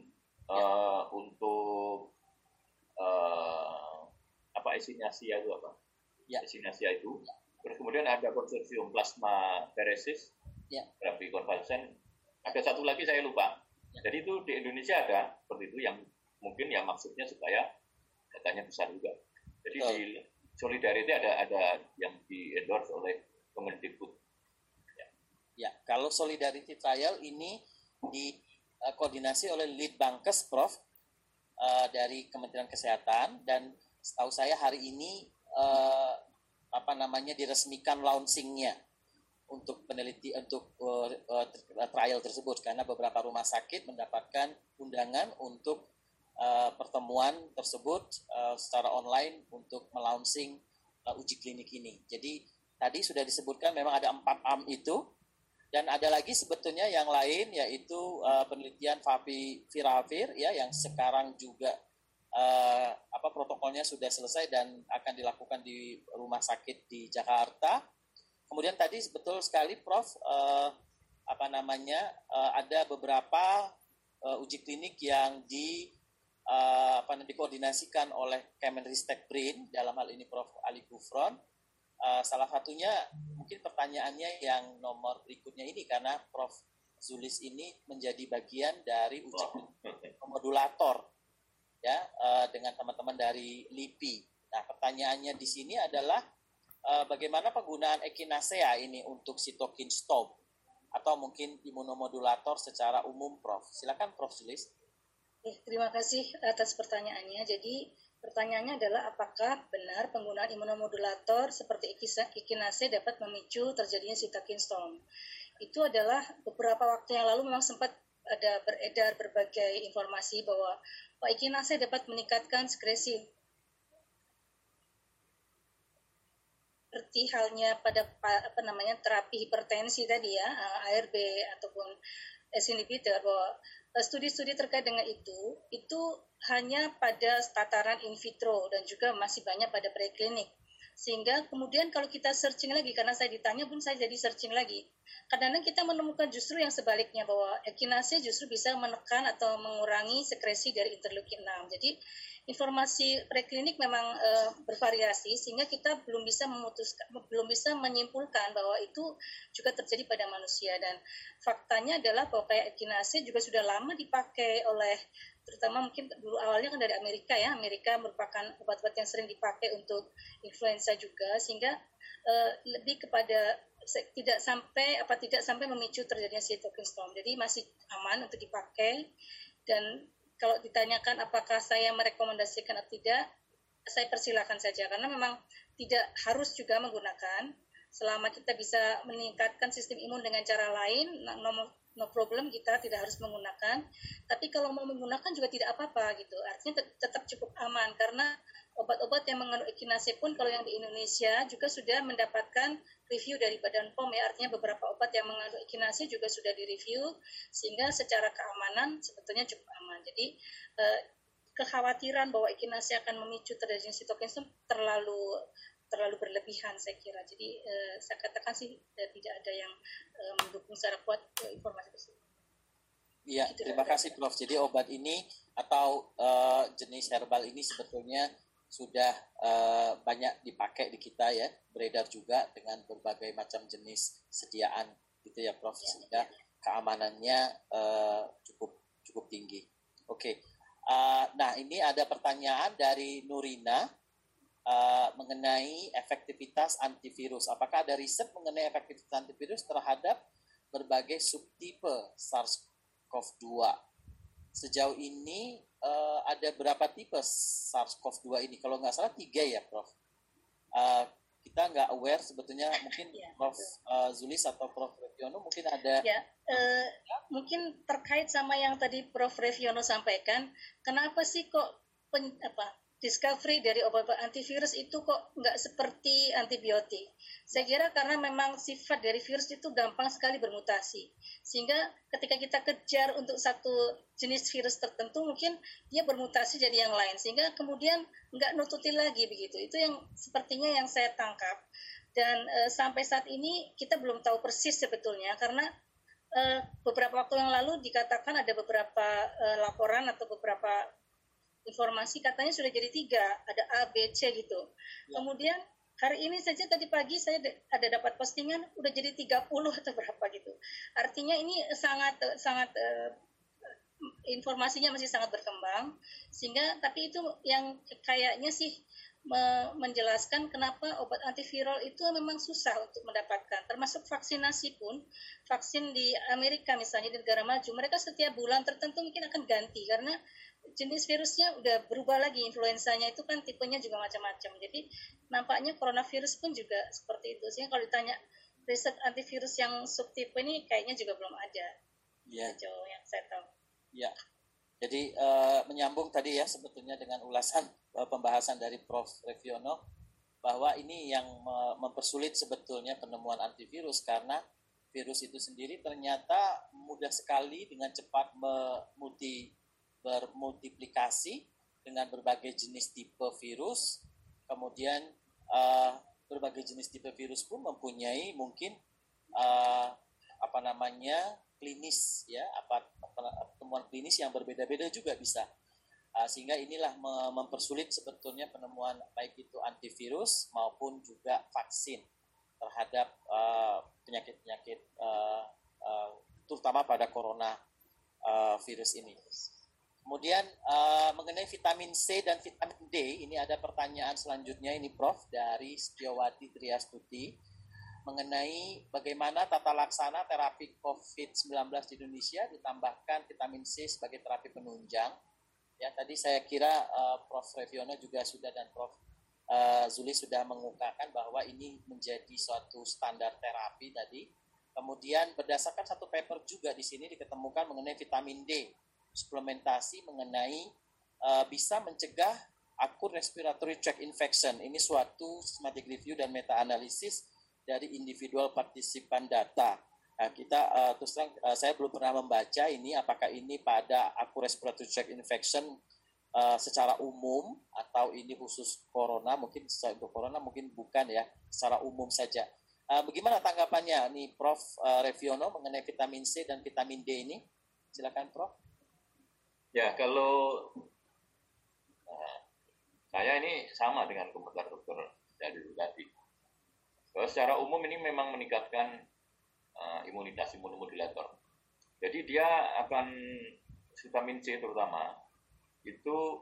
untuk Echinacea itu apa? Ya. Echinacea itu. Terus kemudian ada konsorsium plasma feresis, terapi konvalesen. Ada satu lagi saya lupa. Jadi itu di Indonesia ada seperti itu yang mungkin ya maksudnya supaya datanya besar juga. Jadi di Solidarity ada yang di-endorse oleh Kemendikbud. Ya, kalau Solidarity Trial ini dikoordinasi oleh Litbangkes, Prof, dari Kementerian Kesehatan, dan setahu saya hari ini diresmikan launchingnya untuk trial tersebut, karena beberapa rumah sakit mendapatkan undangan untuk pertemuan tersebut secara online untuk melaunching uji klinik ini. Jadi tadi sudah disebutkan memang ada 4 arm itu, dan ada lagi sebetulnya yang lain, yaitu penelitian Favipiravir ya, yang sekarang juga protokolnya sudah selesai dan akan dilakukan di rumah sakit di Jakarta. Kemudian tadi betul sekali Prof, ada beberapa uji klinik yang dikoordinasikan oleh Kemenristek BRIN, dalam hal ini Prof. Ali Gufron. Salah satunya mungkin pertanyaannya yang nomor berikutnya ini, karena Prof. Zulis ini menjadi bagian dari uji modulator ya, dengan teman-teman dari LIPI. Nah, pertanyaannya di sini adalah bagaimana penggunaan Echinacea ini untuk sitokin storm atau mungkin imunomodulator secara umum, Prof. Silakan Prof. Zulis. Terima kasih atas pertanyaannya. Jadi pertanyaannya adalah apakah benar penggunaan imunomodulator seperti Echinacea dapat memicu terjadinya cytokine storm. Itu adalah beberapa waktu yang lalu memang sempat ada beredar berbagai informasi bahwa Echinacea dapat meningkatkan sekresi seperti halnya pada terapi hipertensi tadi ya, ARB ataupun ACE inhibitor, bahwa studi-studi terkait dengan itu hanya pada tataran in vitro dan juga masih banyak pada preklinik. Sehingga kemudian kalau kita searching lagi, karena saya ditanya pun saya jadi searching lagi, kadang-kadang kita menemukan justru yang sebaliknya, bahwa Echinacea justru bisa menekan atau mengurangi sekresi dari interleukin 6. Jadi informasi preklinik memang bervariasi sehingga kita belum bisa menyimpulkan bahwa itu juga terjadi pada manusia. Dan faktanya adalah bahwa kayak ekinase juga sudah lama dipakai oleh, terutama mungkin dulu awalnya kan dari Amerika ya. Amerika merupakan obat-obat yang sering dipakai untuk influenza juga, sehingga lebih kepada tidak sampai memicu terjadinya cytokine storm. Jadi masih aman untuk dipakai. Dan kalau ditanyakan apakah saya merekomendasikan atau tidak, saya persilakan saja karena memang tidak harus juga menggunakan. Selama kita bisa meningkatkan sistem imun dengan cara lain, no problem, kita tidak harus menggunakan. Tapi kalau mau menggunakan juga tidak apa-apa gitu. Artinya tetap cukup aman karena obat-obat yang mengandung ekinase pun kalau yang di Indonesia juga sudah mendapatkan review dari Badan POM ya, artinya beberapa obat yang mengandung ekinase juga sudah direview sehingga secara keamanan sebetulnya cukup aman. Jadi kekhawatiran bahwa ekinase akan memicu terjadinya cytokine storm terlalu berlebihan saya kira. Jadi saya katakan sih tidak ada yang mendukung secara kuat informasi tersebut. Iya, terima kasih Prof. Jadi obat ini atau jenis herbal ini sebetulnya sudah banyak dipakai di kita ya, beredar juga dengan berbagai macam jenis sediaan gitu ya Prof. Sehingga keamanannya cukup tinggi. Oke. Nah, ini ada pertanyaan dari Nurina mengenai efektivitas antivirus. Apakah ada riset mengenai efektivitas antivirus terhadap berbagai subtipe SARS-CoV-2? Sejauh ini ada berapa tipe SARS-CoV-2 ini? Kalau nggak salah 3 ya, Prof. Kita nggak aware sebetulnya, mungkin Prof. Zulis atau Prof. Reviono mungkin ada. Ya, mungkin terkait sama yang tadi Prof. Reviono sampaikan, kenapa sih kok discovery dari obat-obat antivirus itu kok nggak seperti antibiotik? Saya kira karena memang sifat dari virus itu gampang sekali bermutasi. Sehingga ketika kita kejar untuk satu jenis virus tertentu, mungkin dia bermutasi jadi yang lain. Sehingga kemudian nggak nututi lagi begitu. Itu yang sepertinya yang saya tangkap. Dan sampai saat ini kita belum tahu persis sebetulnya. Karena beberapa waktu yang lalu dikatakan ada beberapa laporan atau beberapa informasi katanya sudah jadi 3, ada A, B, C gitu. Ya. Kemudian hari ini saja tadi pagi saya ada dapat postingan udah jadi 30 atau berapa gitu. Artinya ini sangat informasinya masih sangat berkembang, sehingga tapi itu yang kayaknya sih menjelaskan kenapa obat antiviral itu memang susah untuk mendapatkan. Termasuk vaksinasi pun, vaksin di Amerika misalnya, di negara maju, mereka setiap bulan tertentu mungkin akan ganti karena jenis virusnya udah berubah lagi, influenzanya itu kan tipenya juga macam-macam. Jadi nampaknya coronavirus pun juga seperti itu. Sehingga kalau ditanya riset antivirus yang subtipe ini kayaknya juga belum ada. Ya. Sejauh yang saya tahu. Ya. Jadi menyambung tadi ya sebetulnya dengan ulasan pembahasan dari Prof. Reviono bahwa ini yang mempersulit sebetulnya penemuan antivirus karena virus itu sendiri ternyata mudah sekali dengan cepat bermultiplikasi dengan berbagai jenis tipe virus. Kemudian berbagai jenis tipe virus pun mempunyai mungkin klinis ya, temuan klinis yang berbeda-beda juga bisa. Sehingga inilah mempersulit sebetulnya penemuan baik itu antivirus maupun juga vaksin terhadap penyakit-penyakit terutama pada corona virus ini. Kemudian mengenai vitamin C dan vitamin D, ini ada pertanyaan selanjutnya ini Prof. dari Setiawati Triastuti mengenai bagaimana tata laksana terapi COVID-19 di Indonesia ditambahkan vitamin C sebagai terapi penunjang. Ya, tadi saya kira Prof. Reviono juga sudah dan Prof. Zulis sudah mengungkapkan bahwa ini menjadi suatu standar terapi tadi. Kemudian berdasarkan satu paper juga di sini diketemukan mengenai vitamin D. Suplementasi mengenai bisa mencegah akut respiratory tract infection. Ini suatu systematic review dan meta-analisis dari individual partisipan data. Nah, terus terang saya belum pernah membaca ini apakah ini pada akut respiratory tract infection secara umum atau ini khusus corona, mungkin untuk corona mungkin bukan ya, secara umum saja. Bagaimana tanggapannya nih Prof. Reviono mengenai vitamin C dan vitamin D ini? Silakan Prof. Ya, kalau Nah, saya ini sama dengan komentar dokter dari tadi. Bahwa secara umum ini memang meningkatkan imunitas imunomodulator. Jadi dia akan vitamin C terutama itu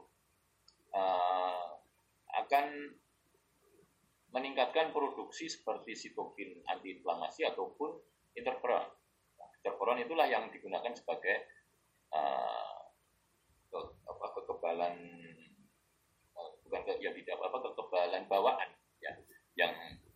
akan meningkatkan produksi seperti sitokin antiinflamasi ataupun interferon. Interferon itulah yang digunakan sebagai kekebalan kekebalan bawaan ya, yang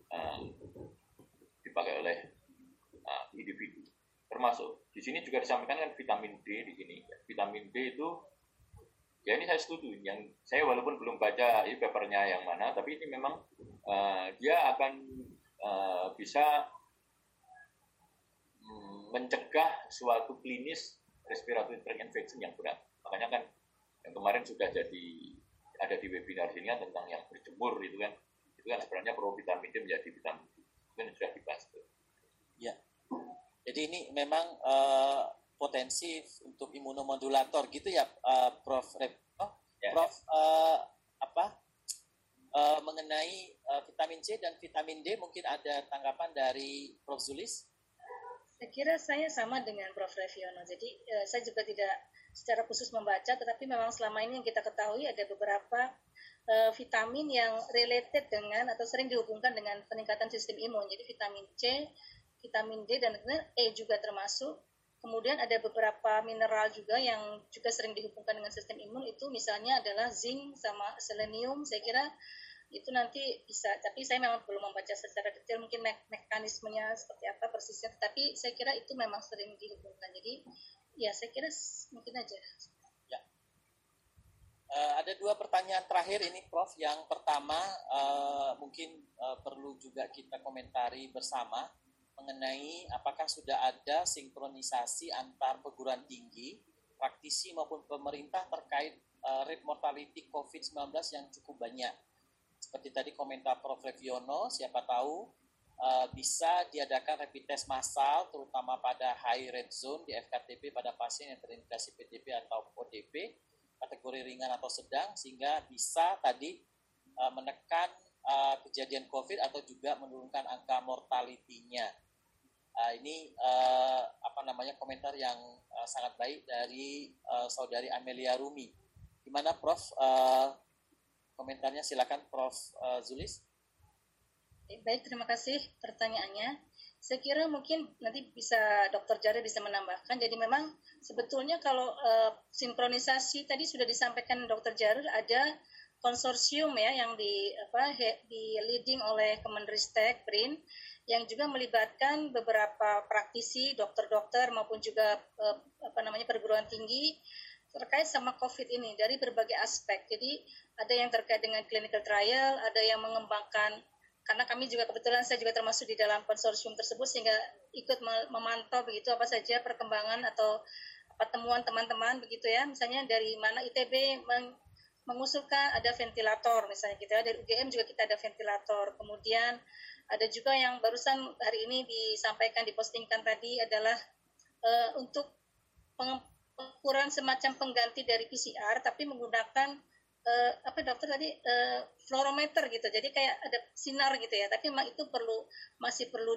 dipakai oleh individu. Termasuk di sini juga disampaikan kan vitamin D di sini. Vitamin D itu ya ini saya setuju. Yang saya walaupun belum baca ini papernya yang mana, tapi ini memang dia akan bisa mencegah suatu klinis respiratory tract infection yang berat. Makanya kan yang kemarin sudah ada di webinar sini tentang yang berjemur itu kan sebenarnya provitamin D menjadi vitamin D. Itu kan sudah dibahas. Ya. Jadi ini memang potensi untuk imunomodulator gitu ya, Prof. Ya. Prof. Mengenai vitamin C dan vitamin D mungkin ada tanggapan dari Prof. Zulis? Saya kira saya sama dengan Prof. Reviono. Jadi saya juga tidak secara khusus membaca, tetapi memang selama ini yang kita ketahui ada beberapa vitamin yang related dengan atau sering dihubungkan dengan peningkatan sistem imun. Jadi vitamin C, vitamin D, dan E juga termasuk. Kemudian ada beberapa mineral juga yang juga sering dihubungkan dengan sistem imun, itu misalnya adalah zinc sama selenium. Saya kira itu nanti bisa, tapi saya memang belum membaca secara detail mungkin mekanismenya seperti apa persisnya, tapi saya kira itu memang sering dihubungkan. Jadi ya saya kira mungkin aja. Ya. Ada dua pertanyaan terakhir ini Prof. Yang pertama mungkin perlu juga kita komentari bersama mengenai apakah sudah ada sinkronisasi antar perguruan tinggi, praktisi maupun pemerintah terkait rate mortality COVID-19 yang cukup banyak. Seperti tadi komentar Prof. Reviono, siapa tahu bisa diadakan rapid test massal terutama pada high red zone di FKTP pada pasien yang terindikasi PDP atau ODP kategori ringan atau sedang, sehingga bisa tadi menekan kejadian COVID atau juga menurunkan angka mortality-nya. Ini komentar yang sangat baik dari saudari Amelia Rumi. Gimana Prof? Komentarnya silakan Prof. Zulis. Baik, terima kasih pertanyaannya. Saya kira mungkin nanti bisa Dr. Jarir bisa menambahkan. Jadi memang sebetulnya kalau sinkronisasi tadi sudah disampaikan Dr. Jarir, ada konsorsium ya yang di leading oleh Kemenristek BRIN yang juga melibatkan beberapa praktisi, dokter-dokter maupun juga perguruan tinggi terkait sama COVID ini dari berbagai aspek. Jadi ada yang terkait dengan clinical trial, ada yang mengembangkan, karena kami juga kebetulan saya juga termasuk di dalam konsorsium tersebut sehingga ikut memantau begitu apa saja perkembangan atau temuan teman-teman begitu ya. Misalnya dari mana ITB mengusulkan ada ventilator misalnya gitu ya, dari UGM juga kita ada ventilator. Kemudian ada juga yang barusan hari ini disampaikan, dipostingkan tadi adalah untuk pengukuran semacam pengganti dari PCR tapi menggunakan dokter tadi fluorometer gitu. Jadi kayak ada sinar gitu ya. Tapi memang itu masih perlu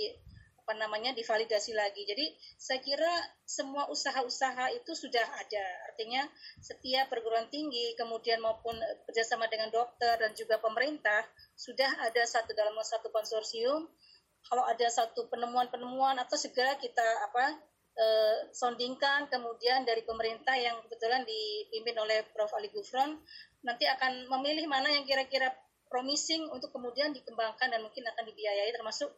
divalidasi lagi. Jadi saya kira semua usaha-usaha itu sudah ada. Artinya setiap perguruan tinggi kemudian maupun bekerjasama dengan dokter dan juga pemerintah sudah ada dalam satu konsorsium. Kalau ada satu penemuan-penemuan atau segera kita soundingkan, kemudian dari pemerintah yang kebetulan dipimpin oleh Prof. Ali Gufron nanti akan memilih mana yang kira-kira promising untuk kemudian dikembangkan dan mungkin akan dibiayai, termasuk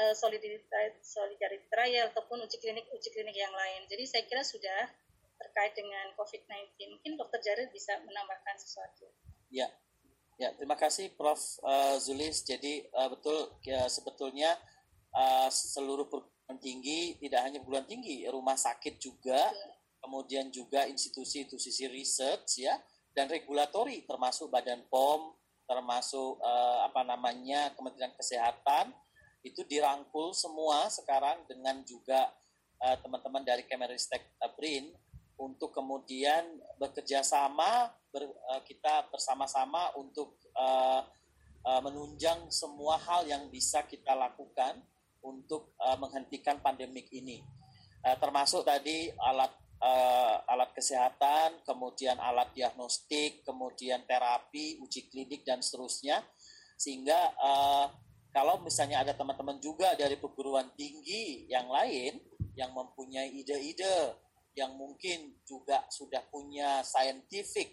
solidarity trial ataupun uji klinik yang lain. Jadi saya kira sudah terkait dengan COVID-19. Mungkin Dr. Jarir bisa menambahkan sesuatu. Ya, terima kasih Prof. Zulis. Jadi betul ya, sebetulnya seluruh perguruan tinggi, tidak hanya perguruan tinggi, rumah sakit juga, kemudian juga institusi-institusi research ya, dan regulatori termasuk Badan POM, termasuk Kementerian Kesehatan, itu dirangkul semua sekarang dengan juga teman-teman dari Kemenristek BRIN untuk kemudian bekerja sama, kita bersama-sama untuk menunjang semua hal yang bisa kita lakukan untuk menghentikan pandemik ini, termasuk tadi alat kesehatan, kemudian alat diagnostik, kemudian terapi, uji klinik dan seterusnya, sehingga kalau misalnya ada teman-teman juga dari perguruan tinggi yang lain yang mempunyai ide-ide yang mungkin juga sudah punya scientific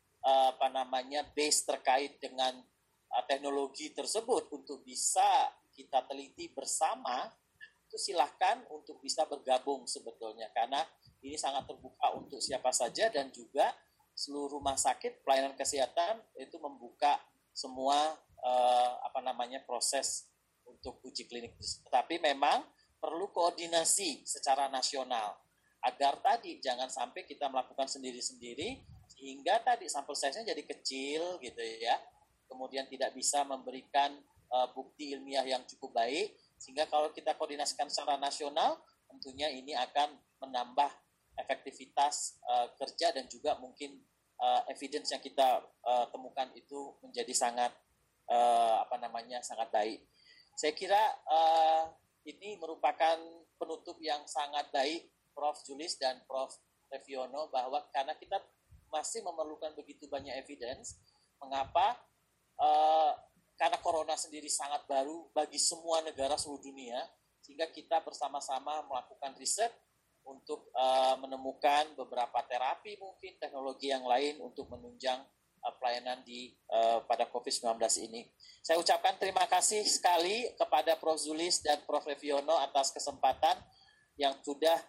base terkait dengan teknologi tersebut untuk bisa kita teliti bersama, itu silahkan untuk bisa bergabung sebetulnya, karena ini sangat terbuka untuk siapa saja dan juga seluruh rumah sakit pelayanan kesehatan itu membuka semua proses untuk uji klinik. Tetapi memang perlu koordinasi secara nasional agar tadi jangan sampai kita melakukan sendiri-sendiri sehingga tadi sampel size-nya jadi kecil gitu ya. Kemudian tidak bisa memberikan bukti ilmiah yang cukup baik, sehingga kalau kita koordinasikan secara nasional tentunya ini akan menambah efektivitas kerja dan juga mungkin evidence yang kita temukan itu menjadi sangat sangat baik. Saya kira ini merupakan penutup yang sangat baik Prof. Julis dan Prof. Reviono, bahwa karena kita masih memerlukan begitu banyak evidence, mengapa karena corona sendiri sangat baru bagi semua negara seluruh dunia, sehingga kita bersama-sama melakukan riset untuk menemukan beberapa terapi, mungkin teknologi yang lain untuk menunjang pelayanan pada COVID-19 ini. Saya ucapkan terima kasih sekali kepada Prof. Julis dan Prof. Reviono atas kesempatan yang sudah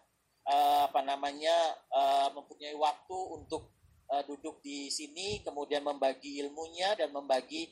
mempunyai waktu untuk duduk di sini, kemudian membagi ilmunya dan membagi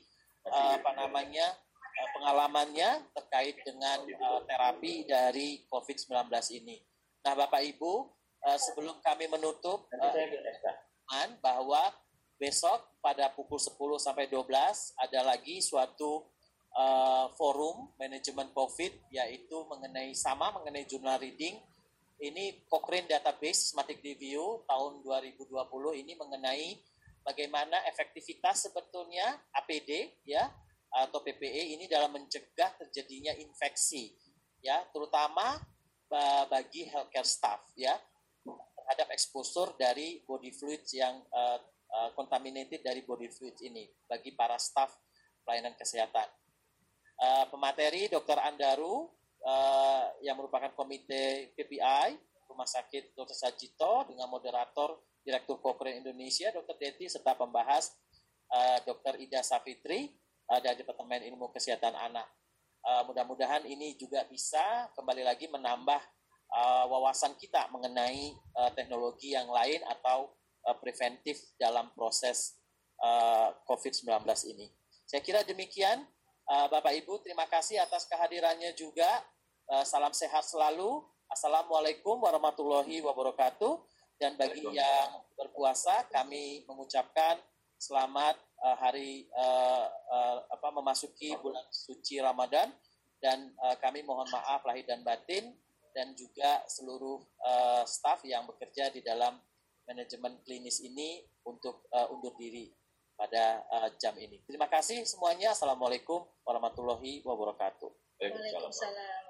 pengalamannya terkait dengan terapi dari COVID-19 ini. Nah, Bapak Ibu, sebelum kami menutup, bahwa besok pada pukul 10 sampai 12 ada lagi suatu forum manajemen COVID, yaitu mengenai journal reading. Ini Cochrane Database Systematic Review tahun 2020 ini mengenai bagaimana efektivitas sebetulnya APD ya atau PPE ini dalam mencegah terjadinya infeksi ya, terutama bagi healthcare staff ya, terhadap exposure dari body fluids yang contaminated dari body fluids ini bagi para staff pelayanan kesehatan. Pemateri Dr. Andaru yang merupakan komite KPI Rumah Sakit Dr. Sajito dengan moderator Direktur Cochrane Indonesia Dr. Deti serta pembahas Dr. Ida Safitri dari Departemen Ilmu Kesehatan Anak. Mudah-mudahan ini juga bisa kembali lagi menambah wawasan kita mengenai teknologi yang lain atau preventif dalam proses COVID-19 ini. Saya kira demikian. Bapak Ibu, terima kasih atas kehadirannya juga. Salam sehat selalu. Assalamualaikum warahmatullahi wabarakatuh. Dan bagi yang berpuasa, kami mengucapkan selamat memasuki bulan suci Ramadan, dan kami mohon maaf lahir dan batin, dan juga seluruh staf yang bekerja di dalam manajemen klinis ini untuk undur diri pada jam ini. Terima kasih semuanya. Assalamualaikum warahmatullahi wabarakatuh. Waalaikumsalam.